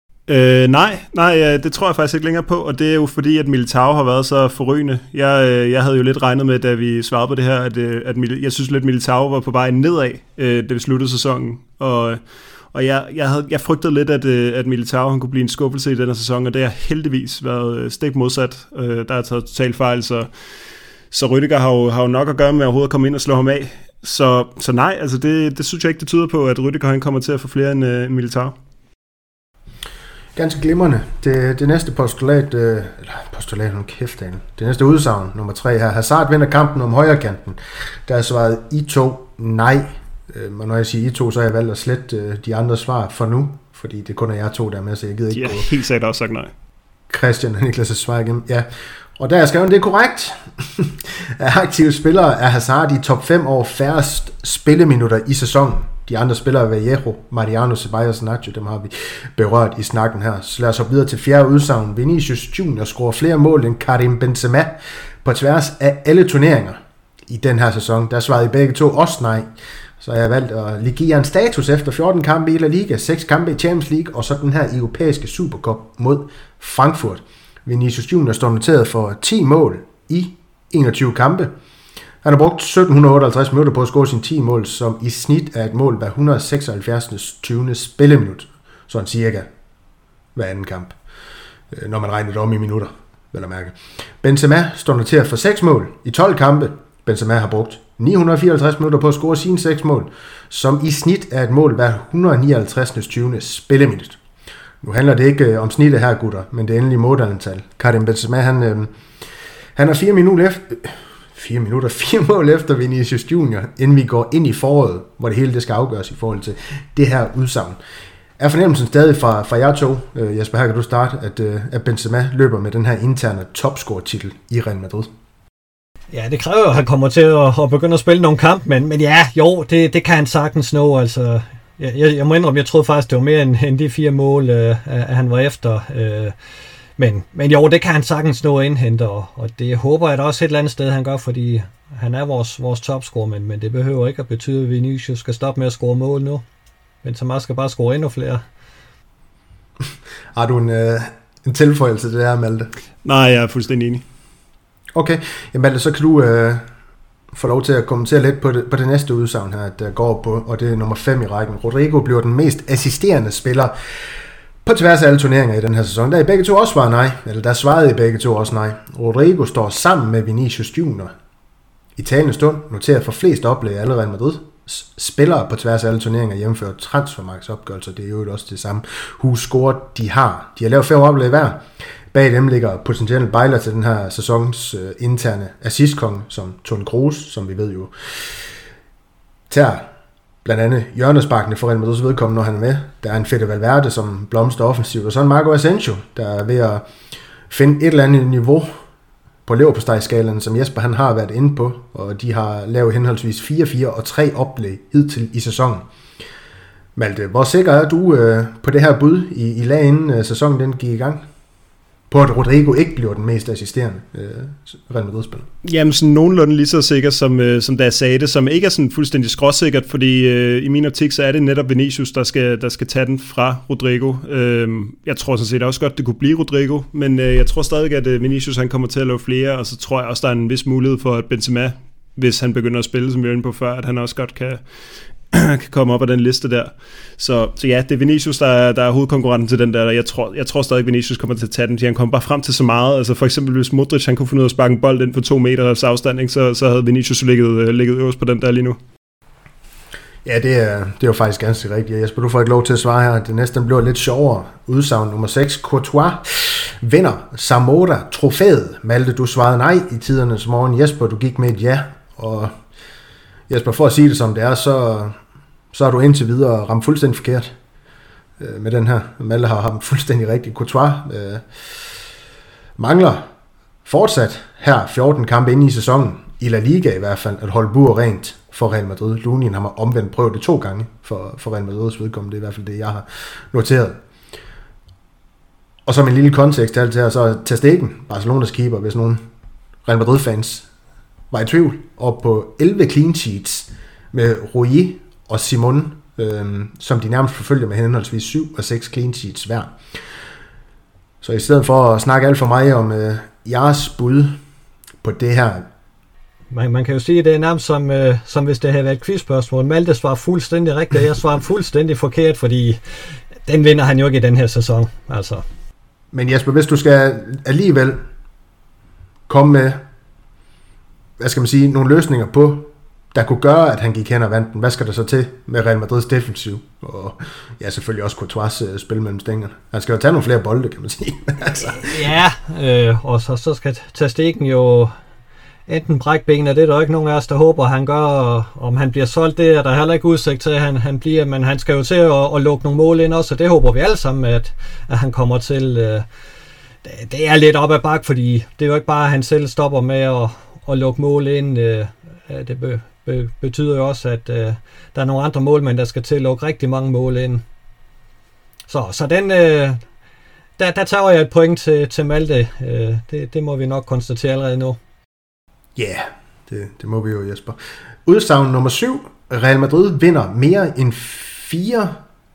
Øh, nej, nej, det tror jeg faktisk ikke længere på, og det er jo fordi, at Militao har været så forrygende. Jeg, jeg havde jo lidt regnet med, da vi svarede på det her, at, at jeg synes lidt, at Militao var på vej nedad, da vi sluttede sæsonen, og, og jeg, jeg, havde, jeg frygtede lidt, at, at Militao han kunne blive en skuffelse i denne sæson, og det har heldigvis været stik modsat. Der er taget totalt fejl, så, så Rüdiger har jo, har jo nok at gøre med at overhovedet komme ind og slå ham af. Så, så nej, altså det, det synes jeg ikke, det tyder på, at Rüdiger han kommer til at få flere end uh, Militao. Ganske glimrende. Det, det næste postulat, øh, eller postulat, nogle kæft af det næste udsagn, nummer tre her. Hazard vinder kampen om højrekanten. Der er svaret I to nej. Øh, men når jeg siger I to, så har jeg valgt at slette øh, de andre svar for nu, fordi det kun er jer to der med, så jeg gider ikke ja, gå. Helt sikkert også sagt nej. Christian og Niklas' svar igennem. Ja. Og der er skrevet, det er korrekt. Af aktive spillere er Hazard i top fem over færrest spilleminutter i sæsonen. De andre spillere er Vallejo, Mariano, Ceballos og Nacho, dem har vi berørt i snakken her. Så lad os hoppe videre til fjerde udsagn. Vinicius Junior scorer flere mål end Karim Benzema på tværs af alle turneringer i den her sæson. Der svarede I begge to også nej. Så jeg har valgt at give jer en status efter fjorten kampe i La Liga, seks kampe i Champions League og så den her europæiske Supercup mod Frankfurt. Vinicius Junior står noteret for ti mål i enogtyve kampe. Han har brugt sytten otteoghalvtreds minutter på at score sine ti mål, som i snit er et mål hver et hundrede og seksoghalvfjerds tyve spilleminut. Sådan cirka hver anden kamp, når man regner det om i minutter, vel at mærke. Benzema står noteret for seks mål i tolv kampe. Benzema har brugt ni hundrede og fireoghalvtreds minutter på at score sine seks mål, som i snit er et mål hver et hundrede og nioghalvtreds tyve spilleminut. Nu handler det ikke om snittet her, gutter, men det er endelig målantal. Karim Benzema, han, øh, han er fire minutter efter... Fire minutter, fire mål efter Vinicius Junior, inden vi går ind i foråret, hvor det hele det skal afgøres i forhold til det her udsagn. Er fornemmelsen stadig fra, fra jer to, uh, Jesper, her kan du starte, at, uh, at Benzema løber med den her interne topscore-titel i Real Madrid? Ja, det kræver at han kommer til at, at begynde at spille nogle kampe, men, men ja, jo, det, det kan han sagtens nå. Altså, jeg, jeg må indrømme, jeg troede faktisk, det var mere end, end de fire mål, uh, at han var efter. Uh, Men, men jo, det kan han sagtens nå at indhente, og, og det håber jeg da også et eller andet sted, han gør, fordi han er vores, vores topscorer, men, men det behøver ikke at betyde, at Vinicius skal stoppe med at score mål nu. Men så skal bare score endnu flere. Har du en, øh, en tilføjelse til det her, Malte? Nej, jeg er fuldstændig enig. Okay, ja, Malte, så kan du øh, få lov til at kommentere lidt på det, på det næste udsagn her, der går på, og det er nummer fem i rækken. Rodrigo bliver den mest assisterende spiller på tværs af alle turneringer i den her sæson. Der er begge to også svaret nej, eller der svarede I begge to også nej. Rodrigo står sammen med Vinicius Junior i talende stund noteret for flest oplæg af alle Real Madrid spillere på tværs af alle turneringer hjemført transfermarkedsopgørelser. Det er jo også det samme husscore, de har. De har lavet fem oplæg hver. Bag dem ligger potentielle bejler til den her sæsons øh, interne assistkonge, som Toni Kroos, som vi ved jo tager blandt andet hjørnesparkene for Real Madrids vedkommende, når han er med. Der er en Fede Valverde, som blomster offensivt, og så en Marco Asensio, der er ved at finde et eller andet niveau på leverpostejskalaen, som Jesper han har været inde på, og de har lavet henholdsvis fire fire og tre oplæg hidtil i sæsonen. Malte, hvor sikker er du øh, på det her bud i, i lag inden øh, sæsonen den gik i gang? På at Rodrigo ikke bliver den mest assisterende øh, Real Madrid-spiller? Jamen sådan nogenlunde lige så sikker, som, øh, som da jeg sagde det, som ikke er sådan fuldstændig skråsikkert, fordi øh, i min optik, så er det netop Vinicius, der skal, der skal tage den fra Rodrigo. Øh, jeg tror sådan set også godt, det kunne blive Rodrigo, men øh, jeg tror stadig, at øh, Vinicius han kommer til at lave flere, og så tror jeg også, der er en vis mulighed for, at Benzema, hvis han begynder at spille, som vi var inde på før, at han også godt kan... kan komme op af den liste der. Så, så ja, det er Vinicius, der er, der er hovedkonkurrenten til den der, og jeg tror, jeg tror stadig, at Vinicius kommer til at tage den, fordi han kommer bare frem til så meget. Altså for eksempel, hvis Modric han kunne finde ud af at sparke en bold ind på to meters afstanding, så, så havde Vinicius ligget, ligget øverst på den der lige nu. Ja, det er, det er jo faktisk ganske rigtigt. Jesper, du får ikke lov til at svare her. Det næste bliver lidt sjovere. Udsagn nummer seks. Courtois vinder Zamora-trofæet. Malte, du svarede nej i tidernes morgen. Jesper, du gik med et ja. Og Jesper, for at sige det som det er, så, så har du indtil videre ramt fuldstændig forkert øh, med den her. Malte har ramt fuldstændig rigtigt. Courtois øh, mangler fortsat her fjorten kampe inde i sæsonen, i La Liga i hvert fald, at holde bur rent for Real Madrid. Lunin har omvendt prøvet det to gange for, for Real Madrids vedkommende. Det er i hvert fald det, jeg har noteret. Og som en lille kontekst til alt det her, så er Ter Stegen, Barcelonas keeper, hvis nogen Real Madrid-fans var i tvivl, og på elleve clean sheets med Rui og Simon, øh, som de nærmest forfølger med henholdsvis syv og seks clean sheets hver. Så i stedet for at snakke alt for mig om øh, jeres bud på det her. Man, man kan jo sige, at det er nærmest som, øh, som hvis det havde været et quizspørgsmål. Malte svarer fuldstændig rigtigt, og jeg svarer fuldstændig forkert, fordi den vinder han jo ikke i den her sæson. Altså. Men Jesper, hvis du skal alligevel komme med, hvad skal man sige, nogle løsninger på, der kunne gøre, at han gik hen og vandt den. Hvad skal der så til med Real Madrids defensiv? Og ja, selvfølgelig også Courtois uh, spil mellem stængerne. Han skal jo tage nogle flere bolde, kan man sige. altså. Ja, øh, og så, så skal Ter Stegen jo enten brække benene, det er der jo ikke nogen af os, der håber, han gør, og om han bliver solgt, det er der heller ikke udsigt til, at han, han bliver, men han skal jo til at, at lukke nogle mål ind også, og det håber vi alle sammen, at, at han kommer til. Øh, det, det er lidt op ad bak, fordi det er jo ikke bare, at han selv stopper med at, at lukke mål ind. Øh, det be, be, betyder jo også, at øh, der er nogle andre målmænd, der skal til at lukke rigtig mange mål ind. Så, så den... Øh, der, der tager jeg et point til, til Malte. Øh, det, det må vi nok konstatere allerede nu. Ja, yeah, det, det må vi jo, Jesper. Udsagn nummer syv. Real Madrid vinder mere end fire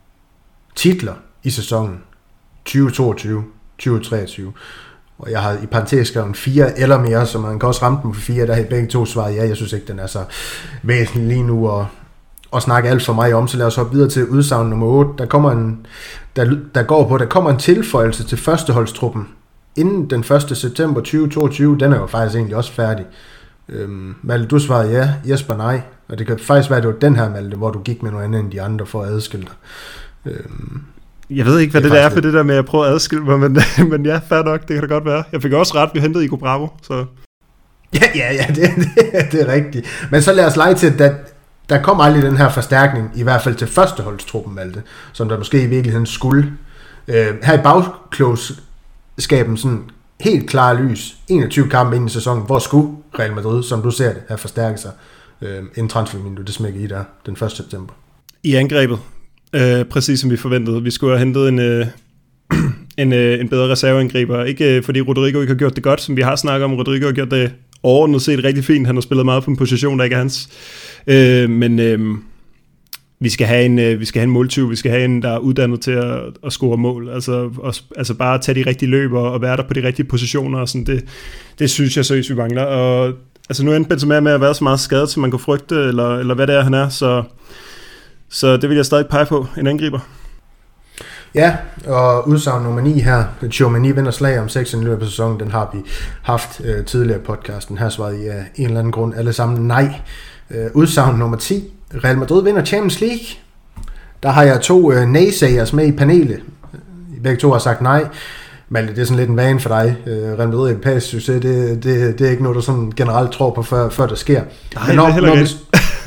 titler i sæsonen tyve toogtyve tyve treogtyve. Og jeg har i parentes skrevet fire eller mere, så man kan også ramme dem for fire. Der har begge to svaret ja. Jeg synes ikke, den er så væsentlig lige nu at, at snakke alt for mig om. Så lad os hoppe videre til udsagn nummer otte. Der, kommer en, der, der går på, der kommer en tilføjelse til førsteholdstruppen inden den første september tyve toogtyve. Den er jo faktisk egentlig også færdig. Øhm, Malte, du svarede ja. Jesper nej. Og det kan faktisk være, at det var den her, Malte, hvor du gik med noget andet end de andre for at adskille dig. Øhm, Jeg ved ikke, hvad det, det der er for det der med at prøve at adskille mig, men, men ja, fair nok, det kan det godt være. Jeg fik også ret, vi hentede Igo Bravo, så... Ja, ja, ja, det, det, det er rigtigt. Men så lad os lege til, at der, der kom aldrig den her forstærkning, i hvert fald til førsteholdstruppen, Malte, som der måske i virkeligheden skulle. Øh, her i bagklogskaben, sådan helt klar lys, enogtyve kampe ind i sæsonen, hvor skulle Real Madrid, som du ser det, have forstærket sig, øh, en transfervindue, det smækker i der den første september. I angrebet. Øh, præcis som vi forventede. Vi skulle have hentet en, øh, en, øh, en bedre reserveangriber. Ikke øh, fordi Rodrigo ikke har gjort det godt, som vi har snakket om. Rodrigo har gjort det overordnet set rigtig fint. Han har spillet meget på en position, der ikke er hans. Øh, men øh, vi skal have en øh, vi skal have en måltyv. Vi skal have en, der er uddannet til at, at score mål. Altså, og, altså bare tage de rigtige løb og, og være der på de rigtige positioner. Og sådan. Det, det synes jeg seriøst, vi mangler. Og altså nu endte Benzema med at være så meget skadet, som man kunne frygte, eller, eller hvad det er, han er. Så, så det vil jeg stadig pege på. En angriber. Ja, og udsagn nummer ni her, Tchouaméni vinder slag om seks i løbet af sæsonen, den har vi haft øh, tidligere i podcasten. Her svarede I af en eller anden grund alle sammen nej. Øh, udsagn nummer ti, Real Madrid vinder Champions League. Der har jeg to øh, naysayers med i panelet. Begge to har sagt nej. Malte, det er sådan lidt en vane for dig. Øh, Real Madrid er en pas succes, det, det, det er ikke noget, du sådan generelt tror på, før, før det sker. Nej, Men når, det er heller ikke.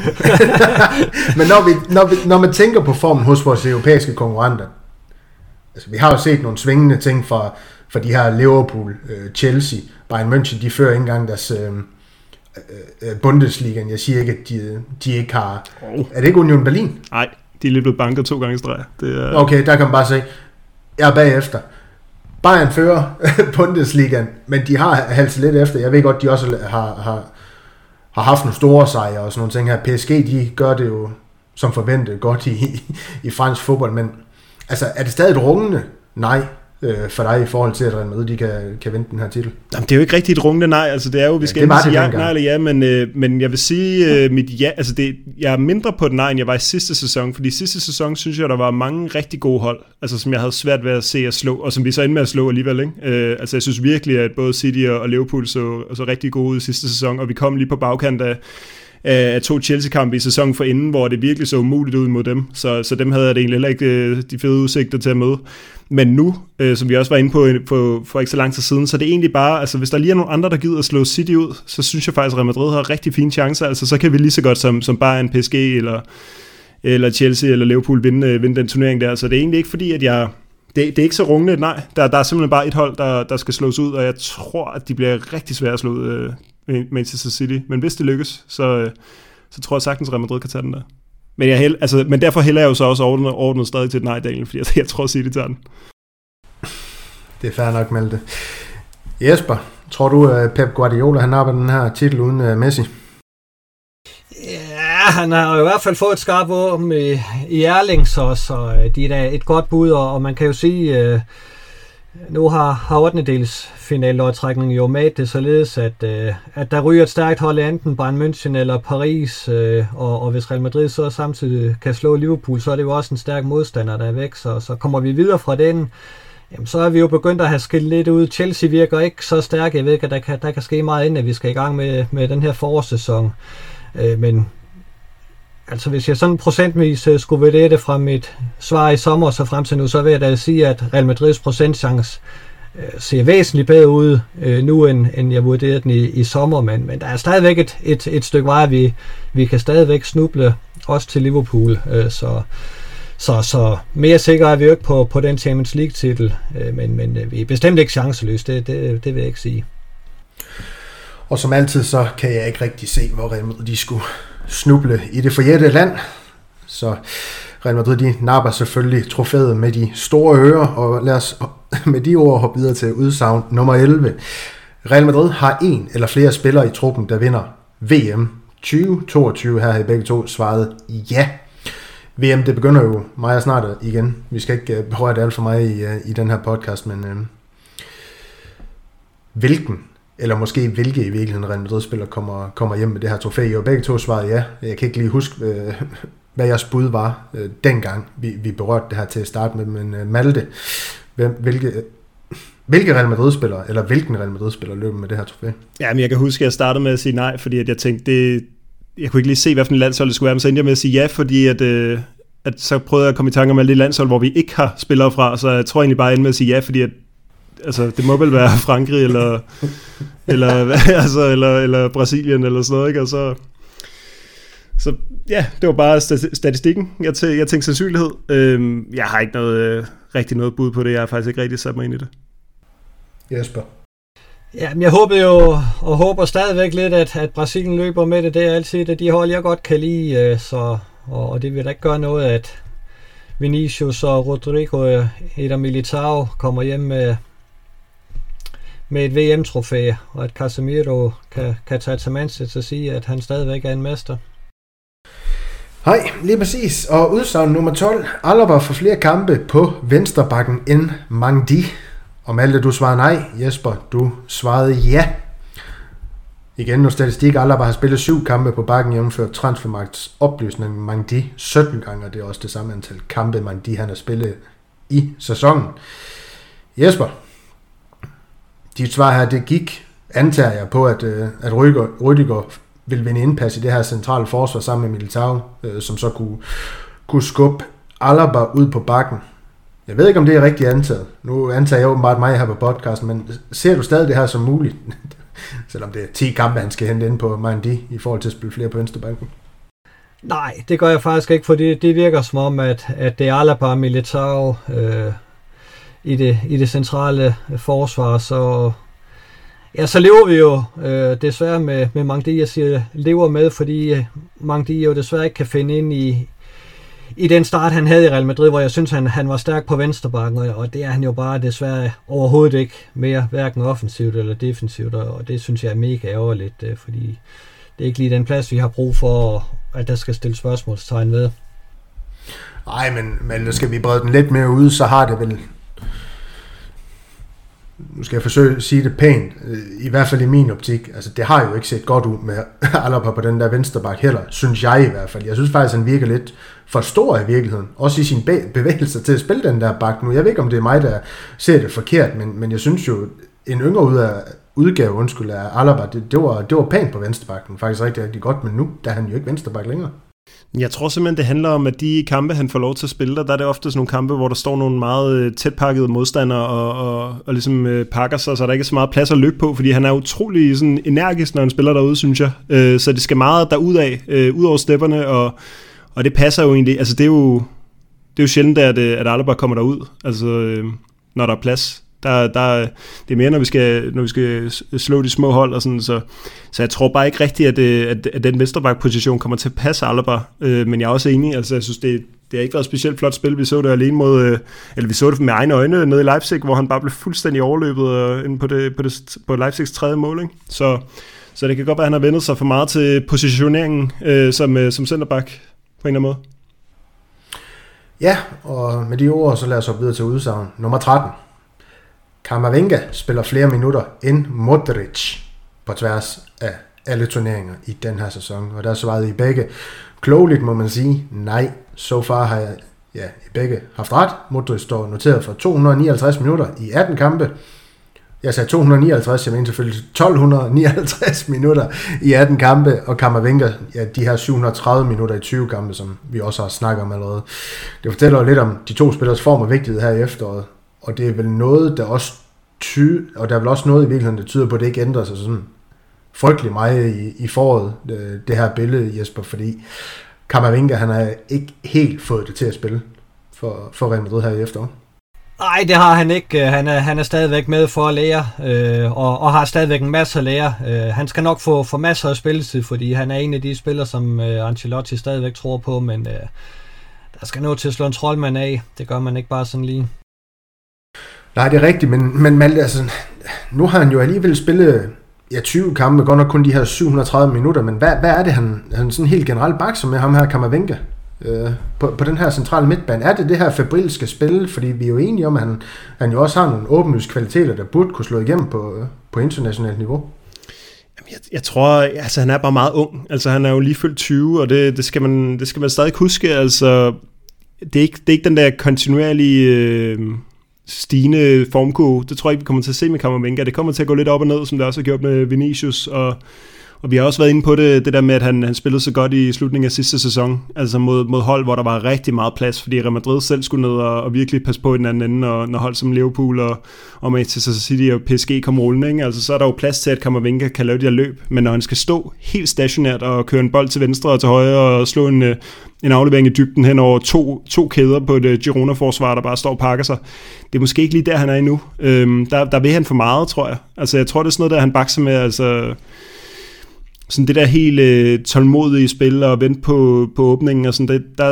Men når, vi, når, vi, når man tænker på formen hos vores europæiske konkurrenter, altså, vi har jo set nogle svingende ting fra, fra de her Liverpool, øh, Chelsea, Bayern München, de fører ikke engang deres øh, øh, Bundesligaen. Jeg siger ikke, at de, de ikke har... Oh. Er det ikke Union Berlin? Nej, de er lige blevet banket to gange i streg. Det er... Okay, der kan man bare se, jeg er bagefter. Bayern fører Bundesligaen, men de har halset lidt efter. Jeg ved godt, de også har, har, har haft nogle store sejre og sådan nogle ting her. P S G, de gør det jo som forventet godt i, i fransk fodbold, men altså, er det stadig et rungende nej øh, for dig i forhold til, at Real Madrid de kan, kan vinde den her titel? Jamen, det er jo ikke rigtig et rungende nej, altså det er jo, vi skal ja, sige ja, nej eller ja, men, øh, men jeg vil sige, øh, mit ja, altså det, jeg er mindre på et nej, end jeg var i sidste sæson, fordi sidste sæson, synes jeg, der var mange rigtig gode hold, altså som jeg havde svært ved at se at slå, og som vi så endte med at slå alligevel, ikke? Øh, altså jeg synes virkelig, at både City og Liverpool så, så rigtig gode ud i sidste sæson, og vi kom lige på bagkant af af to Chelsea-kampe i sæsonen for inden, hvor det virkelig så umuligt ud mod dem. Så, så dem havde jeg det egentlig heller ikke de fede udsigter til at møde. Men nu, øh, som vi også var inde på, på for ikke så lang tid siden, så det er egentlig bare, altså hvis der lige er nogle andre, der gider at slå City ud, så synes jeg faktisk, at Real Madrid har rigtig fine chancer. Altså så kan vi lige så godt som, som Bayern, P S G eller, eller Chelsea eller Liverpool vinde, vinde den turnering der. Så det er egentlig ikke fordi, at jeg... Det, det er ikke så rungende, nej. Der, der er simpelthen bare et hold, der, der skal slås ud, og jeg tror, at de bliver rigtig svære at slå ud øh, Manchester City. Men hvis det lykkes, så, øh, så tror jeg sagtens, at Real Madrid kan tage den der. Men, jeg held, altså, men derfor hælder jeg jo så også ordnet, ordnet stadig til et nej, Daniel, fordi jeg, jeg tror, City tager den. Det er fair nok, Malte. Jesper, tror du, at Pep Guardiola han har den her titel uden Messi? Ja, han har i hvert fald fået et skarpt våben i, i Erling, så, så det er da et godt bud, og, og man kan jo sige, øh, nu har, har ottendedels finallodtrækningen jo med det således, at, øh, at der ryger et stærkt hold i enten Bayern München eller Paris, øh, og, og hvis Real Madrid så samtidig kan slå Liverpool, så er det jo også en stærk modstander, der er væk, så, så kommer vi videre fra den. Jamen, så er vi jo begyndt at have skilt lidt ud. Chelsea virker ikke så stærk, jeg ved ikke, at der kan, der kan ske meget inden, at vi skal i gang med, med den her forårssæson. Øh, men altså hvis jeg sådan procentvis uh, skulle vurdere det fra mit svar i sommer så frem til nu, så vil jeg da sige, at Real Madrids procentchance uh, ser væsentligt bedre ud uh, nu, end, end jeg vurderede den i, i sommer, men, men der er stadigvæk et, et, et stykke vej, vi, vi kan stadigvæk snuble også til Liverpool, uh, så, så, så mere sikker er vi jo ikke på, på den Champions League-titel, uh, men, men uh, vi er bestemt ikke chanceløse, det, det, det vil jeg ikke sige. Og som altid, så kan jeg ikke rigtig se, hvor Real Madrid de skulle snuble i det forjætte land. Så Real Madrid de napper selvfølgelig trofæet med de store ører, og lad os med de ord hoppe videre til udsagn nummer elleve. Real Madrid har en eller flere spillere i truppen, der vinder V M tyve toogtyve. Her har I begge to svaret ja. V M, det begynder jo meget snart igen. Vi skal ikke berøre det alt for meget i, i den her podcast, men øh, hvilken eller måske hvilke i virkeligheden Real Madrid-spillere kommer, kommer hjem med det her trofæ. Og begge to svarede ja. Jeg kan ikke lige huske, øh, hvad jeres bud var øh, dengang, vi, vi berørte det her til at starte med. Men øh, Malte, hvem, hvilke, hvilke Real Madrid-spillere, eller hvilken Real Madrid-spiller løber med det her trofæ? Ja, men jeg kan huske, at jeg startede med at sige nej, fordi at jeg tænkte, det, jeg kunne ikke lige se, hvad for en landshold det skulle være, men så endte jeg med at sige ja, fordi at, øh, at så prøvede jeg at komme i tanke om alle de landshold, hvor vi ikke har spillere fra, så jeg tror egentlig bare, jeg endte med at sige ja, fordi at altså, det må vel være Frankrig, eller, eller, altså, eller, eller Brasilien, eller sådan noget, ikke? Og så, så ja, det var bare statistikken. Jeg, tæ- jeg tænkte sandsynlighed. Øhm, jeg har ikke noget, øh, rigtig noget bud på det. Jeg har faktisk ikke rigtig sat mig ind i det. Jesper? Ja, men jeg håber jo, og håber stadigvæk lidt, at, at Brasilien løber med det. Det er altid det, de hold, jeg godt kan lide, så, og, og det vil da ikke gøre noget, at Vinicius og Rodrigo Eder Militao kommer hjem med, med et V M-trofæ, og at Casemiro kan, kan tage til Manchester og sige, at han stadigvæk er en mester. Hej, lige præcis. Og udsagn nummer tolv. Alaba får flere kampe på venstrebakken end Mangdi. Og Malte, du svarede nej. Jesper, du svarede ja. Igen noget statistik. Alaba har spillet syv kampe på bakken, jævnført Transfermarkts oplysning. Mangdi sytten gange, og det er også det samme antal kampe, Mangdi han har spillet i sæsonen. Jesper, dit svar her, det gik, antager jeg på, at, at Rüdiger vil vinde indpas i det her centrale forsvar sammen med Militao, øh, som så kunne, kunne skubbe Alaba ud på bakken. Jeg ved ikke, om det er rigtigt antaget. Nu antager jeg åbenbart mig her på podcasten, men ser du stadig det her som muligt? Selvom det er ti kampe, han skal hente ind på Mandi i forhold til at spille flere på venstrebanken. Nej, det gør jeg faktisk ikke, fordi det virker som om, at, at det er Alaba og Militao øh, i, det, i det centrale forsvar, så... Ja, så lever vi jo øh, desværre med, med Mangdi, jeg siger lever med, fordi øh, Mangdi jo desværre ikke kan finde ind i, i den start, han havde i Real Madrid, hvor jeg synes, han, han var stærk på venstrebakken, og, og det er han jo bare desværre overhovedet ikke mere, hverken offensivt eller defensivt, og det synes jeg er mega ærgerligt, øh, fordi det er ikke lige den plads, vi har brug for, at der skal stille spørgsmålstegn ved. Nej, men, men skal vi brede den lidt mere ud, så har det vel... Nu skal jeg forsøge at sige det pænt, i hvert fald i min optik. Altså, det har jo ikke set godt ud med Alaba på den der venstreback heller, synes jeg i hvert fald. Jeg synes faktisk, han virker lidt for stor i virkeligheden. Også i sin bevægelser til at spille den der bak nu. Jeg ved ikke, om det er mig, der ser det forkert, men, men jeg synes jo, en yngre ud af udgave, undskyld, af Alaba, det, det, var, det var pænt på venstrebacken. Faktisk rigtig, rigtig godt, men nu der er han jo ikke venstreback længere. Jeg tror simpelthen, det handler om, at de kampe, han får lov til at spille, der, der er det ofte sådan nogle kampe, hvor der står nogle meget tætpakkede modstandere og, og, og ligesom øh, pakker sig, så der ikke er så meget plads at løbe på, fordi han er utrolig sådan energisk, når han spiller derude, synes jeg. Øh, så det skal meget derudad, øh, ud over stepperne, og, og det passer jo egentlig, altså det er jo, det er jo sjældent, at, at Alaba kommer derud, altså øh, når der er plads. Der, der, det er mere, når vi skal, når vi skal slå de små hold og sådan, så, så jeg tror bare ikke rigtigt, at, at, at den venstreback-position kommer til at passe Alaba, øh, men jeg er også enig, altså jeg synes, det, det har ikke været et specielt flot spil, vi så det alene mod, øh, eller vi så det med egne øjne nede i Leipzig, hvor han bare blev fuldstændig overløbet øh, inde på, det, på, det, på Leipzigs tredje mål, ikke? Så, så det kan godt være, at han har vendt sig for meget til positioneringen øh, som, øh, som centerback på en eller anden måde. Ja, og med de ord, så lad os hoppe videre til udsagn nummer tretten. Camavinga spiller flere minutter end Modric på tværs af alle turneringer i den her sæson. Og der svarede I begge klogeligt, må man sige, nej. So far har jeg ja, I begge haft ret. Modric står noteret for to hundrede nioghalvtreds minutter i atten kampe. Jeg sagde to hundrede nioghalvtreds, jeg mener selvfølgelig tolv nioghalvtreds minutter i atten kampe. Og Camavinga, ja, de her syv hundrede og tredive minutter i tyve kampe, som vi også har snakket om allerede. Det fortæller jo lidt om de to spillers form og vigtighed her i efteråret. Og det er vel noget, der også ty- og der er vel også noget i virkeligheden, der tyder på, at det ikke ændrer sig sådan frygtelig meget i, i foråret, det, det her billede, Jesper, fordi Camavinga, han har ikke helt fået det til at spille for, for Real Madrid her i efteråret. Nej, det har han ikke. Han er, han er stadigvæk med for at lære, øh, og, og har stadigvæk en masse at lære. Øh, han skal nok få, få masser af spilletid, fordi han er en af de spillere, som øh, Ancelotti stadigvæk tror på, men øh, der skal nå til at slå en troldmand af. Det gør man ikke bare sådan lige. Nej, det er rigtigt, men, men Malte, altså, nu har han jo alligevel spillet ja, tyve kampe, godt nok kun de her syv hundrede og tredive minutter, men hvad, hvad er det, han, han sådan helt generelt bakser med ham her, Camavinga, øh, på, på den her centrale midtbane? Er det det her febrilske spil? Fordi vi er jo enige om, at han, han jo også har nogle åbenlyse kvaliteter, der burde kunne slå igennem på, på internationalt niveau. Jeg, jeg tror, altså han er bare meget ung, altså han er jo lige fyldt tyve, og det, det, skal, man, det skal man stadig huske, altså det er ikke, det er ikke den der kontinuerlige... Øh, stigende formkurve. Det tror jeg ikke, vi kommer til at se med Camavinga. Det kommer til at gå lidt op og ned, som det også har gjort med Vinicius, og, og vi har også været inde på det, det der med, at han, han spillede så godt i slutningen af sidste sæson, altså mod, mod hold, hvor der var rigtig meget plads, fordi Real Madrid selv skulle ned og, og virkelig passe på i den anden ende, når, når hold som Liverpool og, og Manchester City og P S G kommer rullende, ikke? Altså så er der jo plads til, at Camavinga kan lave de her løb, men når han skal stå helt stationært og køre en bold til venstre og til højre og slå en en aflevering i dybden hen over to, to kæder på et Girona-forsvar, der bare står og pakker sig. Det er måske ikke lige der, han er endnu. Øhm, der, der vil han for meget, tror jeg. Altså, jeg tror, det er sådan noget, der han bakser med, altså sådan det der helt øh, tålmodige spil og vente på, på åbningen og sådan, det, der,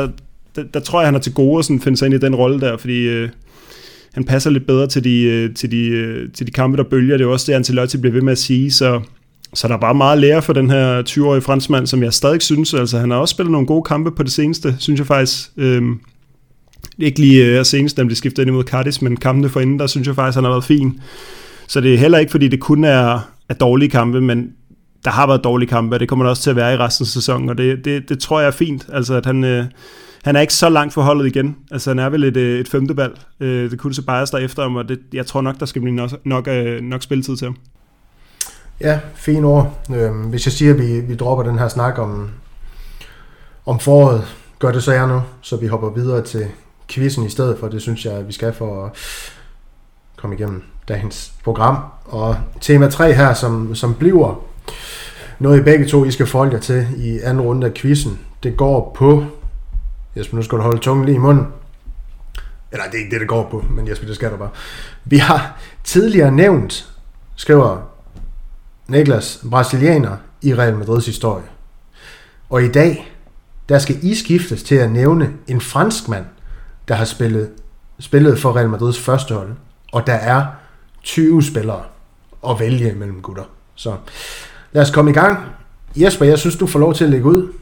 der, der tror jeg, han er til gode at sådan finde sig ind i den rolle der, fordi øh, han passer lidt bedre til de, øh, til, de, øh, til de kampe, der bølger. Det er også det, Ancelotti bliver ved med at sige, så, så der er bare meget at lære for den her tyve-årige franskmand, som jeg stadig synes, altså han har også spillet nogle gode kampe på det seneste, synes jeg faktisk. Øh, ikke lige øh, senest, da de skiftede ind imod Cadiz, men kampene forinden, der synes jeg faktisk, han har været fin. Så det er heller ikke, fordi det kun er, er dårlige kampe, men der har været dårlige kampe, og det kommer der også til at være i resten af sæsonen, og det, det, det tror jeg er fint, altså at han, øh, han er ikke så langt for holdet igen, altså han er vel et, et femtevalg, øh, det kunne så bare der efter ham, og det, jeg tror nok, der skal blive nok, nok, nok spilletid til ham. Ja, fine ord. Øh, hvis jeg siger, at vi, vi dropper den her snak om, om foråret, gør det så jeg nu, så vi hopper videre til quizzen i stedet for, det synes jeg, vi skal for at komme igennem dagens program. Og tema tre her, som, som bliver noget I begge to, I skal forholde jer til i anden runde af quizzen, det går på, Jesper, nu skal du holde tungen lige i munden, eller det er ikke det, det går på, men Jesper, det skal du bare. Vi har tidligere nævnt, skriver Niklas, brasilianer i Real Madrids historie. Og i dag, der skal I skiftes til at nævne en franskmand, der har spillet, spillet for Real Madrids første hold. Og der er tyve spillere at vælge mellem gutter. Så lad os komme i gang. Jesper, jeg synes, du får lov til at lægge ud.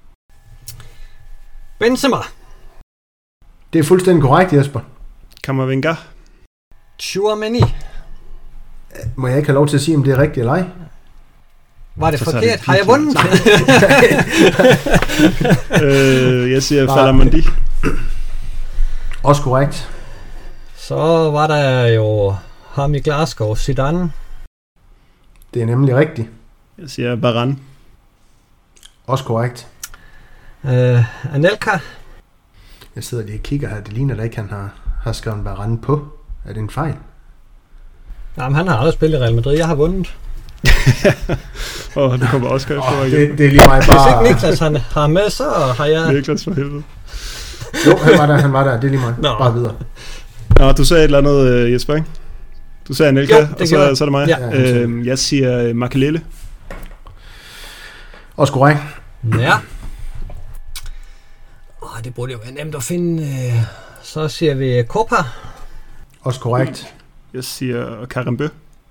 Benzema. Det er fuldstændig korrekt, Jesper. Camavinga. Tchouaméni. Må jeg ikke have lov til at sige, om det er rigtigt eller ej? Var det så forkert? Det har jeg vundet? øh, jeg siger Falamondi. Også korrekt. Så var der jo ham i Glasgow, Zidane. Det er nemlig rigtigt. Jeg siger Varane. Også korrekt. Uh, Anelka. Jeg sidder lige og kigger her. Det ligner da ikke, han har, har skrevet Varane på. Er det en fejl? Jamen, han har aldrig spillet i Real Madrid. Jeg har vundet. Åh, oh, det kommer også godt for oh, det, det er lige mig bare... Hvis ikke Niklas han har med, så har jeg... Niklas for helvede. Jo, han var der, han var der. Det er lige mig. Nå. Bare videre. Nå, du sagde et eller andet, Jesper, ikke? Du sagde Anelka, jo, og så, så er det mig. Ja. Øhm, jeg siger Makelele. Også korrekt. Ja. Åh, det burde jo være nemt at finde. Så siger vi Copa. Også korrekt. Jeg siger Karembø.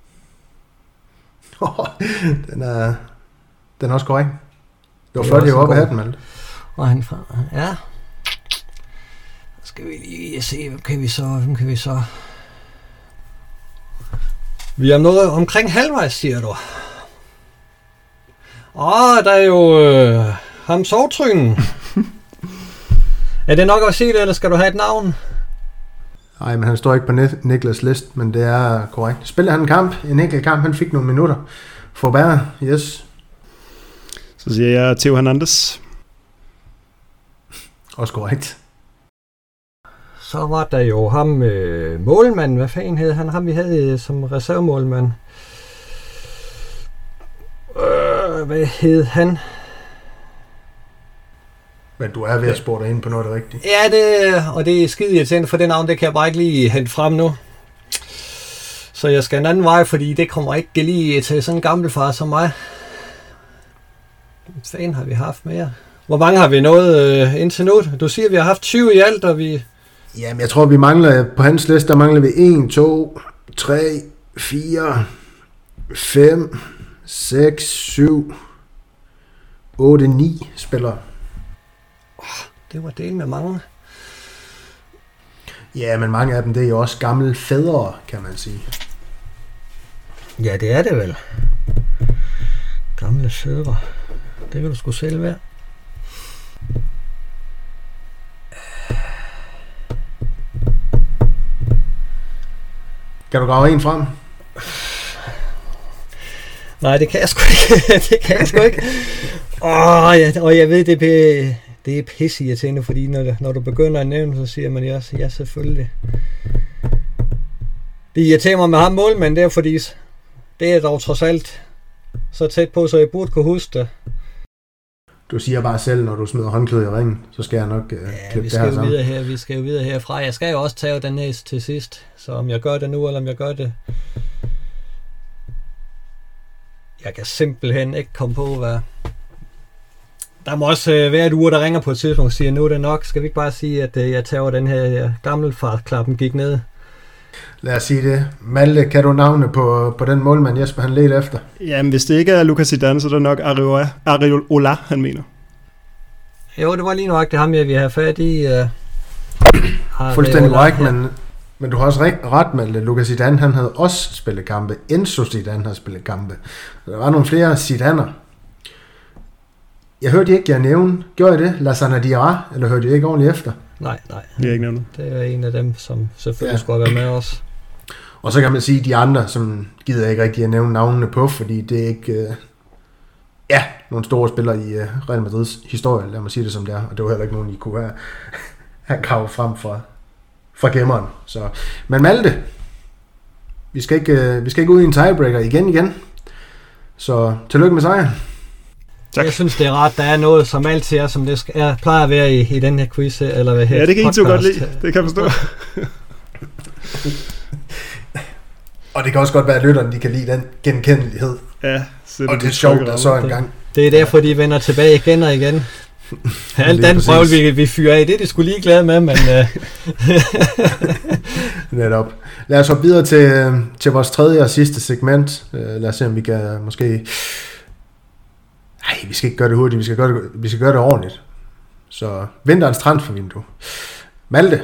den er den er også korrekt. Det var flot, at jeg var oppe af hatten, mand. Og han fra... Ja. Skal vi lige se, hvem kan vi så... Hvem kan vi så... Vi er noget omkring halvvejs, siger du. Åh, der er jo... Øh, ham sovtrynen. Er det nok at sige det, eller skal du have et navn? Nej, men han står ikke på Niklas list, men det er korrekt. Spiller han en kamp, en enkelt kamp, han fik nogle minutter. For bære, yes. Så siger jeg Theo Hernandez. Også korrekt. Så var der jo ham øh, målmanden, hvad fanden hed han? Ham vi havde som reservemålmand. Øh, hvad hed han? Men du er ved at spore dig ind på noget det rigtige. Ja, det, og det er skide irriterende, for det navn, det kan jeg bare ikke lige hente frem nu. Så jeg skal en anden vej, fordi det kommer ikke lige til sådan en gammel far som mig. Hvad fanden har vi haft med jer? Hvor mange har vi nået øh, indtil nu? Du siger, at vi har haft tyve i alt, og vi... Jamen, jeg tror, vi mangler, på hans liste, der mangler vi en, to, tre, fire, fem, seks, syv, otte, ni spillere. Det var del med mange. Ja, men mange af dem, det er jo også gamle fædre, kan man sige. Ja, det er det vel. Gamle fædre. Det kan du sgu selv være. Kan du grave en frem? Nej, det kan jeg sgu ikke. det kan jeg sgu ikke. Åh, ja, og jeg ved, det er, det er pisse irriterende, fordi når, når du begynder at nævne, så siger man jo også, ja, selvfølgelig. Det irriterer mig med ham målmand, det er fordi, det er dog trods alt så tæt på, så jeg burde kunne huske det. Du siger bare selv, når du smider håndklædet i ringen, så skal jeg nok uh, ja, klippe vi det her sammen. Videre her, vi skal jo videre herfra. Jeg skal jo også tage den næste til sidst, så om jeg gør det nu, eller om jeg gør det... Jeg kan simpelthen ikke komme på, hvad... Der må også øh, være et uge, der ringer på et tidspunkt og siger, nu er det nok. Skal vi ikke bare sige, at øh, jeg tager den her ja, gamle fartklappen gik ned? Lad os sige det. Malte, kan du navne på, på den målmand, Jesper han ledte efter? Jamen, hvis det ikke er Lucas Zidane, så er det nok Areola, Areola han mener. Jo, det var lige nok det ham, jeg ville have fat i. Uh, Fuldstændig korrekt, men, men du har også ret med det. Lucas Zidane, han havde også spillet kampe. Enzo Zidane har spillet kampe. Der var nogle flere Zidaner. Jeg hørte ikke, jeg nævne. Gjorde jeg det? Lassana Diarra? Eller hørte jeg ikke ordentligt efter? Nej, nej. Det er ikke nævnt. Det er en af dem, som selvfølgelig ja. skulle være med os. Og så kan man sige, de andre, som gider jeg ikke rigtig at nævne navnene på, fordi det er ikke... Uh, ja, nogle store spillere i uh, Real Madrids historie, lad mig sige det som det er. Og det var heller ikke nogen, I kunne have, have gravet frem fra, fra gemmeren. Så, men Malte, vi skal, ikke, uh, vi skal ikke ud i en tiebreaker igen igen. Så tillykke med sejren. Tak. Jeg synes, det er rart, der er noget, som altid er, som det skal, er, plejer at være i, i den her quiz, eller hvad her ja, det kan I to godt lide. Det kan jeg forstå. Og det kan også godt være, at lytterne de kan lide den genkendelighed. Ja, og det er sjovt, der så en gang. Det er derfor, de vender tilbage igen og igen. Alt den prøv, vi, vi fyrer af, det er de sgu ligeglade med, men... Netop. Lad os hoppe videre til, til vores tredje og sidste segment. Lad os se, om vi kan måske... Nej, vi skal ikke gøre det hurtigt, vi skal gøre det, vi skal gøre det ordentligt. Så vinterens transfervindue. Malte.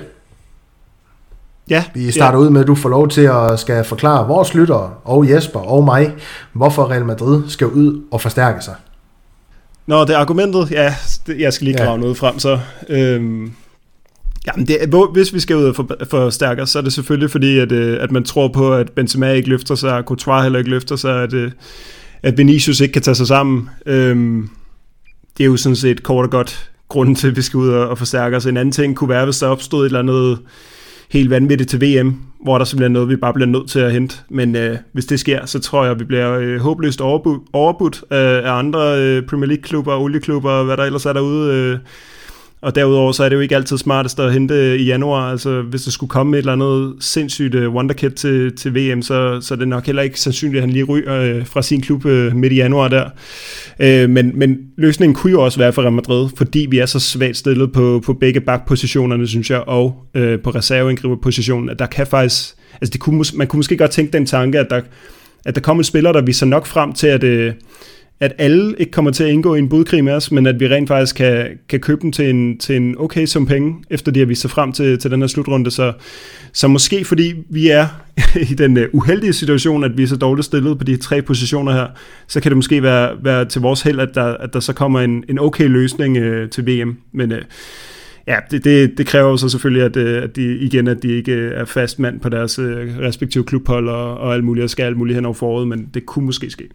Ja. Vi starter ja. ud med, at du får lov til at skal forklare vores lyttere og Jesper og mig, hvorfor Real Madrid skal ud og forstærke sig. Nå, det er argumentet. Ja, det, jeg skal lige grave ja. noget frem, så... Øhm, jamen det, hvis vi skal ud og for, forstærke os, så er det selvfølgelig fordi, at, at man tror på, at Benzema ikke løfter sig, at Courtois heller ikke løfter sig, at... at Vinicius ikke kan tage sig sammen. Øhm, det er jo sådan set kort og godt grunden til, at vi skal ud og, og forstærke os. En anden ting kunne være, hvis der opstod et eller andet helt vanvittigt til V M, hvor der simpelthen noget, vi bare bliver nødt til at hente. Men øh, hvis det sker, så tror jeg, at vi bliver øh, håbløst overbudt, overbudt af, af andre øh, Premier League-klubber, olieklubber og hvad der ellers er derude. Øh. Og derudover så er det jo ikke altid smartest at hente i januar. Altså hvis der skulle komme et eller andet sindssygt wonderkid til, til V M, så, så er det nok heller ikke sandsynligt, at han lige ryger øh, fra sin klub øh, midt i januar der. Øh, men, men løsningen kunne jo også være for Real Madrid, fordi vi er så svagt stillet på, på begge bakpositionerne, synes jeg, og øh, på reserveangriberpositionen, at der kan faktisk... Altså det kunne, man kunne måske godt tænke den tanke, at der, at der kommer en spiller, der viser nok frem til, at... Øh, at alle ikke kommer til at indgå i en budkrig med os, men at vi rent faktisk kan, kan købe dem til en, til en okay sum penge, efter de har vist sig frem til, til den her slutrunde. Så, så måske fordi vi er i den uh, uheldige situation, at vi er så dårligt stillet på de tre positioner her, så kan det måske være, være til vores held, at der, at der så kommer en, en okay løsning uh, til V M. Men uh, ja, det, det, det kræver jo så selvfølgelig, at, uh, at de, igen, at de ikke er fast mand på deres uh, respektive klubhold og, og alt muligt, og skal alt muligt hen over foråret, men det kunne måske ske.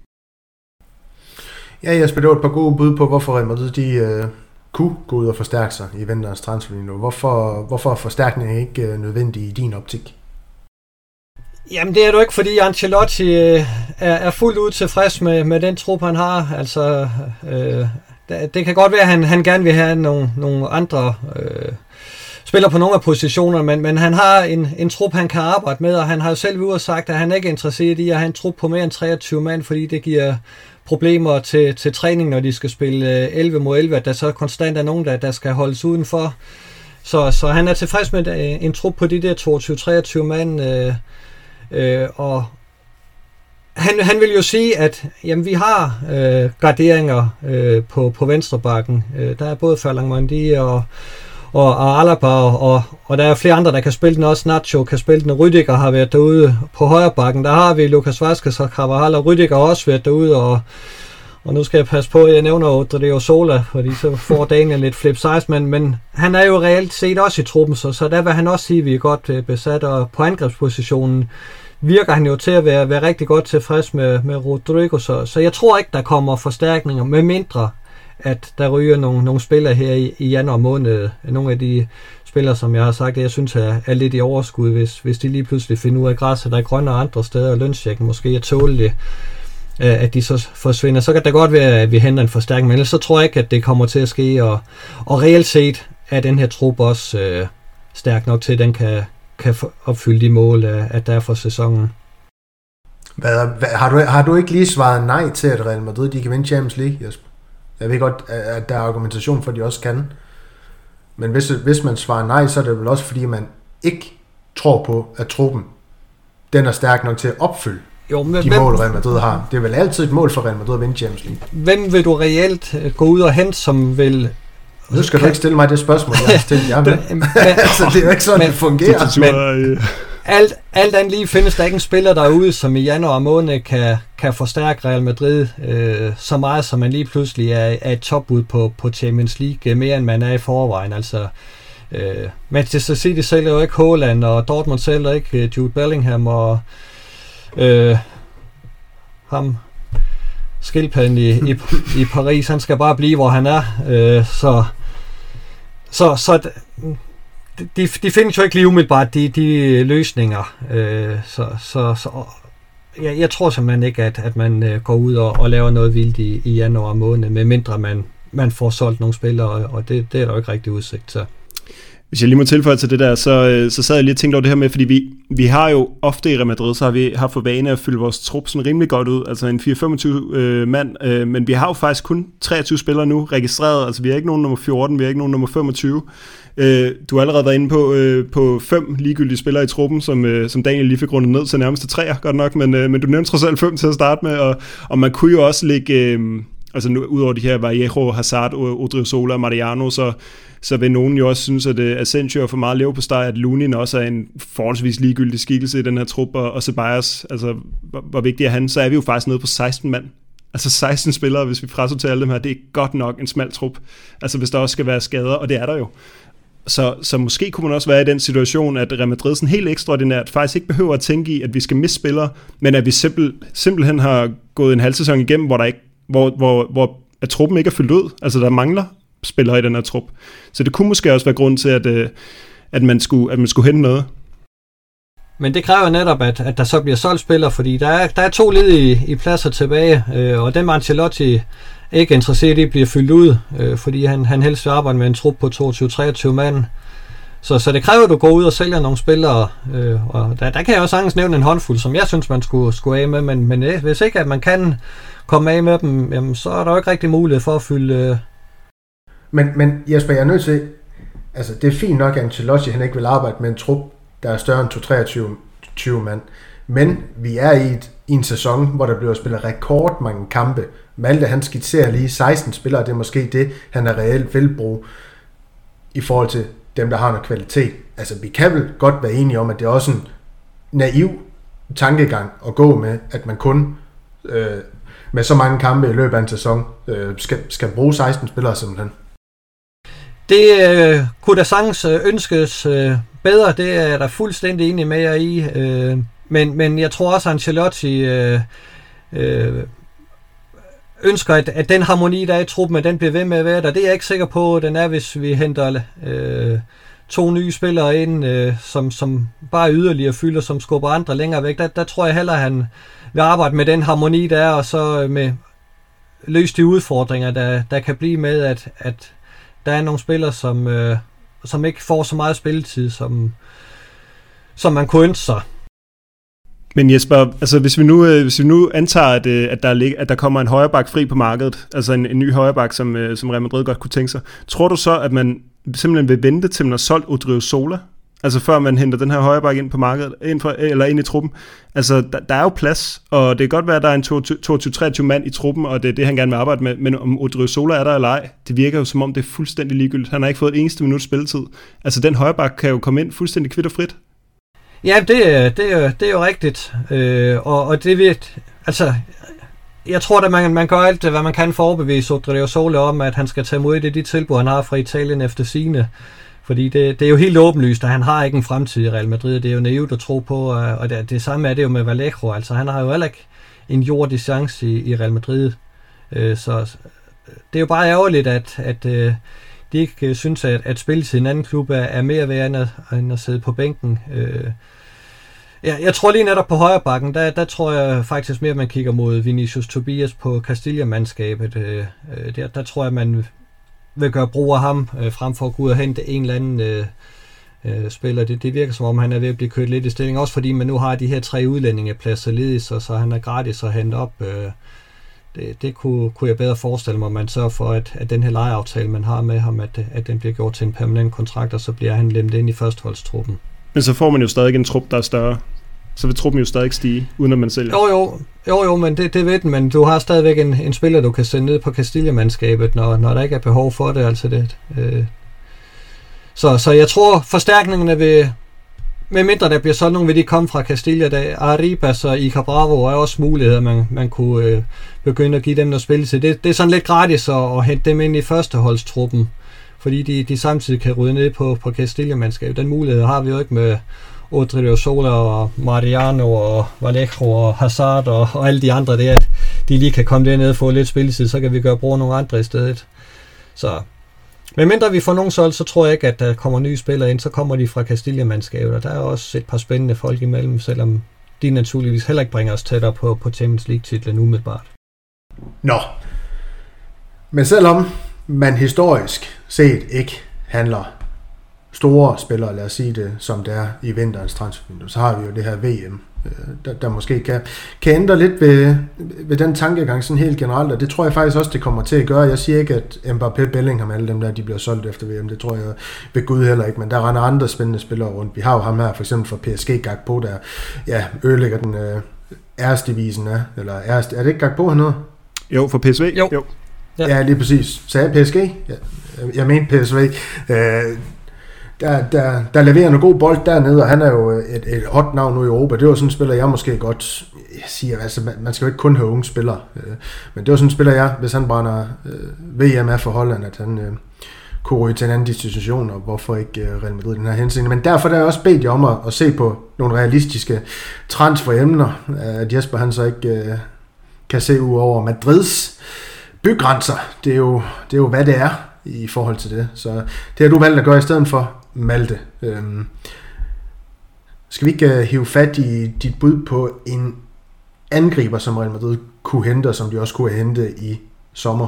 Ja, Jesper, det var et par gode bud på, hvorfor Real Madrid de øh, kunne gå ud og forstærke sig i vinterens transfervindue. Hvorfor, hvorfor er forstærkningen ikke øh, nødvendig i din optik? Jamen det er du ikke, fordi Ancelotti øh, er, er fuldt ud tilfreds med, med den trup, han har. Altså, øh, det, det kan godt være, at han, han gerne vil have nogle, nogle andre øh, spillere på nogle af positionerne, men, men han har en, en trup, han kan arbejde med, og han har jo selv ude og sagt, at han ikke er interesseret i at have en trup på mere end treogtyve mand, fordi det giver problemer til, til træning, når de skal spille elleve mod elleve, at der så konstant er nogen, der, der skal holdes udenfor. Så, så han er tilfreds med en trup på de der toogtyve til treogtyve mand, øh, øh, og han, han vil jo sige, at jamen, vi har øh, garderinger øh, på, på venstrebakken. Øh, der er både Ferland Mendy og Og, og Alaba, og, og der er flere andre, der kan spille den også. Nacho kan spille den, og Rüdiger har været derude på højre bakken. Der har vi Lucas Vazquez og Carvajal, og Rüdiger har også været derude, og, og nu skal jeg passe på, at jeg nævner Odrio Sola, fordi så får Daniel lidt flip size, men, men han er jo reelt set også i truppen, så, så der vil han også sige, at vi er godt besat, og på angrebspositionen virker han jo til at være, være rigtig godt tilfreds med, med Rodrigo, så, så jeg tror ikke, der kommer forstærkninger, med mindre at der ryger nogle, nogle spillere her i, i januar måned. Nogle af de spillere, som jeg har sagt, jeg synes er, er lidt i overskud, hvis, hvis de lige pludselig finder ud af græsset, der er grønne andre steder, og lønschecken måske er tålelig, at de så forsvinder. Så kan det godt være, at vi henter en forstærkning, men ellers så tror jeg ikke, at det kommer til at ske, og, og reelt set er den her trup også øh, stærk nok til, at den kan, kan opfylde de mål, at der er for sæsonen. Hvad, hvad, har, du, har du ikke lige svaret nej til, at Real Madrid de kan vinde Champions League, Jesper? Jeg ved godt, at der er argumentation for, at de også kan. Men hvis, hvis man svarer nej, så er det vel også, fordi man ikke tror på, at truppen den er stærk nok til at opfylde jo, men de hvem, mål, Real Madrid har. Det er vel altid et mål for Real Madrid at vinde Champions League. Hvem vil du reelt gå ud og hente, som vil... Nu skal kan... du ikke stille mig det spørgsmål, jeg har stillet jer med. Men, altså, det er jo ikke sådan, men, det fungerer. Men, alt, alt andet lige findes der ikke en spiller derude, som i januar måned kan, kan forstærke Real Madrid øh, så meget, som man lige pludselig er, er et topbud på, på Champions League, mere end man er i forvejen. Altså, øh, Manchester City sælger jo ikke Haaland, og Dortmund sælger ikke Jude Bellingham, og øh, ham skildpadden i, i, i Paris, han skal bare blive, hvor han er. Øh, så så, så de, de findes jo ikke lige umiddelbart, de, de løsninger. Øh, så så, så jeg, jeg tror simpelthen ikke, at, at man øh, går ud og, og laver noget vildt i, i januar måned, med mindre man, man får solgt nogle spillere, og det, det er der jo ikke rigtig udsigt til. Hvis jeg lige må tilføje til det der, så, så sad jeg lige og tænkte over det her med, fordi vi, vi har jo ofte i Real Madrid, så har vi haft for vane at fylde vores trup sådan rimelig godt ud, altså en fire femogtyve øh, mand, øh, men vi har jo faktisk kun treogtyve spillere nu registreret, altså vi har ikke nogen nummer fjorten, vi har ikke nogen nummer femogtyve. Øh, du har allerede været inde på, øh, på fem ligegyldige spillere i truppen, som, øh, som Daniel lige fik rundet ned til nærmeste treer, godt nok, men, øh, men du nævnte trods alt fem til at starte med, og, og man kunne jo også lægge... Øh, altså nu, udover de her Vallejo, Hazard, Odriozola og Mariano, så, så vil nogen jo også synes, at uh, Asensio er for meget lever på steg, at Lunin også er en forholdsvis ligegyldig skikkelse i den her trup, og, og Ceballos, altså hvor, hvor vigtig er han, så er vi jo faktisk nede på seksten mand. Altså seksten spillere, hvis vi frasorterer alle dem her, det er godt nok en smal trup. Altså hvis der også skal være skader, og det er der jo. Så, så måske kunne man også være i den situation, at Real Madrid sådan helt ekstraordinært faktisk ikke behøver at tænke i, at vi skal miste spillere, men at vi simpel, simpelthen har gået en halv sæson igennem, hvor der ikke Hvor, hvor, hvor at truppen ikke er fyldt ud. Altså, der mangler spillere i den her trup. Så det kunne måske også være grund til, at, øh, at, man, skulle, at man skulle hente noget. Men det kræver netop, at, at der så bliver solgt spillere, fordi der er, der er to ledige i pladser tilbage, øh, og dem Ancelotti ikke interesseret i bliver fyldt ud, øh, fordi han, han helst vil arbejde med en trup på toogtyve til treogtyve mand. Så, så det kræver, at du går ud og sælger nogle spillere, øh, og der, der kan jeg også sagtens nævne en håndfuld, som jeg synes, man skulle, skulle af med, men, men øh, hvis ikke, at man kan komme af med dem, jamen, så er der jo ikke rigtig mulighed for at fylde... Øh... Men, men Jesper, jeg er nødt til... Altså, det er fint nok, at Ancelotti han ikke vil arbejde med en trup, der er større end to treogtyve mand, men vi er i, et, i en sæson, hvor der bliver spillet rekordmange kampe. Malte, han skitserer lige seksten spillere, det er måske det, han er reelt vil bruge i forhold til dem, der har noget kvalitet. Altså, vi kan vel godt være enige om, at det er også en naiv tankegang at gå med, at man kun øh, med så mange kampe i løbet af en sæson øh, skal, skal bruge seksten spillere simpelthen. Det øh, kunne da sagtens øh, ønskes øh, bedre, det er jeg da fuldstændig enig med jer i, øh, men, men jeg tror også, at Ancelotti øh, øh, ønsker, at, at den harmoni, der er i truppen, at den bliver ved med at være der. Det er jeg ikke sikker på, den er, hvis vi henter øh, to nye spillere ind, øh, som, som bare yderligere fylder, som skubber andre længere væk. Der, der tror jeg heller, at han vil arbejde med den harmoni, der er, og så med løse de udfordringer, der, der kan blive med, at, at der er nogle spillere, som, øh, som ikke får så meget spilletid, som, som man kunne ønske sig. Men Jesper, altså hvis vi nu, hvis vi nu antager, at, at, der, at der kommer en højreback fri på markedet, altså en, en ny højreback, som, som Real Madrid godt kunne tænke sig, tror du så, at man simpelthen vil vente til man har solgt Odriozola, altså før man henter den her højreback ind på markedet, ind for, eller ind i truppen? Altså der, der er jo plads, og det kan godt være, at der er en toogtyve til treogtyve mand i truppen, og det er det, han gerne vil arbejde med, men om Odriozola er der eller ej, det virker jo som om, det er fuldstændig ligegyldigt. Han har ikke fået et eneste minut spilletid. Altså den højreback kan jo komme ind fuldstændig kvitt og frit. Ja, det, det, er, det er jo rigtigt, øh, og, og det ved, altså, jeg tror, at man, man gør alt, hvad man kan for at overbevise Odriozola om, at han skal tage imod det de tilbud, han har fra Italien efter sine, fordi det, det er jo helt åbenlyst, at han har ikke en fremtid i Real Madrid, det er jo naivt at tro på, og det, det samme er det jo med Vallejo, altså han har jo heller ikke en jordisk chance i, i Real Madrid, øh, så det er jo bare ærgerligt, at, at øh, de ikke synes, at, at spille til en anden klub er, er mere værd end at, end at sidde på bænken. Øh, ja, jeg tror lige netop på højrebakken, der, der tror jeg faktisk mere, at man kigger mod Vinicius Tobias på Castilla-mandskabet. Øh, der, der tror jeg, man vil gøre brug af ham, øh, frem for at gå ud og hente en eller anden øh, øh, spiller. Det, det virker som om, han er ved at blive kørt lidt i stilling, også fordi man nu har de her tre udlændingepladser ledige, så, så han er gratis at hente op. Øh, det, det kunne, kunne jeg bedre forestille mig, at man sørger for, at, at den her lejeaftale, man har med ham, at, at den bliver gjort til en permanent kontrakt, og så bliver han lemmet ind i førsteholdstruppen. Men så får man jo stadig en trup, der er større. Så vil truppen jo stadig stige, uden at man sælger. Jo, jo, jo, jo men det, det ved den, men du har stadigvæk en, en spiller, du kan sende ned på Castilla-mandskabet, når, når der ikke er behov for det. Altså det øh. så, så jeg tror, forstærkningerne vil, med mindre der bliver sådan nogle, vil de komme fra Castilla, der Arribas og Iker Bravo er også muligheder, man, man kunne øh, begynde at give dem noget spil til. Det, det er sådan lidt gratis at, at hente dem ind i førsteholdstruppen, fordi de, de samtidig kan rydde ned på, på Castilla-mandskabet. Den mulighed har vi jo ikke med Odriozola og Mariano og Vallejo og Hazard og, og alle de andre, det er, at de lige kan komme dernede og få lidt spilletid, så kan vi gøre bruge nogle andre i stedet. Så, men mindre vi får nogen solgt, så tror jeg ikke, at der kommer nye spillere ind, så kommer de fra Castilla-mandskabet, og der er også et par spændende folk imellem, selvom de naturligvis heller ikke bringer os tættere på, på Champions League-titlen umiddelbart. Nå, men selvom man historisk set ikke handler store spillere, lad os sige det, som det er i vinterens transfervindue, så har vi jo det her V M, der, der måske kan, kan ændre lidt ved, ved den tankegang sådan helt generelt, og det tror jeg faktisk også, det kommer til at gøre. Jeg siger ikke, at Mbappé, Bellingham, alle dem der, de bliver solgt efter V M, det tror jeg ved Gud heller ikke, men der render andre spændende spillere rundt. Vi har jo ham her, for eksempel fra P S G, Gakpo, der ja, ødelægger den øh, æresdivisen af, eller æres, er det ikke Gakpo, han hedder? Jo, for P S V. Jo. jo. Ja. ja, lige præcis. Sagde jeg P S G? Ja, jeg, jeg mente P S V. Øh, Der, der, der leverer en god bold dernede, og han er jo et, et hot navn nu i Europa. Det var sådan en spiller, jeg måske godt jeg siger, altså man skal jo ikke kun have unge spillere, men det var sådan en spiller, jeg, hvis han brænder V M af for Holland, at han øh, kunne ryge til en anden destination, og hvorfor ikke Real Madrid den her henseende. Men derfor der er jeg også bedt jer om at, at se på nogle realistiske transferemner, at Jesper han så ikke øh, kan se ud over Madrids bygrænser. Det er jo, det er jo hvad det er i forhold til det. Så det har du valgt at gøre i stedet for, Malte. Øhm, skal vi ikke uh, hive fat i dit bud på en angriber, som Real Madrid kunne hente, og som de også kunne hente i sommer?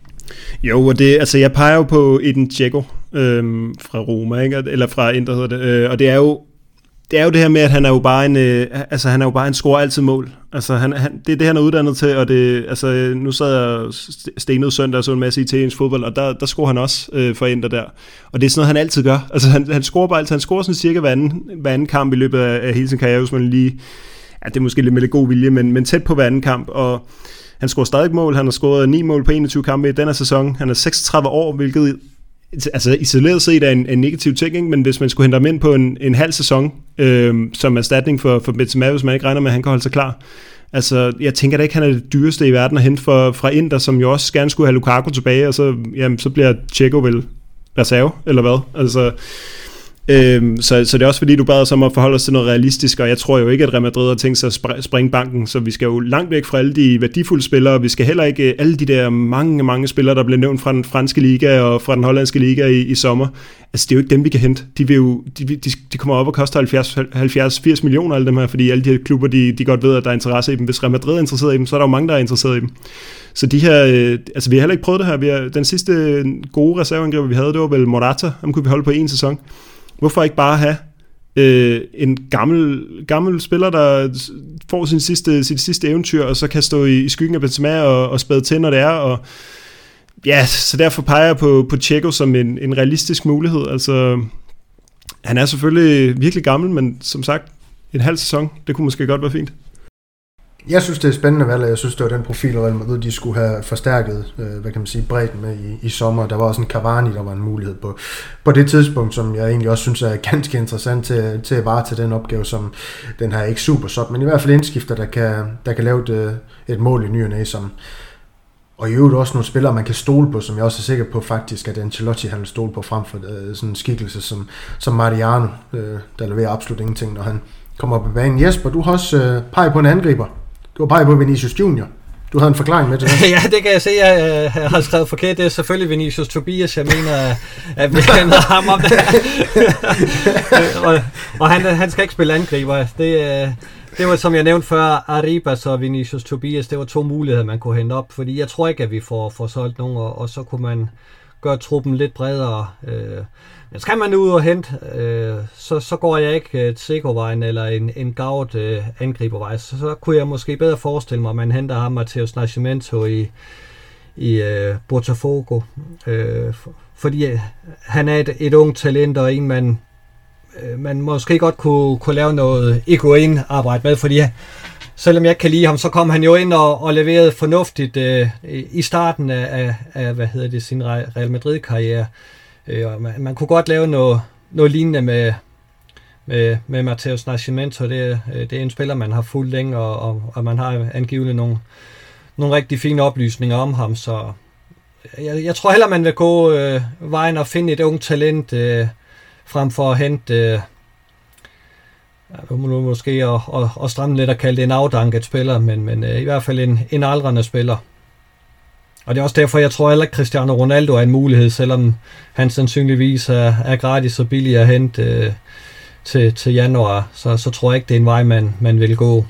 Jo, og det, altså jeg peger jo på Edin Dzeko øhm, fra Roma, ikke? Eller fra Inter hedder det, øh, og det er jo det er jo det her med, at han er jo bare en, øh, altså han er jo bare en scorer altid mål. Altså han, han, det er det, han er uddannet til, og det, altså nu sad jeg stenet søndag og så en masse italiensk fodbold, og der, der scorer han også øh, for Inter der. Og det er sådan noget, han altid gør. Altså han, han scorer bare altid, han scorer sådan cirka hver anden, hver anden kamp i løbet af, af hele sin karriere, hvis man lige, ja det er måske lidt med lidt god vilje, men, men tæt på hver anden kamp, og han scorer stadig mål, han har scoret ni mål på enogtyve kampe i denne sæson, han er seksogtredive år, hvilket altså isoleret set er en, en negativ ting, ikke? Men hvis man skulle hente ham ind på en, en halv sæson øh, som erstatning for, for Benzema, hvis man ikke regner med, at han kan holde sig klar. Altså, jeg tænker da ikke, han er det dyreste i verden at hente for, fra Inter, som jo også gerne skulle have Lukaku tilbage, og så, jamen, så bliver Dzeko vel reserve, eller hvad? Altså, øhm, så, så det er også fordi, du bad os om at forholde os til noget realistisk, og jeg tror jo ikke, at Real Madrid har tænkt sig at spr- springe banken, så vi skal jo langt væk fra alle de værdifulde spillere, og vi skal heller ikke alle de der mange, mange spillere, der bliver nævnt fra den franske liga og fra den hollandske liga i, i sommer. Altså, det er jo ikke dem, vi kan hente. De, vil jo, de, de, de kommer op og koster halvfjerds til firs millioner, alle dem her, fordi alle de her klubber, de, de godt ved, at der er interesse i dem. Hvis Real Madrid er interesseret i dem, så er der jo mange, der er interesseret i dem. Så de her, øh, altså vi har heller ikke prøvet det her. Vi har, den sidste gode reserveangriber, vi havde, det var vel Morata. Ham kunne vi holde på en sæson. Hvorfor ikke bare have øh, en gammel, gammel spiller, der får sin sidste, sit sidste eventyr, og så kan stå i, i skyggen af Benzema og, og spæde til, når det er, og ja, så derfor peger jeg på, på Dzeko som en, en realistisk mulighed. Altså, han er selvfølgelig virkelig gammel, men som sagt, en halv sæson, det kunne måske godt være fint. Jeg synes, det er spændende valg, jeg synes, det var den profil, Real Madrid, de skulle have forstærket, øh, hvad kan man sige, bredden med i, i sommer. Der var også en Cavani, der var en mulighed på, på det tidspunkt, som jeg egentlig også synes er ganske interessant til, til at varetage den opgave, som den her ikke super sop, men i hvert fald indskifter, der kan, der kan lave et, et mål i ny og næ, som og i øvrigt også nogle spillere, man kan stole på, som jeg også er sikker på faktisk, at Ancelotti han vil stole på frem for øh, sådan en skikkelse som, som Mariano, øh, der leverer absolut ingenting, når han kommer op på banen. Jesper, du har også øh, peget på en angriber. Du har peget på Vinicius Junior. Du havde en forklaring med til det. Ja, det kan jeg se, jeg, jeg har skrevet forkert. Det er selvfølgelig Vinicius Tobias, jeg mener, at vi kender ham om det. og og han, han skal ikke spille angriber. Det, det var, som jeg nævnte før, Arribas og Vinicius Tobias, det var to muligheder, man kunne hente op, fordi jeg tror ikke, at vi får, får solgt nogen, og, og så kunne man gøre truppen lidt bredere. Men skal man ud og hente, øh, så, så går jeg ikke et Segovejen eller en, en Gaut øh, angribervej. Så, så kunne jeg måske bedre forestille mig, at man henter ham Matheus Nascimento i, i øh, Botafogo. Øh, for, fordi øh, han er et, et ung talent, og en man, øh, man måske godt kunne, kunne lave noget Higuaín-arbejde med, fordi selvom jeg ikke kan lide ham, så kom han jo ind og, og leverede fornuftigt øh, i starten af, af, af hvad hedder det, sin Real Madrid-karriere. Øh, man, man kunne godt lave noget, noget lignende med, med, med Matheus Nascimento. Det, det er en spiller, man har fulgt længe, og, og, og man har angiveligt nogle, nogle rigtig fine oplysninger om ham. Så jeg, jeg tror heller, man vil gå øh, vejen og finde et ungt talent, øh, frem for at hente... Øh, Ja, nu måske at, at, at stramme lidt og kalde det en afdanket spiller, men, men uh, i hvert fald en, en aldrende spiller. Og det er også derfor, jeg tror heller ikke, Cristiano Ronaldo er en mulighed, selvom han sandsynligvis er, er gratis og billig at hente uh, til, til januar. Så, så tror jeg ikke, det er en vej, man, man vil gå.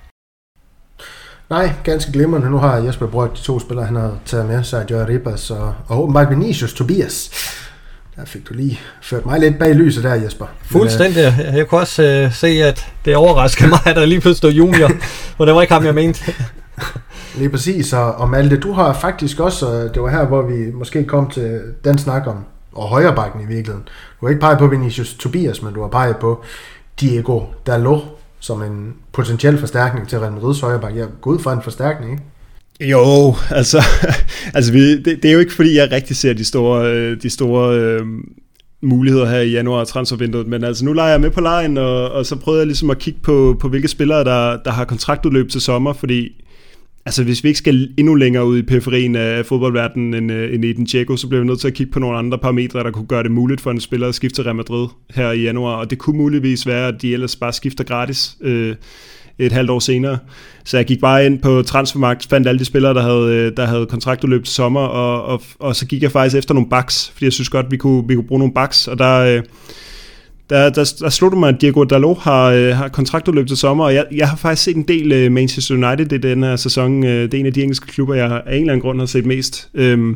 Nej, ganske glimrende. Nu har Jesper brugt de to spillere, han har taget med sig, Sergio Arribas og, og åbenbart Vinicius Tobias. Der fik du lige ført mig lidt bag lyset der, Jesper. Fuldstændig. Jeg, jeg kunne også uh, se, at det overraskede mig, at der lige pludselig stod junior, og det var ikke ham, jeg mente. Lige præcis, og, og Malte, du har faktisk også, det var her, hvor vi måske kom til den snak om, og højrebakken i virkeligheden. Du har ikke peget på Vinicius Tobias, men du har peget på Diego Dalot som en potentiel forstærkning til Real Madrids højreback. Jeg går ud fra en forstærkning, ikke? Jo, altså, altså vi, det, det er jo ikke fordi, jeg rigtig ser de store, de store øh, muligheder her i januar transfervinduet, men altså nu leger jeg med på lejen, og, og så prøvede jeg ligesom at kigge på, på hvilke spillere, der, der har kontraktudløb til sommer, fordi altså hvis vi ikke skal endnu længere ud i periferien af fodboldverdenen end, end Edin Dzeko, så bliver vi nødt til at kigge på nogle andre parametre, der kunne gøre det muligt for en spiller at skifte til Real Madrid her i januar, og det kunne muligvis være, at de ellers bare skifter gratis øh, et halvt år senere. Så jeg gik bare ind på Transfermarkt, fandt alle de spillere, der havde, der havde kontraktudløb til sommer, og, og, og så gik jeg faktisk efter nogle backs, fordi jeg synes godt, vi kunne, vi kunne bruge nogle backs, og der, der, der, der slog det mig, at Diego Dalot har, har kontraktudløb til sommer, og jeg, jeg har faktisk set en del Manchester United i den her sæson. Det er en af de engelske klubber, jeg af en eller anden grund har set mest.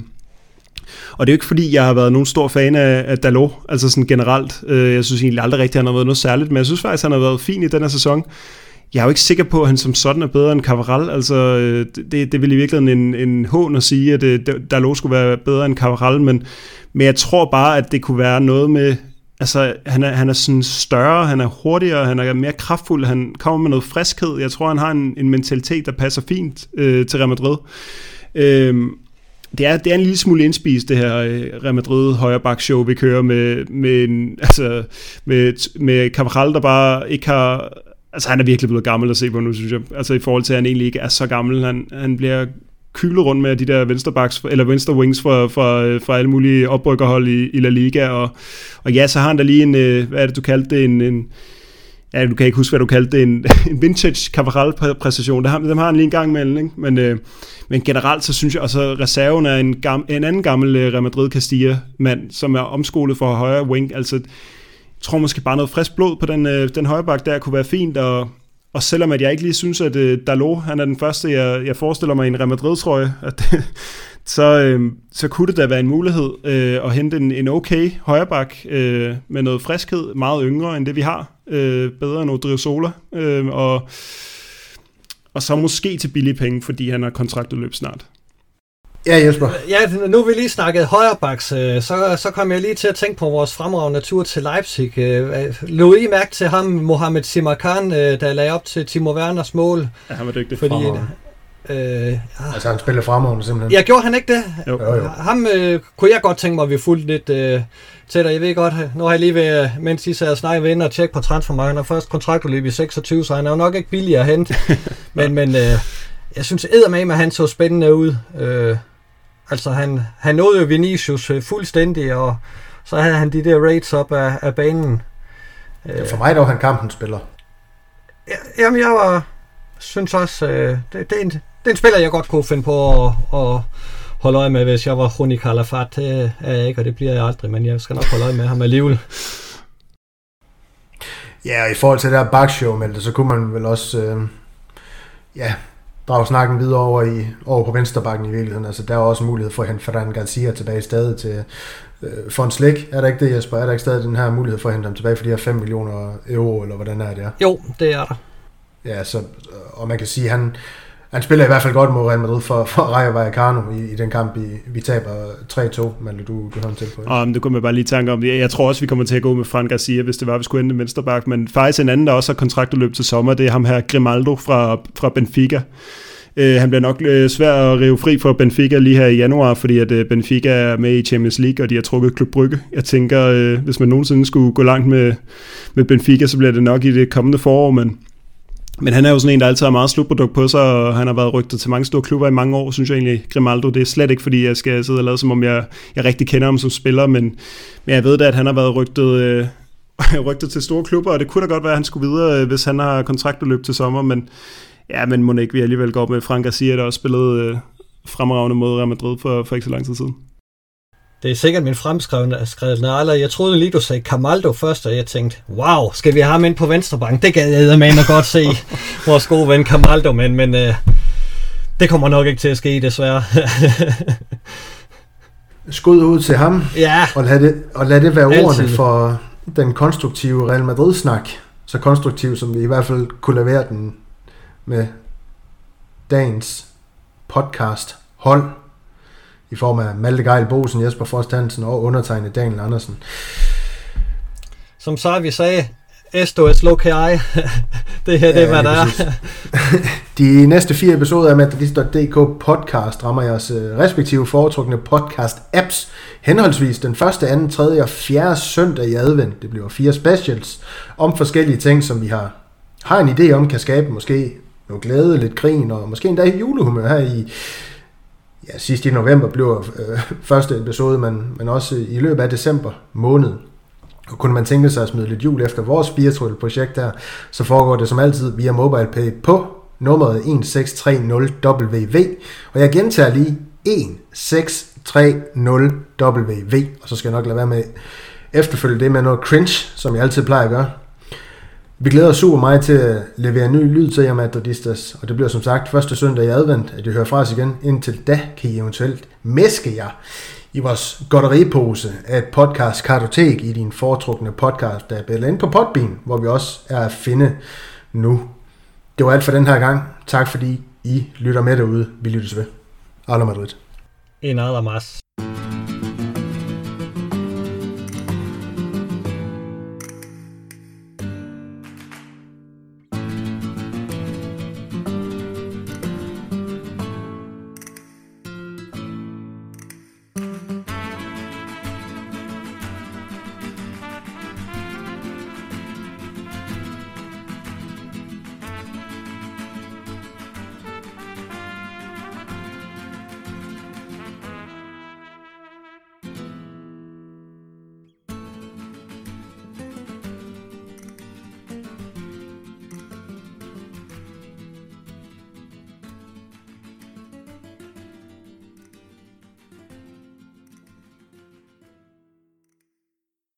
Og det er jo ikke fordi, jeg har været nogen stor fan af, af Dalot, altså sådan generelt. Jeg synes egentlig aldrig rigtigt, han har været noget særligt, men jeg synes faktisk, han har været fin i den her sæson. Jeg er jo ikke sikker på, at han som sådan er bedre end Cavaral. Altså, det, det vil i virkeligheden en, en hån at sige, at Dalot skulle være bedre end Cavaral, men, men jeg tror bare, at det kunne være noget med... Altså, han er, han er sådan større, han er hurtigere, han er mere kraftfuld, han kommer med noget friskhed. Jeg tror, han har en, en mentalitet, der passer fint øh, til Real Madrid. Øh, det, er, det er en lille smule indspist, det her øh, Real Madrid højreback-show, vi kører med, med, en, altså, med, med Cavaral, der bare ikke har... Altså, han er virkelig blevet gammel at se på nu, synes jeg. Altså, i forhold til, at han egentlig ikke er så gammel. Han, han bliver kylet rundt med de der venstrebacks, eller venstre wings fra, fra, fra alle mulige oprykkerhold i, i La Liga. Og, og ja, så har han da lige en, hvad er det, du kaldte det, en... en ja, du kan ikke huske, hvad du kaldte det, en, en vintage Cavaral-præstation. Dem, dem har han lige en gang imellem, ikke? Men, øh, men generelt, så synes jeg, også reserven er en, gam, en anden gammel Real Madrid Castilla-mand, som er omskolet for højre wing. Altså, jeg tror måske bare noget frisk blod på den, øh, den højreback der kunne være fint, og, og selvom at jeg ikke lige synes, at øh, Dalot, han er den første, jeg, jeg forestiller mig i en Real Madrid-trøje, at, så, øh, så kunne det da være en mulighed øh, at hente en, en okay højreback øh, med noget friskhed, meget yngre end det vi har, øh, bedre end Odriozola, øh, og, og så måske til billige penge, fordi han har kontraktudløb snart. Ja, Jesper. Ja, nu vi lige snakket højrebacks, så, så kom jeg lige til at tænke på vores fremragende tur til Leipzig. Lå I mærke til ham, Mohamed Simakan, der lagde op til Timo Werners mål? Ja, han var dygtig. Fordi, øh, altså han spiller fremragende simpelthen. Ja, gjorde han ikke det? Jo. Jo, jo. Ham øh, kunne jeg godt tænke mig, at vi fulgte lidt øh, tættere. Jeg ved godt, nu har jeg lige ved, mens I sad og snakkede ved, og tjekke på transfermarkedet. Han har først kontraktudløb i seksogtyve, så han er jo nok ikke billig at hente. men men øh, jeg synes eddermame, at han så spændende ud. Øh, Altså, han, han nåede jo Vinicius øh, fuldstændig, og så havde han de der rates op af, af banen. Ja, for mig der var han kampens spiller. Ja, jamen, jeg var, synes også, øh, det, det, er en, det er en spiller, jeg godt kunne finde på at, at holde øje med, hvis jeg var Juni Calafat. Det er jeg ikke, og det bliver jeg aldrig, men jeg skal nok holde øje med ham alligevel. Ja, og i forhold til det der backshow, Malte, så kunne man vel også... Øh, ja... drage snakken videre over, i, over på venstrebakken i virkeligheden. Altså, der er også mulighed for at hente Ferran Garcia tilbage i stedet til, øh, for en slik. Er der ikke det, Jesper? Er der ikke stadig den her mulighed for at hente ham tilbage for de her fem millioner euro, eller hvordan er det? Er? Jo, det er der. Ja, så, og man kan sige, at han, han spiller i hvert fald godt mod Real Madrid for, for Rayo Vallecano i, i den kamp, vi, vi taber tre to, men du, du har en til på det. Um, det kunne man bare lige tænke om. Jeg tror også, vi kommer til at gå med Fran Garcia, hvis det var, vi skulle ende venstreback, men faktisk en anden, der også har kontraktudløb til sommer, det er ham her, Grimaldo fra, fra Benfica. Uh, han bliver nok uh, svær at rive fri for Benfica lige her i januar, fordi at uh, Benfica er med i Champions League, og de har trukket Klub Brygge. Jeg tænker, uh, hvis man nogensinde skulle gå langt med, med Benfica, så bliver det nok i det kommende forår, men Men han er jo sådan en, der altid har meget slutprodukt på sig, og han har været rygtet til mange store klubber i mange år, synes jeg egentlig, Grimaldo. Det er slet ikke, fordi jeg skal sidde og lade, som om jeg, jeg rigtig kender ham som spiller, men, men jeg ved da, at han har været rygtet, øh, rygtet til store klubber, og det kunne da godt være, at han skulle videre, hvis han har kontraktudløb til sommer, men ja, men må ikke vi alligevel gå op med Fran Garcia, der også spillede øh, fremragende mod Real Madrid for, for ikke så lang tid siden. Det er sikkert min fremskrevne alder. Jeg troede lige, du sagde Camaldo først, og jeg tænkte, wow, skal vi have ham ind på venstrebank? Det gad jeg eddermame godt se, vores gode ven Camaldo, men, men øh, det kommer nok ikke til at ske, desværre. Skud ud til ham, ja. og, lad det, og lad det være Altid. Ordene for den konstruktive Real Madrid-snak. Så konstruktiv, som vi i hvert fald kunne levere den med dagens podcast hold. I form af Malte Geil Bosen, Jesper Frost Hansen og undertegnet Daniel Andersen. Som så vi sagde, esto es lo que hay. Det her, ja, det er, hvad der er. De næste fire episoder af Madridist punktum d k podcast rammer jeres respektive foretrukne podcast-apps. Henholdsvis den første, anden, tredje og fjerde søndag i advent. Det bliver fire specials om forskellige ting, som vi har, har en idé om, kan skabe måske noget glæde, lidt grin og måske endda julehumør her i... Ja, sidst i november blev øh, første episode, men, men også i løbet af december måned. Og kunne man tænke sig at smide lidt jul efter vores virtuelle projekt her, så foregår det som altid via MobilePay på nummeret et seks tre nul W V. Og jeg gentager lige et seks tre nul W V, og så skal jeg nok lade være med efterfølge det med noget cringe, som jeg altid plejer at gøre. Vi glæder os super meget til at levere ny lyd til jer Madridistas, og det bliver som sagt første søndag i advent, at I hører fra os igen. Indtil da kan I eventuelt mæske jer i vores godteripose af et podcast-kartotek i din foretrukne podcast-app, eller inde på Podbean, hvor vi også er at finde nu. Det var alt for den her gang. Tak fordi I lytter med derude. Vi lyttes ved. Alla Madrid. En nada más.